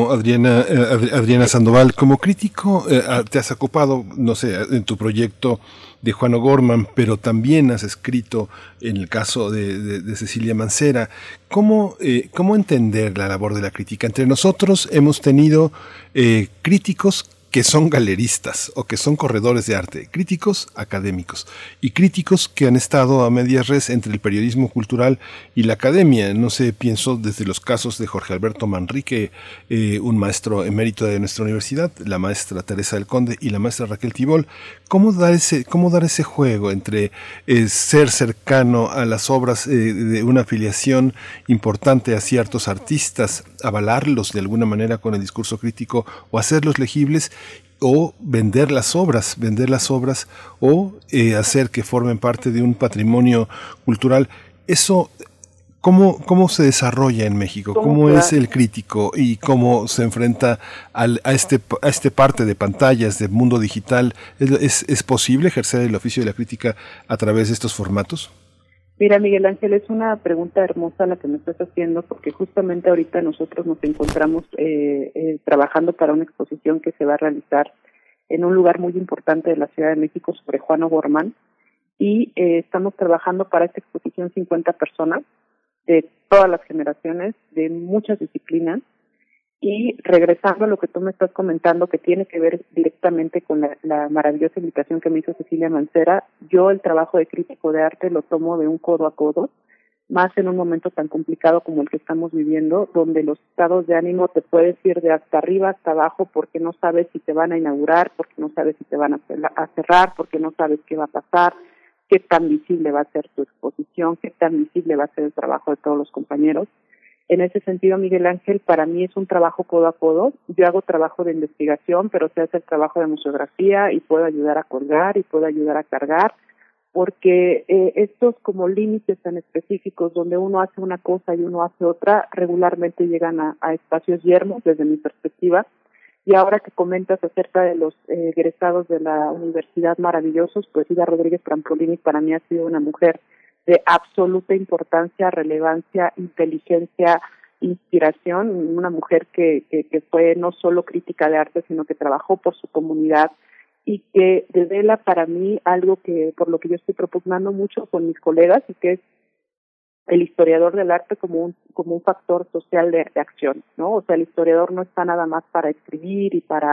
Sandoval, como crítico, te has ocupado, no sé, en tu proyecto de Juan O'Gorman, pero también has escrito en el caso de Cecilia Mancera. ¿Cómo entender la labor de la crítica? Entre nosotros hemos tenido críticos que son galeristas o que son corredores de arte, críticos académicos y críticos que han estado a medias res entre el periodismo cultural y la academia. No sé, pienso desde los casos de Jorge Alberto Manrique, un maestro emérito de nuestra universidad, la maestra Teresa del Conde y la maestra Raquel Tibol. ¿Cómo dar ese juego entre ser cercano a las obras de una afiliación importante a ciertos artistas, avalarlos de alguna manera con el discurso crítico o hacerlos legibles, o vender las obras o hacer que formen parte de un patrimonio cultural? Eso, ¿cómo se desarrolla en México? ¿Cómo es el crítico y cómo se enfrenta a este parte de pantallas, de mundo digital? ¿Es posible ejercer el oficio de la crítica a través de estos formatos? Mira, Miguel Ángel, es una pregunta hermosa la que me estás haciendo, porque justamente ahorita nosotros nos encontramos trabajando para una exposición que se va a realizar en un lugar muy importante de la Ciudad de México sobre Juan O'Gorman, y estamos trabajando para esta exposición 50 personas de todas las generaciones, de muchas disciplinas. Y regresando a lo que tú me estás comentando, que tiene que ver directamente con la maravillosa invitación que me hizo Cecilia Mancera, yo el trabajo de crítico de arte lo tomo de un codo a codo, más en un momento tan complicado como el que estamos viviendo, donde los estados de ánimo te puedes ir de hasta arriba hasta abajo, porque no sabes si te van a inaugurar, porque no sabes si te van a cerrar, porque no sabes qué va a pasar, qué tan visible va a ser tu exposición, qué tan visible va a ser el trabajo de todos los compañeros. En ese sentido, Miguel Ángel, para mí es un trabajo codo a codo. Yo hago trabajo de investigación, pero se hace el trabajo de museografía y puedo ayudar a colgar y puedo ayudar a cargar, porque estos como límites tan específicos donde uno hace una cosa y uno hace otra, regularmente llegan a espacios yermos desde mi perspectiva. Y ahora que comentas acerca de los egresados de la universidad maravillosos, pues Ida Rodríguez Prampolini para mí ha sido una mujer de absoluta importancia, relevancia, inteligencia, inspiración, una mujer que fue no solo crítica de arte, sino que trabajó por su comunidad y que devela para mí algo que por lo que yo estoy propugnando mucho con mis colegas, y que es el historiador del arte como un factor social de acción, ¿no? O sea, el historiador no está nada más para escribir y para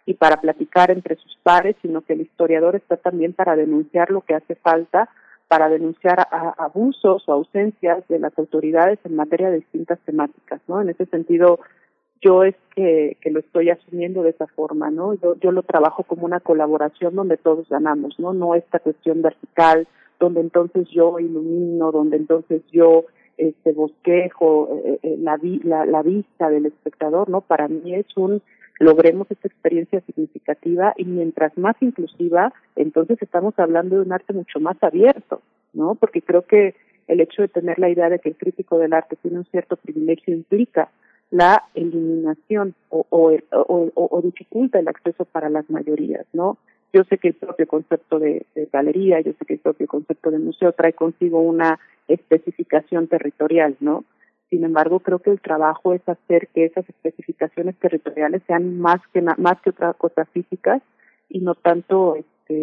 y para platicar entre sus pares, sino que el historiador está también para denunciar lo que hace falta, para denunciar abusos o ausencias de las autoridades en materia de distintas temáticas, ¿no? En ese sentido, yo es que lo estoy asumiendo de esa forma, ¿no? Yo lo trabajo como una colaboración donde todos ganamos, ¿no? No esta cuestión vertical, donde entonces yo ilumino, donde entonces yo bosquejo la vista del espectador, ¿no? Para mí es logremos esta experiencia significativa y mientras más inclusiva, entonces estamos hablando de un arte mucho más abierto, ¿no? Porque creo que el hecho de tener la idea de que el crítico del arte tiene un cierto privilegio implica la eliminación o dificulta el acceso para las mayorías, ¿no? Yo sé que el propio concepto de galería, yo sé que el propio concepto de museo trae consigo una especificación territorial, ¿no? Sin embargo, creo que el trabajo es hacer que esas especificaciones territoriales sean más que otra cosa físicas y no tanto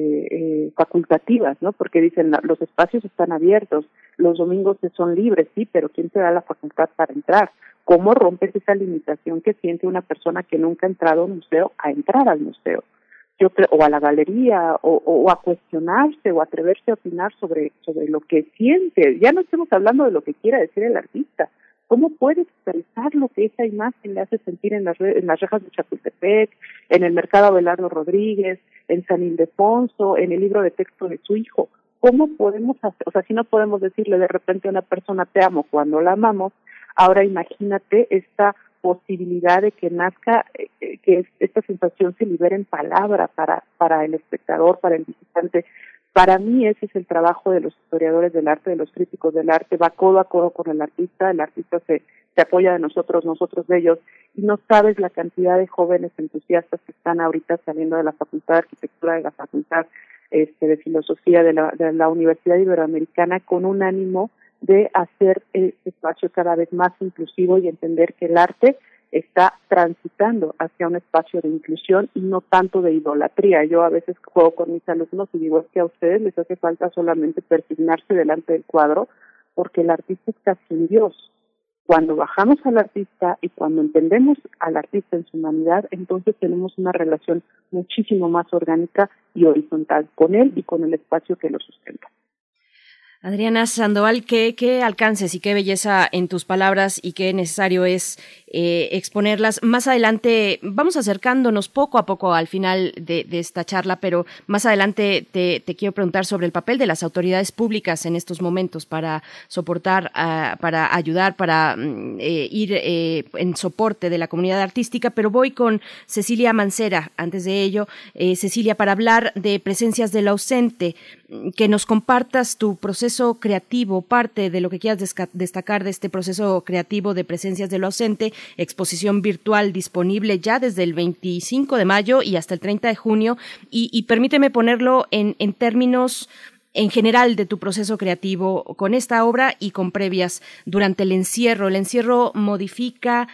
facultativas, ¿no? Porque dicen los espacios están abiertos, los domingos son libres, sí, pero ¿quién te da la facultad para entrar? ¿Cómo rompes esa limitación que siente una persona que nunca ha entrado a un museo a entrar al museo? Yo creo, o a la galería, o a cuestionarse, o atreverse a opinar sobre lo que siente. Ya no estamos hablando de lo que quiera decir el artista. ¿Cómo puede expresar lo que esa imagen le hace sentir en las rejas de Chapultepec, en el mercado Abelardo Rodríguez, en San Ildefonso, en el libro de texto de su hijo? ¿Cómo podemos hacer? O sea, si no podemos decirle de repente a una persona te amo cuando la amamos, ahora imagínate esta posibilidad de que nazca, que esta sensación se libere en palabra para el espectador, para el visitante. Para mí ese es el trabajo de los historiadores del arte, de los críticos del arte, va codo a codo con el artista se apoya de nosotros de ellos, y no sabes la cantidad de jóvenes entusiastas que están ahorita saliendo de la Facultad de Arquitectura, de la Facultad de Filosofía de la Universidad Iberoamericana, con un ánimo de hacer este espacio cada vez más inclusivo y entender que el arte está transitando hacia un espacio de inclusión y no tanto de idolatría. Yo a veces juego con mis alumnos y digo, es que a ustedes les hace falta solamente persignarse delante del cuadro, porque el artista es casi un dios. Cuando bajamos al artista y cuando entendemos al artista en su humanidad, entonces tenemos una relación muchísimo más orgánica y horizontal con él y con el espacio que lo sustenta. Adriana Sandoval, qué alcances y qué belleza en tus palabras y qué necesario es exponerlas. Más adelante vamos acercándonos poco a poco al final de esta charla, pero más adelante te quiero preguntar sobre el papel de las autoridades públicas en estos momentos para soportar, para ayudar, para ir en soporte de la comunidad artística, pero voy con Cecilia Mancera. Antes de ello, Cecilia, para hablar de Presencias del Ausente, que nos compartas tu proceso creativo, parte de lo que quieras destacar de este proceso creativo de Presencias de lo Ausente, exposición virtual disponible ya desde el 25 de mayo y hasta el 30 de junio, y permíteme ponerlo en términos en general de tu proceso creativo con esta obra y con previas durante el encierro. El encierro modifica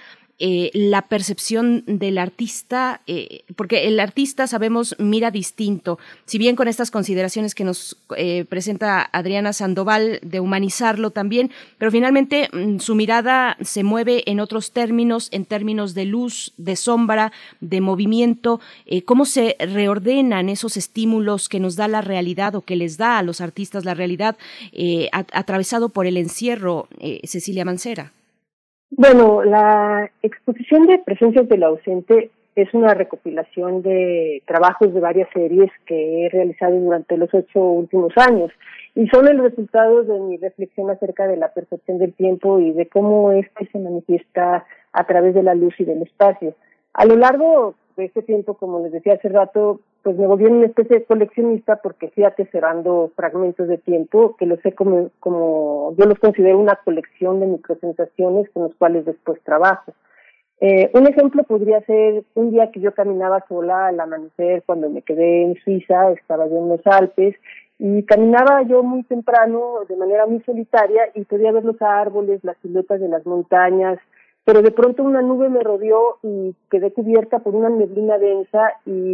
la percepción del artista, porque el artista, sabemos, mira distinto, si bien con estas consideraciones que nos presenta Adriana Sandoval de humanizarlo también, pero finalmente su mirada se mueve en otros términos, en términos de luz, de sombra, de movimiento. ¿Cómo se reordenan esos estímulos que nos da la realidad o que les da a los artistas la realidad atravesado por el encierro, Cecilia Mancera? Bueno, la exposición de Presencias del Ausente es una recopilación de trabajos de varias series que he realizado durante los 8 últimos años y son el resultado de mi reflexión acerca de la percepción del tiempo y de cómo éste se manifiesta a través de la luz y del espacio. A lo largo de este tiempo, como les decía hace rato, pues me volví una especie de coleccionista porque fui atesorando fragmentos de tiempo que los sé como yo los considero una colección de microsensaciones con los cuales después trabajo. Un ejemplo podría ser un día que yo caminaba sola al amanecer cuando me quedé en Suiza, estaba yo en los Alpes y caminaba yo muy temprano de manera muy solitaria y podía ver los árboles, las siluetas de las montañas, pero de pronto una nube me rodeó y quedé cubierta por una neblina densa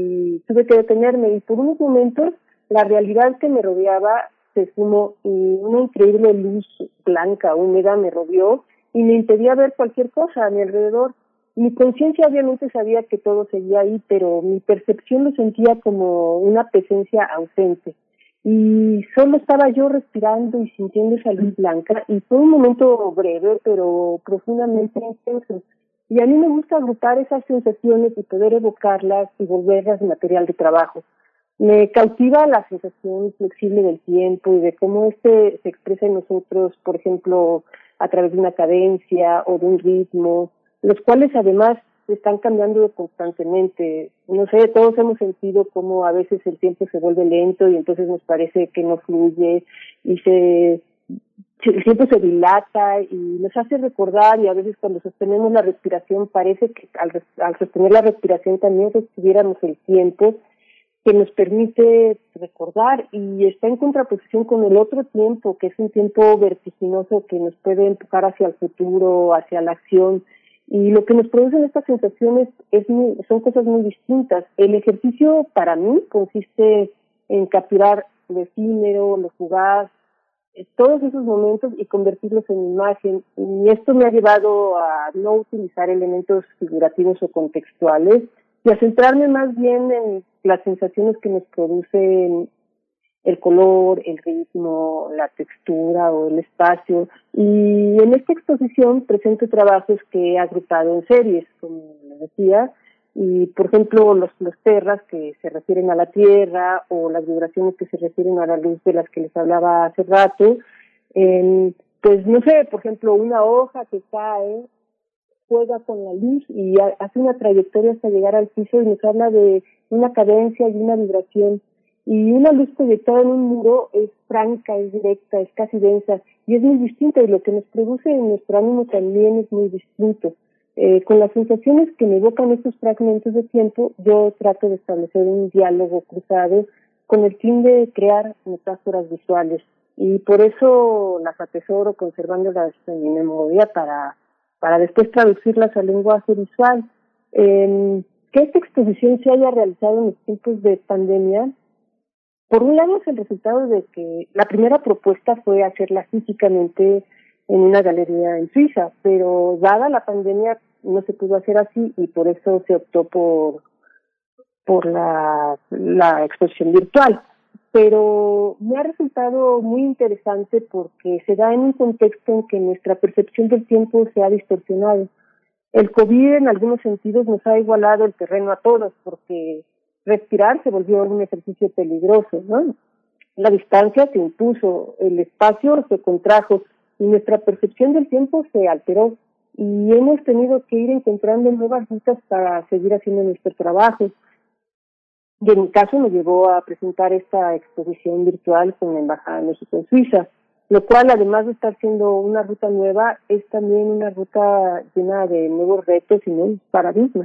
y tuve que detenerme y por unos momentos la realidad que me rodeaba se esfumó y una increíble luz blanca, húmeda me rodeó y me impedía ver cualquier cosa a mi alrededor. Mi conciencia obviamente sabía que todo seguía ahí, pero mi percepción lo sentía como una presencia ausente. Y solo estaba yo respirando y sintiendo esa luz blanca, y fue un momento breve, pero profundamente intenso. Y a mí me gusta agrupar esas sensaciones y poder evocarlas y volverlas material de trabajo. Me cautiva la sensación flexible del tiempo y de cómo se expresa en nosotros, por ejemplo, a través de una cadencia o de un ritmo, los cuales además están cambiando constantemente. No sé, todos hemos sentido cómo a veces el tiempo se vuelve lento y entonces nos parece que no fluye y el tiempo se dilata y nos hace recordar, y a veces cuando sostenemos la respiración parece que al sostener la respiración también sostuviéramos el tiempo, que nos permite recordar, y está en contraposición con el otro tiempo, que es un tiempo vertiginoso que nos puede empujar hacia el futuro, hacia la acción. Y lo que nos producen estas sensaciones son cosas muy distintas. El ejercicio para mí consiste en capturar lo efímero, lo fugaz, todos esos momentos y convertirlos en imagen. Y esto me ha llevado a no utilizar elementos figurativos o contextuales y a centrarme más bien en las sensaciones que nos producen el color, el ritmo, la textura o el espacio. Y en esta exposición presento trabajos que he agrupado en series, como les decía, y por ejemplo los terras que se refieren a la tierra, o las vibraciones que se refieren a la luz de las que les hablaba hace rato. Pues no sé, por ejemplo, una hoja que cae, juega con la luz y hace una trayectoria hasta llegar al piso y nos habla de una cadencia y una vibración. Y una luz proyectada en un muro es franca, es directa, es casi densa y es muy distinta, y lo que nos produce en nuestro ánimo también es muy distinto. Con las sensaciones que me evocan estos fragmentos de tiempo, yo trato de establecer un diálogo cruzado con el fin de crear metáforas visuales, y por eso las atesoro conservándolas en mi memoria para después traducirlas al lenguaje visual. Que esta exposición se haya realizado en los tiempos de pandemia, por un lado es el resultado de que la primera propuesta fue hacerla físicamente en una galería en Suiza, pero dada la pandemia no se pudo hacer así, y por eso se optó por la exposición virtual. Pero me ha resultado muy interesante porque se da en un contexto en que nuestra percepción del tiempo se ha distorsionado. El COVID en algunos sentidos nos ha igualado el terreno a todos, porque respirar se volvió un ejercicio peligroso, ¿no? La distancia se impuso, el espacio se contrajo y nuestra percepción del tiempo se alteró, y hemos tenido que ir encontrando nuevas rutas para seguir haciendo nuestro trabajo. Y en mi caso me llevó a presentar esta exposición virtual con la Embajada de México en Suiza, lo cual, además de estar siendo una ruta nueva, es también una ruta llena de nuevos retos y nuevos paradigmas.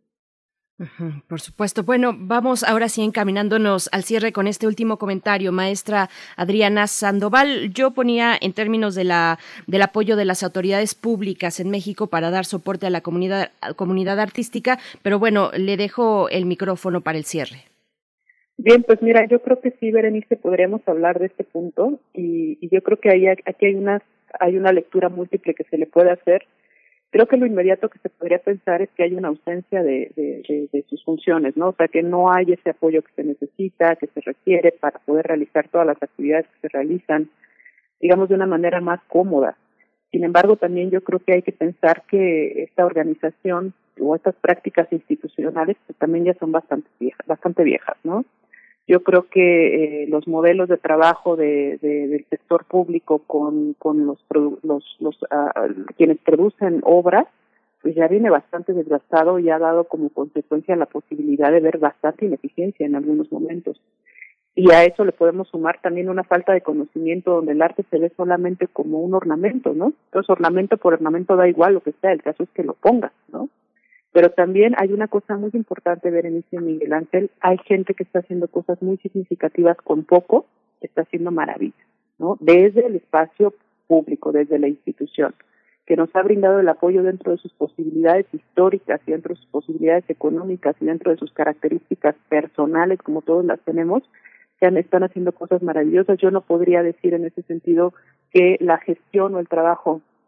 Por supuesto. Bueno, vamos ahora sí encaminándonos al cierre con este último comentario, maestra Adriana Sandoval. Yo ponía en términos del apoyo de las autoridades públicas en México para dar soporte a la comunidad artística, pero bueno, le dejo el micrófono para el cierre. Bien, pues mira, yo creo que sí, Berenice, podríamos hablar de este punto, y yo creo que aquí hay una lectura múltiple que se le puede hacer. Creo que lo inmediato que se podría pensar es que hay una ausencia de sus funciones, ¿no? O sea, que no hay ese apoyo que se necesita, que se requiere para poder realizar todas las actividades que se realizan, digamos, de una manera más cómoda. Sin embargo, también yo creo que hay que pensar que esta organización o estas prácticas institucionales pues, también ya son bastante viejas, ¿no? Yo creo que los modelos de trabajo del sector público con quienes producen obras, pues ya viene bastante desgastado y ha dado como consecuencia la posibilidad de ver bastante ineficiencia en algunos momentos. Y a eso le podemos sumar también una falta de conocimiento donde el arte se ve solamente como un ornamento, ¿no? Entonces, ornamento por ornamento da igual lo que sea, el caso es que lo pongas, ¿no? Pero también hay una cosa muy importante, Berenice y Miguel Ángel, hay gente que está haciendo cosas muy significativas con poco, está haciendo maravillas, ¿no? Desde el espacio público, desde la institución, que nos ha brindado el apoyo dentro de sus posibilidades históricas y dentro de sus posibilidades económicas y dentro de sus características personales, como todos las tenemos, están haciendo cosas maravillosas. Yo no podría decir en ese sentido que la gestión o el trabajo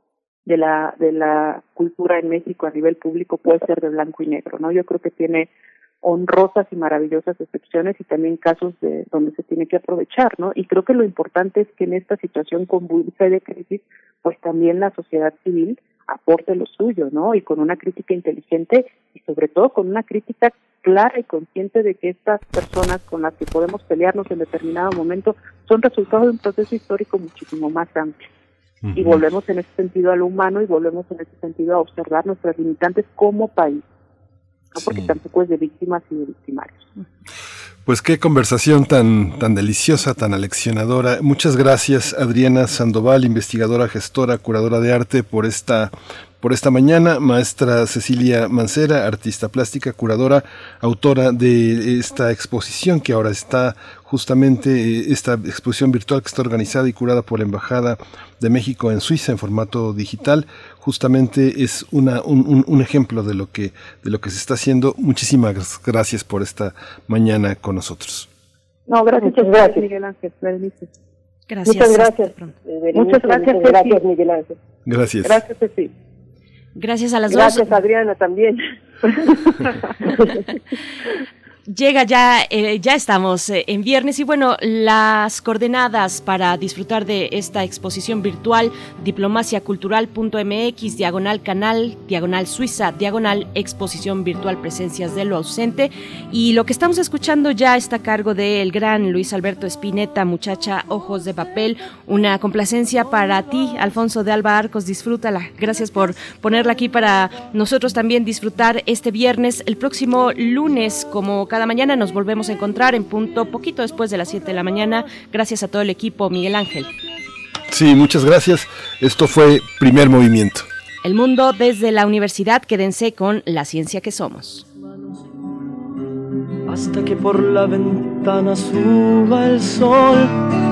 de la cultura en México a nivel público puede ser de blanco y negro, ¿no? Yo creo que tiene honrosas y maravillosas excepciones y también casos de donde se tiene que aprovechar, ¿no? Y creo que lo importante es que en esta situación convulsa de crisis, pues también la sociedad civil aporte lo suyo, ¿no? Y con una crítica inteligente y sobre todo con una crítica clara y consciente de que estas personas con las que podemos pelearnos en determinado momento son resultado de un proceso histórico muchísimo más amplio. Y volvemos en ese sentido a lo humano y volvemos en ese sentido a observar nuestras limitantes como país, ¿no? Porque tampoco es de víctimas y de victimarios. Pues qué conversación tan deliciosa, tan aleccionadora. Muchas gracias, Adriana Sandoval, investigadora, gestora, curadora de arte, por esta mañana. Maestra Cecilia Mancera, artista plástica, curadora, autora de esta exposición que ahora está justamente, esta exposición virtual que está organizada y curada por la Embajada de México en Suiza en formato digital. Justamente es un ejemplo de lo que se está haciendo. Muchísimas gracias por esta mañana con nosotros. No, gracias, Miguel Ángel. Gracias. Muchas gracias. Muchas gracias, gracias, Miguel Ángel. Gracias. Gracias, Ceci. Gracias a las dos. Gracias, Adriana, también. Llega ya estamos en viernes y bueno, las coordenadas para disfrutar de esta exposición virtual, diplomaciacultural.mx, /canal, /Suiza, /exposición virtual presencias de lo ausente. Y lo que estamos escuchando ya está a cargo del gran Luis Alberto Spinetta, Muchacha, ojos de papel, una complacencia para ti, Alfonso de Alba Arcos, disfrútala. Gracias por ponerla aquí para nosotros también disfrutar este viernes. El próximo lunes, como cada mañana, nos volvemos a encontrar en punto poquito después de las 7 de la mañana. Gracias a todo el equipo, Miguel Ángel. Sí, muchas gracias. Esto fue Primer Movimiento. El mundo desde la universidad. Quédense con la ciencia que somos. Hasta que por la ventana suba el sol.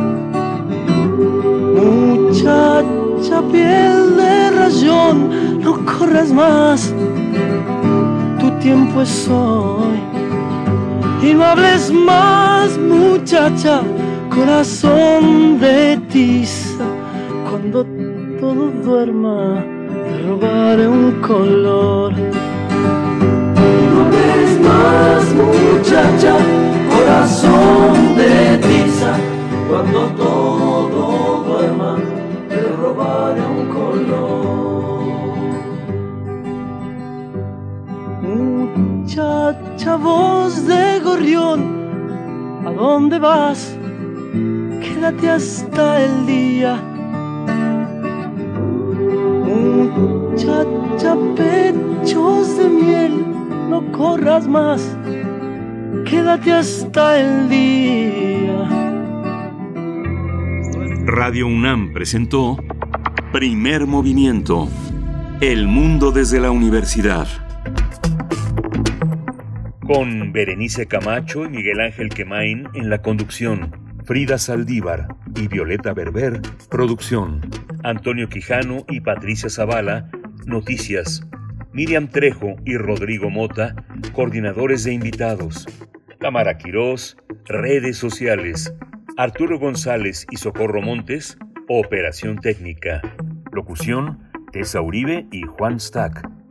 Muchacha, piel de rayón, no corras más. Tu tiempo es hoy. Y no hables más, muchacha, corazón de tiza. Cuando todo duerma, te robaré un color. No hables más, muchacha, corazón de tiza. Cuando todo duerma, te robaré un color. Muchacha, voz de gorrión, ¿a dónde vas? Quédate hasta el día. Muchacha, pechos de miel, no corras más. Quédate hasta el día. Radio UNAM presentó Primer Movimiento. El mundo desde la universidad. Con Berenice Camacho y Miguel Ángel Quemain en la conducción, Frida Saldívar y Violeta Berber, producción, Antonio Quijano y Patricia Zavala, noticias, Miriam Trejo y Rodrigo Mota, coordinadores de invitados, Tamara Quirós, redes sociales, Arturo González y Socorro Montes, operación técnica, locución, Tessa Uribe y Juan Stack.